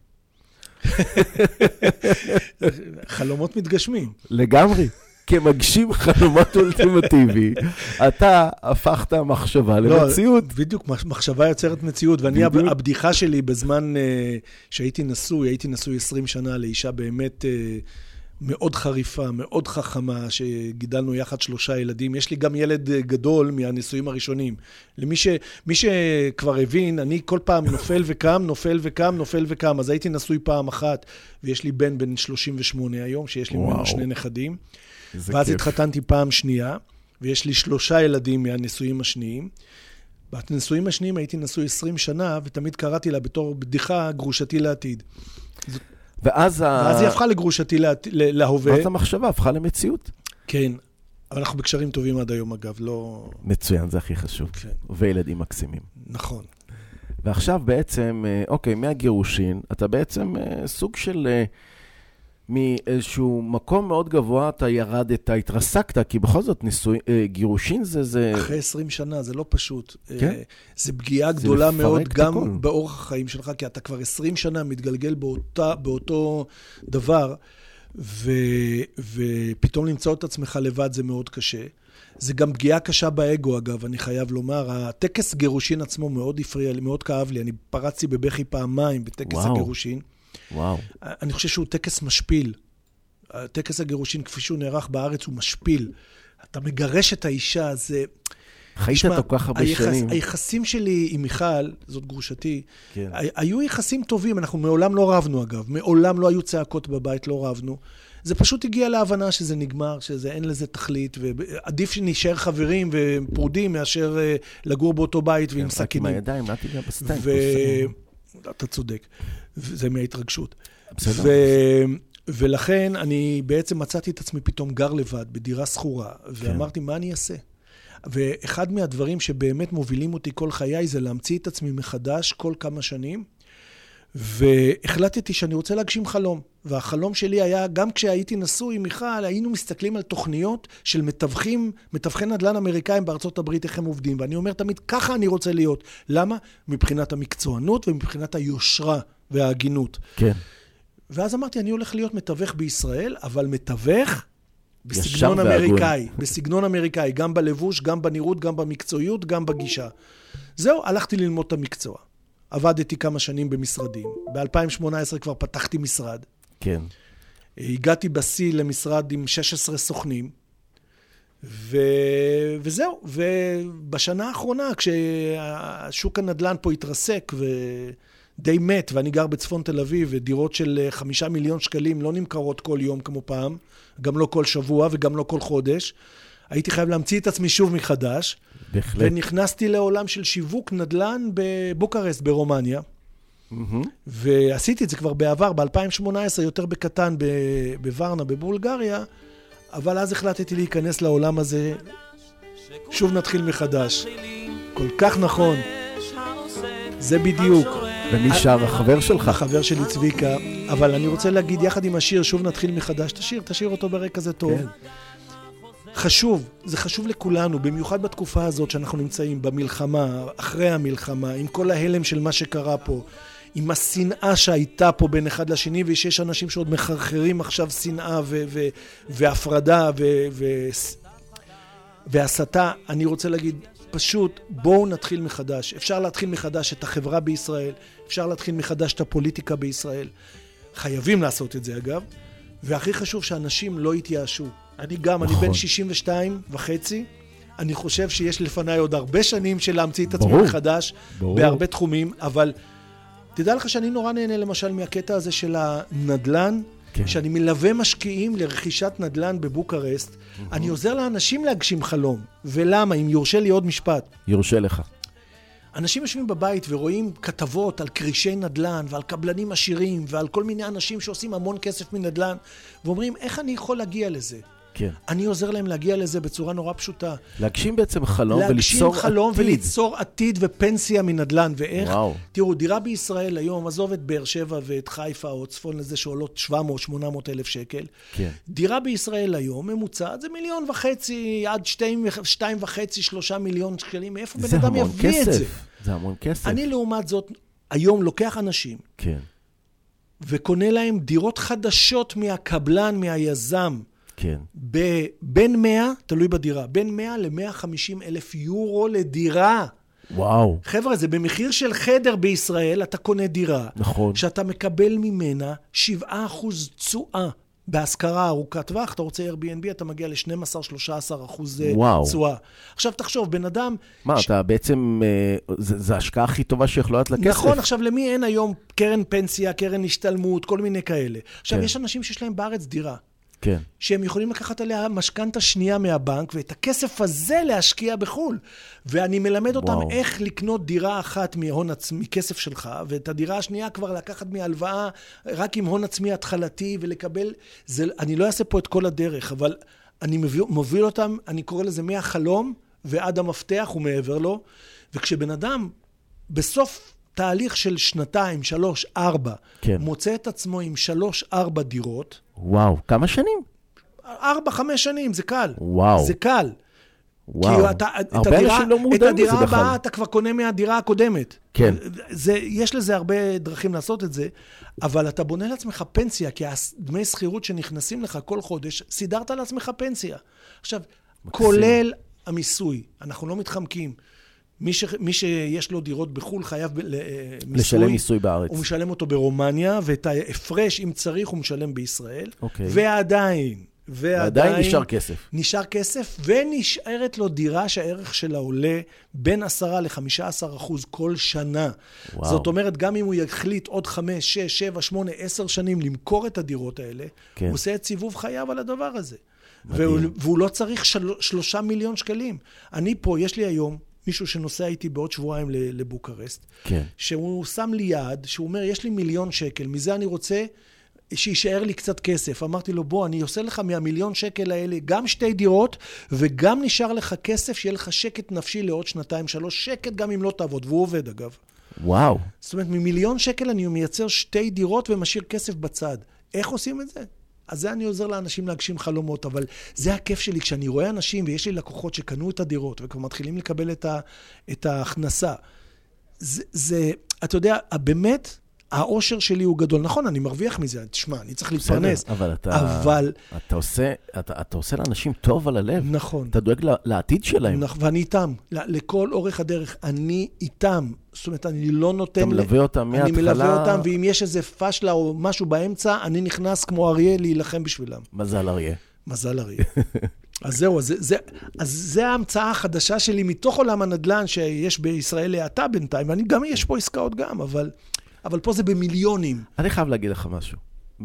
חלומות מתגשמים. לגמרי. כמגשים חלומות אולטימטיבי, אתה הפכת מחשבה למציאות. בדיוק, מחשבה יוצרת מציאות, ואני, הבדיחה שלי בזמן שהייתי נשוי, הייתי נשוי עשרים שנה לאישה באמת מאוד חריפה, מאוד חכמה, שגידלנו יחד שלושה ילדים. יש לי גם ילד גדול מהנישואים הראשונים. למי ש, מי שכבר הבין, אני כל פעם נופל וקם, נופל וקם, נופל וקם. אז הייתי נשוי פעם אחת, ויש לי בן בן שלושים ושמונה היום, שיש לי ממנו שני נכדים. ואז כיף. התחתנתי פעם שנייה, ויש לי שלושה ילדים מהנישואים השניים. בנישואים השניים הייתי נשוי עשרים שנה, ותמיד קראתי לה בתור בדיחה גרושתי לעתיד. זאת ואז, ואז היא הפכה לגרושתי לה... להווה. ואז המחשבה הפכה למציאות. כן, אבל אנחנו בקשרים טובים עד היום, אגב, לא... מצוין, זה הכי חשוב. כן. וילדים מקסימים. נכון. ועכשיו בעצם, אוקיי, מהגירושין, אתה בעצם סוג של... מאיזשהו מקום מאוד גבוה, אתה ירדת, התרסקת, כי בכל זאת ניסוי, גירושין זה... זה... אחרי עשרים שנה, זה לא פשוט. כן? זה פגיעה גדולה זה מאוד, גם הכל. באורח החיים שלך, כי אתה כבר עשרים שנה מתגלגל באותה, באותו דבר, ו, ופתאום למצוא את עצמך לבד זה מאוד קשה. זה גם פגיעה קשה באגו, אגב, אני חייב לומר. הטקס גירושין עצמו מאוד הפריע לי, מאוד כאב לי. אני פרצתי בבכי פעמיים בטקס וואו. הגירושין. וואו. אני חושב שהוא טקס משפיל. טקס הגירושין, כפי שהוא נערך בארץ, הוא משפיל. אתה מגרש את האישה, זה... חיית אותו כך הרבה שנים. היחסים שלי עם מיכל, זאת גרושתי, כן. היו יחסים טובים, אנחנו מעולם לא רבנו אגב, מעולם לא היו צעקות בבית, לא רבנו. זה פשוט הגיע להבנה שזה נגמר, שזה אין לזה תכלית, ועדיף שנשאר חברים ופרודים מאשר לגור באותו בית ועם סכינים. עם הידיים, מה תיגע בסטייק? אתה צודק, זה מההתרגשות. בסדר. ולכן אני בעצם מצאתי את עצמי פתאום גר לבד, בדירה סחורה, ואמרתי, מה אני אעשה? ואחד מהדברים שבאמת מובילים אותי כל חיי, זה להמציא את עצמי מחדש כל כמה שנים, והחלטתי שאני רוצה להגשים חלום. והחלום שלי היה, גם כשהייתי נשוי עם מיכל, היינו מסתכלים על תוכניות של מתווכים, מתווכי נדל"ן אמריקאים בארצות הברית, איך הם עובדים. ואני אומר תמיד, ככה אני רוצה להיות. למה? מבחינת המקצוענות ומבחינת היושרה וההגינות. כן. ואז אמרתי, אני הולך להיות מתווך בישראל, אבל מתווך בסגנון אמריקאי. בסגנון אמריקאי, גם בלבוש, גם בנראות, גם במקצועיות, גם בגישה. זהו, הלכתי ללמוד את המקצוע. עבדתי כמה שנים במשרדים. ב-אלפיים שמונה עשרה כבר פתחתי משרד. כן. הגעתי בשיא למשרד עם שש עשרה סוכנים, ו... וזהו. ובשנה האחרונה, כשהשוק הנדל"ן פה התרסק ודי מת, ואני גר בצפון תל אביב, ודירות של חמישה מיליון שקלים לא נמכרות כל יום כמו פעם, גם לא כל שבוע וגם לא כל חודש, הייתי חייב להמציא את עצמי שוב מחדש, בהחלט. ונכנסתי לעולם של שיווק נדל"ן בבוקרסט ברומניה, mm-hmm. ועשיתי את זה כבר בעבר, ב-אלפיים שמונה עשרה, יותר בקטן בוורנה, בבולגריה, אבל אז החלטתי להיכנס לעולם הזה, שוב נתחיל מחדש. כל כך נכון. זה בדיוק. ומי שר? החבר שלך? החבר שלי צביקה, אבל אני רוצה להגיד יחד עם השיר, שוב נתחיל מחדש, תשאיר, תשאיר אותו ברקע זה טוב. כן. חשוב, זה חשוב לכולנו, במיוחד בתקופה הזאת שאנחנו נמצאים במלחמה, אחרי המלחמה, עם כל ההלם של מה שקרה פה, עם השנאה שהייתה פה בין אחד לשני, ושיש אנשים שעוד מחרחרים עכשיו שנאה ו- ו- והפרדה ו- ו- והסתה. אני רוצה להגיד, פשוט בואו נתחיל מחדש. אפשר להתחיל מחדש את החברה בישראל, אפשר להתחיל מחדש את הפוליטיקה בישראל. חייבים לעשות את זה אגב, והכי חשוב שאנשים לא יתייאשו. אני גם, נכון. אני בן שישים ושתיים וחצי, אני חושב שיש לפניי עוד הרבה שנים של להמציא את עצמי מחדש, ברור. בהרבה תחומים, אבל תדע לך שאני נורא נהנה למשל מהקטע הזה של הנדל"ן, כן. שאני מלווה משקיעים לרכישת נדל"ן בבוקרסט, mm-hmm. אני עוזר לאנשים להגשים חלום, ולמה? אם יורשה לי עוד משפט. יורשה לך. אנשים יושבים בבית ורואים כתבות על קרישי נדל"ן ועל קבלנים עשירים ועל כל מיני אנשים שעושים המון כסף מנדל"ן, ואומרים, איך אני יכול להגיע לזה? כן. אני עוזר להם להגיע לזה בצורה נורא פשוטה. להגשים בעצם חלום וליצור עתיד. להגשים חלום וליצור עתיד ופנסיה מנדל"ן. ואיך? וואו. תראו, דירה בישראל היום, עזוב את באר שבע ואת חיפה או צפון לזה שעולות שבע מאות שמונה מאות אלף שקל. כן. דירה בישראל היום ממוצעת זה מיליון וחצי עד שתיים, שתיים וחצי, שלושה מיליון שקלים. מאיפה בן אדם יביא כסף. את זה? זה המון כסף. אני לעומת זאת, היום לוקח אנשים. כן. וקונה להם דירות חדשות מהקבלן, מהיזם. כן. בין מאה, תלוי בדירה, בין מאה ל-מאה וחמישים אלף יורו לדירה. וואו. חבר'ה, זה במחיר של חדר בישראל, אתה קונה דירה. נכון. שאתה מקבל ממנה שבעה אחוז תשואה בהשכרה ארוכת טווח. אתה רוצה Airbnb, אתה מגיע ל-שנים עשר עד שלושה עשר אחוז תשואה. עכשיו תחשוב, בן אדם... מה, ש... אתה בעצם, זה, זה ההשקעה הכי טובה שיכולה לכסף. נכון, עכשיו למי אין היום קרן פנסיה, קרן השתלמות, כל מיני כאלה. עכשיו כן. יש אנשים שיש להם בארץ דירה. כן. שהם יכולים לקחת עליה משכנתא שנייה מהבנק, ואת הכסף הזה להשקיע בחול. ואני מלמד אותם וואו. איך לקנות דירה אחת מהון עצמי, מכסף שלך, ואת הדירה השנייה כבר לקחת מהלוואה, רק עם הון עצמי התחלתי, ולקבל, זה, אני לא אעשה פה את כל הדרך, אבל אני מוביל, מוביל אותם, אני קורא לזה מהחלום, ועד המפתח ומעבר לו, וכשבן אדם, בסוף תהליך של שנתיים, שלוש, ארבע, כן. מוצא את עצמו עם שלוש, ארבע דירות. וואו, כמה שנים? ארבע, חמש שנים, זה קל. וואו. זה קל. וואו. כי אתה, הרבה אנשים לא מודעים לזה בכלל. את הדירה הבאה אתה כבר קונה מהדירה הקודמת. כן. זה, יש לזה הרבה דרכים לעשות את זה, אבל אתה בונה לעצמך פנסיה, כי הדמי שכירות שנכנסים לך כל חודש, סידרת לעצמך פנסיה. עכשיו, מקסים. כולל המיסוי, אנחנו לא מתחמקים. מי, ש, מי שיש לו דירות בחול חייב ב, ל, מיסוי. לשלם מיסוי בארץ. הוא משלם אותו ברומניה, ואת ההפרש, אם צריך, הוא משלם בישראל. אוקיי. ועדיין, ועדיין... ועדיין נשאר כסף. נשאר כסף, ונשארת לו דירה שהערך שלה עולה בין עשרה לחמישה עשר אחוז כל שנה. וואו. זאת אומרת, גם אם הוא יחליט עוד חמש, שש, שבע, שמונה, עשר שנים למכור את הדירות האלה, כן. הוא עושה את סיבוב חייו על הדבר הזה. והוא, והוא לא צריך של, שלושה מיליון שקלים. אני פה, יש לי היום מישהו שנוסע איתי בעוד שבועיים לבוקרסט, כן. שהוא שם לי יעד, שהוא אומר, יש לי מיליון שקל, מזה אני רוצה שישאר לי קצת כסף. אמרתי לו, בוא, אני עושה לך מהמיליון שקל האלה גם שתי דירות, וגם נשאר לך כסף, שיהיה לך שקט נפשי לעוד שנתיים, שלוש שקט, גם אם לא תעבוד, והוא עובד אגב. וואו. זאת אומרת, ממיליון שקל אני מייצר שתי דירות ומשאיר כסף בצד. איך עושים את זה? אז זה אני עוזר לאנשים להגשים חלומות, אבל זה הכיף שלי, כשאני רואה אנשים, ויש לי לקוחות שקנו את הדירות, וכבר מתחילים לקבל את, ה, את ההכנסה. זה, זה, אתה יודע, באמת, האושר שלי הוא גדול. נכון, אני מרוויח מזה, תשמע, אני צריך להתפרנס. אבל אתה, אבל... אתה עושה, אתה, אתה עושה לאנשים טוב על הלב. נכון. אתה דואג לעתיד שלהם. נכון, ואני איתם. לכל אורך הדרך, אני איתם. זאת אומרת, אני לא נותן... אתה מלווה אותם מההתחלה. אני מלווה אותם, ואם יש איזה פשלה או משהו באמצע, אני נכנס כמו אריה להילחם בשבילם. מזל אריה. מזל אריה. אז זהו, אז זה, אז זה ההמצאה החדשה שלי מתוך עולם הנדל"ן שיש בישראל להטה בינתיים, ואני גם יש פה עסקאות גם, אבל... אבל פה זה במיליונים. אני חייב להגיד לך משהו.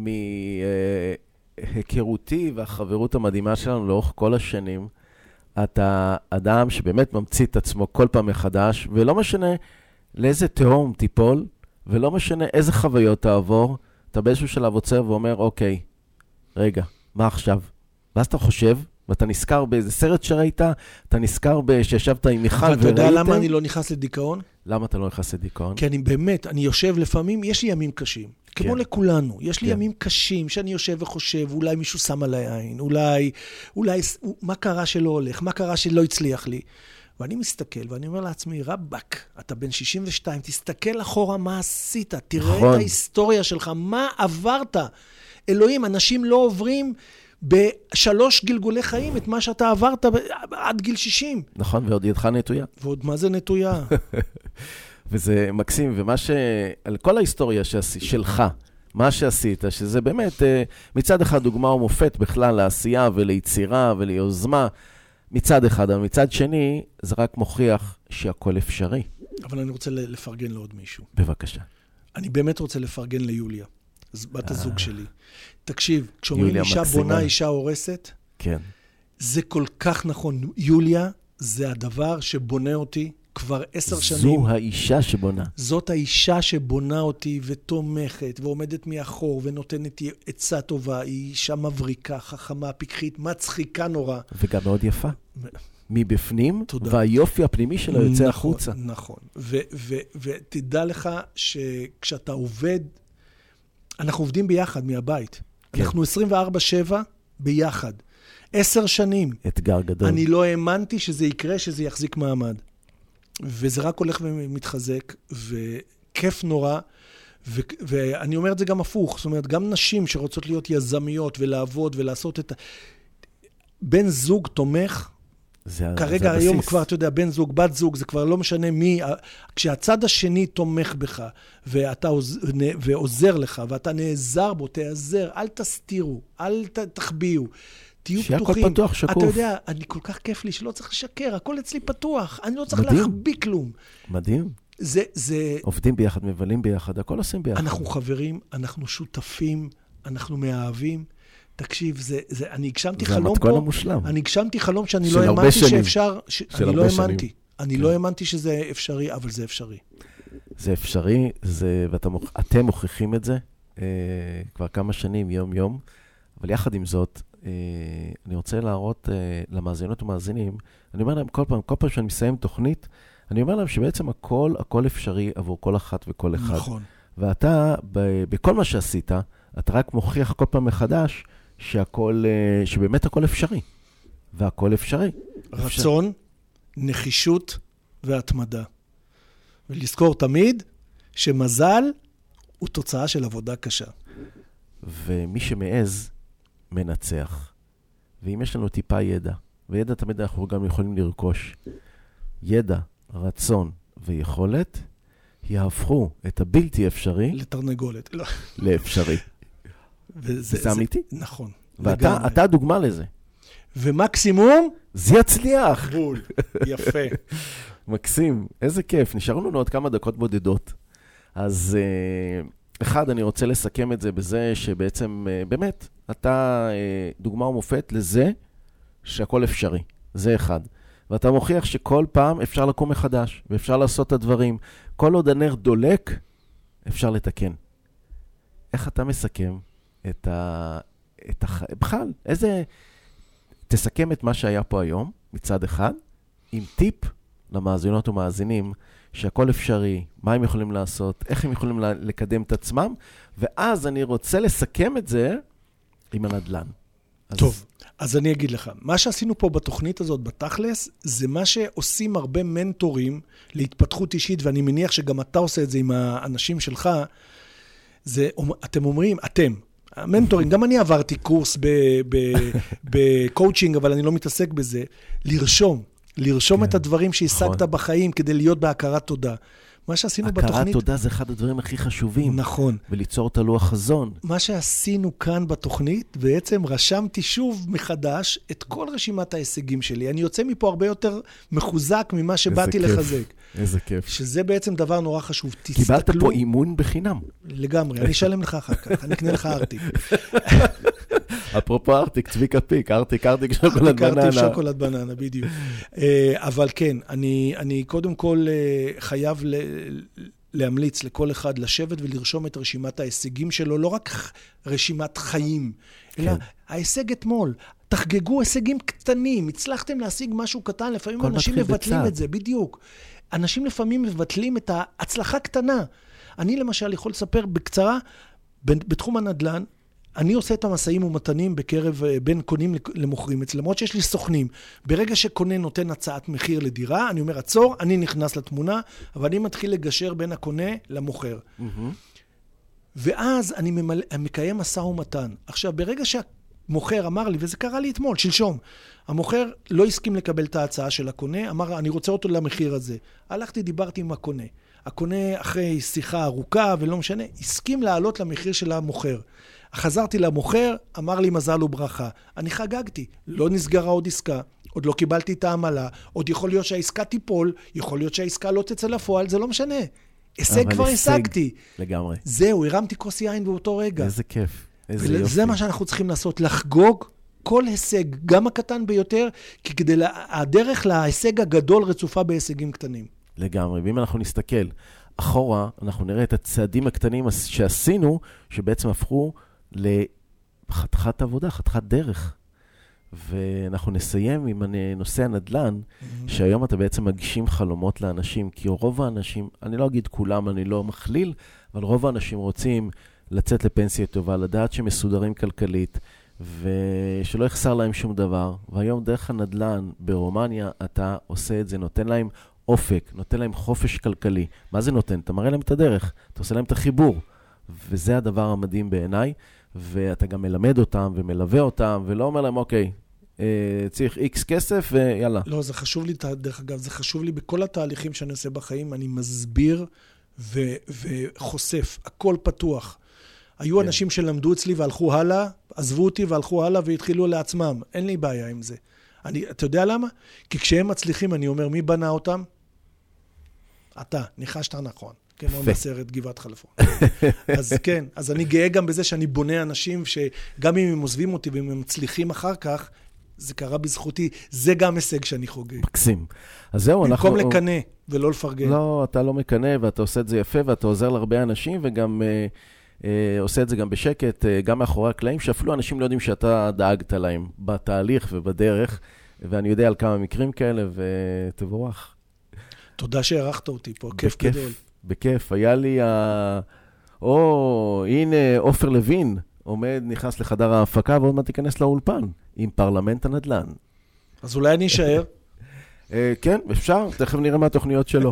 מהיכרותי והחברות המדהימה שלנו לאורך כל השנים, אתה אדם שבאמת ממציא את עצמו כל פעם מחדש, ולא משנה לאיזה תהום תיפול, ולא משנה איזה חוויות תעבור, אתה באיזשהו שלב עוצר ואומר, אוקיי, רגע, מה עכשיו? ואז אתה חושב, ואתה נזכר באיזה סרט שראית, אתה נזכר שישבת עם מיכל וראיתם. ואתה יודע למה אני לא נכנס לדיכאון? למה אתה לא נכנס לדיכאון? כי אני באמת, אני יושב לפעמים, יש לי ימים קשים. כמו לכולנו, יש לי ימים קשים שאני יושב וחושב, אולי מישהו שם עליי עין, אולי, אולי, מה קרה שלא הולך, מה קרה שלא הצליח לי. ואני מסתכל, ואני אומר לעצמי, רבק, אתה בן שישים ושתיים, תסתכל אחורה מה עשית, תראה את ההיסטוריה שלך, מה עברת. אלוהים, אנשים לא עוברים בשלוש גלגולי חיים את מה שאתה עברת עד גיל שישים. נכון, ועוד ידך נטויה. ועוד מה זה נטויה? וזה מקסים, ומה ש... על כל ההיסטוריה שלך, מה שעשית, שזה באמת מצד אחד דוגמה ומופת בכלל לעשייה וליצירה וליוזמה, מצד אחד, אבל מצד שני, זה רק מוכיח שהכל אפשרי. אבל אני רוצה לפרגן לעוד מישהו. בבקשה. אני באמת רוצה לפרגן ליוליה, בת הזוג שלי. תקשיב, כשאומרים אישה בונה, אישה הורסת, כן. זה כל כך נכון. יוליה זה הדבר שבונה אותי כבר עשר שנים. זו האישה שבונה. זאת האישה שבונה אותי ותומכת ועומדת מאחור ונותנת עצה טובה. היא אישה מבריקה, חכמה, פיקחית, מצחיקה נורא. וגם מאוד יפה. מבפנים, תודה. והיופי הפנימי שלה יוצא נכון, החוצה. נכון. ו- ו- ותדע לך שכשאתה עובד, אנחנו עובדים ביחד מהבית. כן. אנחנו עשרים וארבע שבע ביחד. עשר שנים. אתגר גדול. אני לא האמנתי שזה יקרה, שזה יחזיק מעמד. וזה רק הולך ומתחזק, וכיף נורא. ו- ואני אומר את זה גם הפוך. זאת אומרת, גם נשים שרוצות להיות יזמיות ולעבוד ולעשות את ה... בן זוג תומך, זה, כרגע זה היום הבסיס. כבר, אתה יודע, בן זוג, בת זוג, זה כבר לא משנה מי, כשהצד השני תומך בך, ואתה עוז, ועוזר לך, ואתה נעזר בו, תעזר, אל תסתירו, אל ת, תחביאו, תהיו פתוחים. שהכל פתוח, שקוף. אתה יודע, אני כל כך כיף לי שלא צריך לשקר, הכל אצלי פתוח, אני לא צריך מדהים. להחביא כלום. מדהים. זה, זה... עובדים ביחד, מבלים ביחד, הכל עושים ביחד. אנחנו חברים, אנחנו שותפים, אנחנו מאהבים. תקשיב, זה, זה, אני הגשמתי חלום פה. זה המתכון המושלם. אני הגשמתי חלום שאני לא האמנתי שאפשר, ש, אני לא האמנתי. אני כן. לא האמנתי שזה אפשרי, אבל זה אפשרי. זה אפשרי, זה, ואתם מוכיחים את זה אה, כבר כמה שנים, יום יום, אבל יחד עם זאת, אה, אני רוצה להראות אה, למאזינות ומאזינים, אני אומר להם כל פעם, כל פעם שאני מסיים תוכנית, אני אומר להם שבעצם הכל, הכל אפשרי עבור כל אחת וכל אחד. נכון. ואתה, ב, בכל מה שעשית, אתה רק מוכיח כל פעם מחדש, שהכל, שבאמת הכל אפשרי. והכל אפשרי. רצון, אפשר. נחישות והתמדה. ולזכור תמיד שמזל הוא תוצאה של עבודה קשה. ומי שמעז מנצח. ואם יש לנו טיפה ידע, וידע תמיד אנחנו גם יכולים לרכוש, ידע רצון ויכולת, יהפכו את הבלתי אפשרי לתרנגולת. לא. לאפשרי. וזה, זה אמיתי? נכון. ואתה אתה דוגמה לזה. ומקסימום? זה יצליח. בול, יפה. מקסים, איזה כיף. נשארו לנו עוד כמה דקות בודדות. אז אחד, אני רוצה לסכם את זה בזה שבעצם, באמת, אתה דוגמה ומופת לזה שהכל אפשרי. זה אחד. ואתה מוכיח שכל פעם אפשר לקום מחדש, ואפשר לעשות את הדברים. כל עוד הנר דולק, אפשר לתקן. איך אתה מסכם את ה... את הח... בכלל, איזה... תסכם את מה שהיה פה היום, מצד אחד, עם טיפ למאזינות ומאזינים, שהכל אפשרי, מה הם יכולים לעשות, איך הם יכולים לקדם את עצמם, ואז אני רוצה לסכם את זה עם הנדל"ן. טוב, אז אני אגיד לך, מה שעשינו פה בתוכנית הזאת, בתכלס, זה מה שעושים הרבה מנטורים להתפתחות אישית, ואני מניח שגם אתה עושה את זה עם האנשים שלך, זה, אתם אומרים, אתם, המנטורים, גם אני עברתי קורס בקואוצ'ינג, אבל אני לא מתעסק בזה, לרשום, לרשום את הדברים שהשגת בחיים, כדי להיות בהכרת תודה. מה שעשינו בתוכנית... הכרת תודה זה אחד הדברים הכי חשובים. נכון. וליצור את הלוח חזון. מה שעשינו כאן בתוכנית, בעצם רשמתי שוב מחדש את כל רשימת ההישגים שלי. אני יוצא מפה הרבה יותר מחוזק ממה שבאתי לחזק. איזה כיף. שזה בעצם דבר נורא חשוב. קיבלת פה אימון בחינם. לגמרי, אני אשלם לך אחר כך, אני אקנה לך ארטיק. אפרופו ארטיק, צביקה פיק, ארטיק, ארטיק, שוקולד בננה. ארטיק, שוקולד בננה, בדיוק. אבל כן, אני קודם כל חייב להמליץ לכל אחד לשבת ולרשום את רשימת ההישגים שלו, לא רק רשימת חיים, אלא ההישג אתמול. תחגגו הישגים קטנים, הצלחתם להשיג משהו קטן, לפעמים אנשים מבטלים את זה, בדיוק. אנשים לפעמים מבטלים את ההצלחה קטנה. אני למשל יכול לספר בקצרה, בתחום הנדל"ן, אני עושה את המסעים ומתנים בקרב בין קונים למוכרים אצל, למרות שיש לי סוכנים. ברגע שקונה נותן הצעת מחיר לדירה, אני אומר, עצור, אני נכנס לתמונה, אבל אני מתחיל לגשר בין הקונה למוכר. Mm-hmm. ואז אני ממל... מקיים מסע ומתן. עכשיו, ברגע שהמוכר אמר לי, וזה קרה לי אתמול, שלשום, המוכר לא הסכים לקבל את ההצעה של הקונה, אמר, אני רוצה אותו למחיר הזה. הלכתי, דיברתי עם הקונה. הקונה אחרי שיחה ארוכה ולא משנה, הסכים לעלות למחיר של המוכר. חזרתי למוכר, אמר לי מזל וברכה. אני חגגתי, לא נסגרה עוד עסקה, עוד לא קיבלתי את העמלה, עוד יכול להיות שהעסקה תיפול, יכול להיות שהעסקה לא תצא לפועל, זה לא משנה. הישג כבר השגתי. לגמרי. זהו, הרמתי כוס יין באותו רגע. איזה כיף, איזה יופי. וזה מה שאנחנו צריכים לעשות, לחגוג כל הישג, גם הקטן ביותר, כי כדי לה, הדרך להישג הגדול רצופה בהישגים קטנים. לגמרי, ואם אנחנו נסתכל אחורה, אנחנו נראה את הצעדים הקטנים שעשינו, שבעצם הפכו לחתיכת עבודה, חתיכת דרך. ואנחנו נסיים עם נושא הנדל"ן, mm-hmm. שהיום אתה בעצם מגישים חלומות לאנשים, כי רוב האנשים, אני לא אגיד כולם, אני לא מכליל, אבל רוב האנשים רוצים לצאת לפנסיה טובה, לדעת שמסודרים כלכלית, ושלא יחסר להם שום דבר. והיום דרך הנדל"ן ברומניה, אתה עושה את זה, נותן להם אופק, נותן להם חופש כלכלי. מה זה נותן? אתה מראה להם את הדרך, אתה עושה להם את החיבור. וזה הדבר המדהים בעיניי, ואתה גם מלמד אותם ומלווה אותם, ולא אומר להם, אוקיי, צריך איקס כסף ויאללה. לא, זה חשוב לי, דרך אגב, זה חשוב לי בכל התהליכים שאני עושה בחיים, אני מסביר ו- וחושף, הכל פתוח. היו אנשים שלמדו אצלי והלכו הלאה, עזבו אותי והלכו הלאה והתחילו לעצמם. אין לי בעיה עם זה. אני, אתה יודע למה? כי כשהם מצליחים, אני אומר, מי בנה אותם? אתה, ניחשת נכון. כמו בסרט גבעת חלפון. אז כן, אז אני גאה גם בזה שאני בונה אנשים שגם אם הם עוזבים אותי והם מצליחים אחר כך, זה קרה בזכותי, זה גם הישג שאני חוגג. מקסים. אז זהו, אנחנו... במקום לקנה ולא לפרגן. לא, אתה לא מקנה ואתה עושה את זה יפה ואתה עוזר להרבה אנשים וגם אה, אה, עושה את זה גם בשקט, אה, גם מאחורי הקלעים, שאפילו אנשים לא יודעים שאתה דאגת להם בתהליך ובדרך, ואני יודע על כמה מקרים כאלה ותבורך. תודה שהערכת אותי פה, כיף גדול. בכיף, היה לי ה... או, הנה, אופר לוין עומד, נכנס לחדר ההפקה, ועוד מה תיכנס לאולפן, עם פרלמנט הנדל"ן. אז אולי אני אשאר? כן, אפשר, תכף נראה מה התוכניות שלו.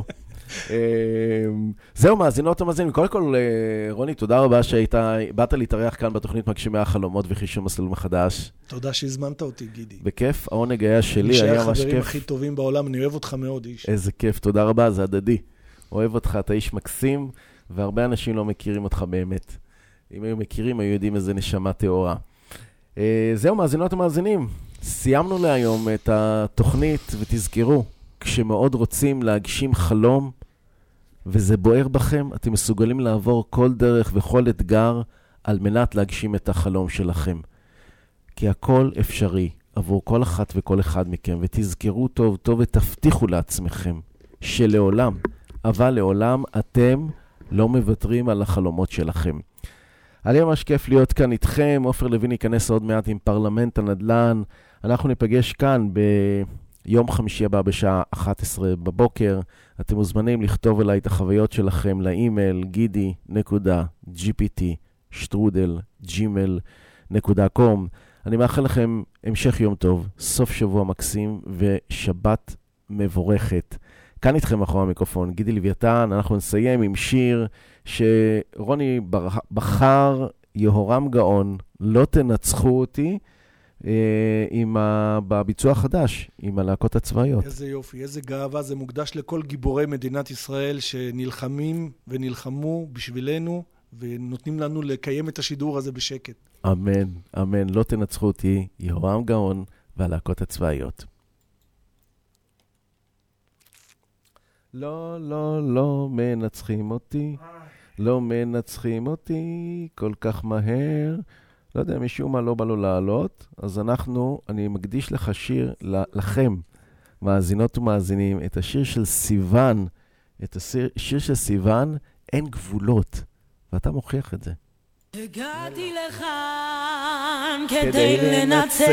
זהו, מאזינות המאזינים. קודם כל, רוני, תודה רבה שבאת להתארח כאן בתוכנית מגשימי החלומות וחישוב מסלול מחדש. תודה שהזמנת אותי, גידי. בכיף, העונג היה שלי, היה ממש כיף. החברים הכי טובים בעולם, אני אוהב אותך מאוד, איש. איזה כיף, תודה רבה, זה הדדי. אוהב אותך, אתה איש מקסים, והרבה אנשים לא מכירים אותך באמת. אם היו מכירים, היו יודעים איזה נשמה תאורה. זהו, מאזינות המאזינים. סיימנו להיום את התוכנית, ותזכרו, כשמאוד רוצים להגשים חלום, וזה בוער בכם, אתם מסוגלים לעבור כל דרך וכל אתגר, על מנת להגשים את החלום שלכם. כי הכל אפשרי עבור כל אחת וכל אחד מכם, ותזכרו טוב טוב ותבטיחו לעצמכם, שלעולם, אבל לעולם אתם לא מוותרים על החלומות שלכם. היה ממש כיף להיות כאן איתכם. עופר לוין ייכנס עוד מעט עם פרלמנט הנדל"ן. אנחנו ניפגש כאן ביום חמישי הבא בשעה אחת עשרה בבוקר. אתם מוזמנים לכתוב אליי את החוויות שלכם לאימייל גידי נקודה ג'י פי טי שטרודל ג'ימייל נקודה קום. אני מאחל לכם המשך יום טוב, סוף שבוע מקסים ושבת מבורכת. כאן איתכם אחרי המיקרופון, גידי לוויתן. אנחנו נסיים עם שיר שרוני בחר, יהורם גאון, לא תנצחו אותי, עם ה... בביצוע החדש, עם הלהקות הצבאיות. איזה יופי, איזה גאווה, זה מוקדש לכל גיבורי מדינת ישראל שנלחמים ונלחמו בשבילנו, ונותנים לנו לקיים את השידור הזה בשקט. אמן, אמן, לא תנצחו אותי, יהורם גאון והלהקות הצבאיות. לא, לא, לא מנצחים אותי, לא מנצחים אותי כל כך מהר. לא יודע, משום מה לא בא לו לעלות, אז אנחנו, אני מקדיש לך שיר, לכם, מאזינות ומאזינים, את השיר של סיוון, את השיר של סיוון, אין גבולות, ואתה מוכיח את זה. הגעתי לכאן כדי לנצח,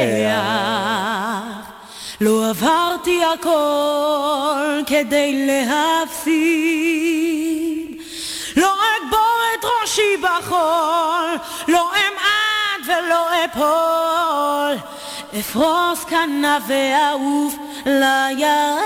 לא עברתי הכל כדי להפסיד, לא אגבור את ראשי בחול, לא אמעט ולא אפול, אפרוס כנף ואעוף לירח.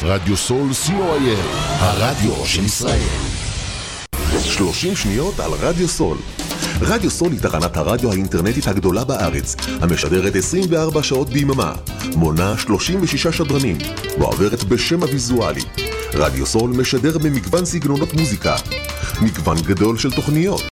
רדיו סול סי או איי אל, הרדיו של ישראל. שלושים שניות על רדיו סול. רדיו סול היא תחנת הרדיו האינטרנטית הגדולה בארץ, המשדרת עשרים וארבע שעות ביממה, מונה שלושים ושישה שדרנים, ועוברת בשם הוויזואלי. רדיו סול משדר במגוון סגנונות מוזיקה, מגוון גדול של תוכניות,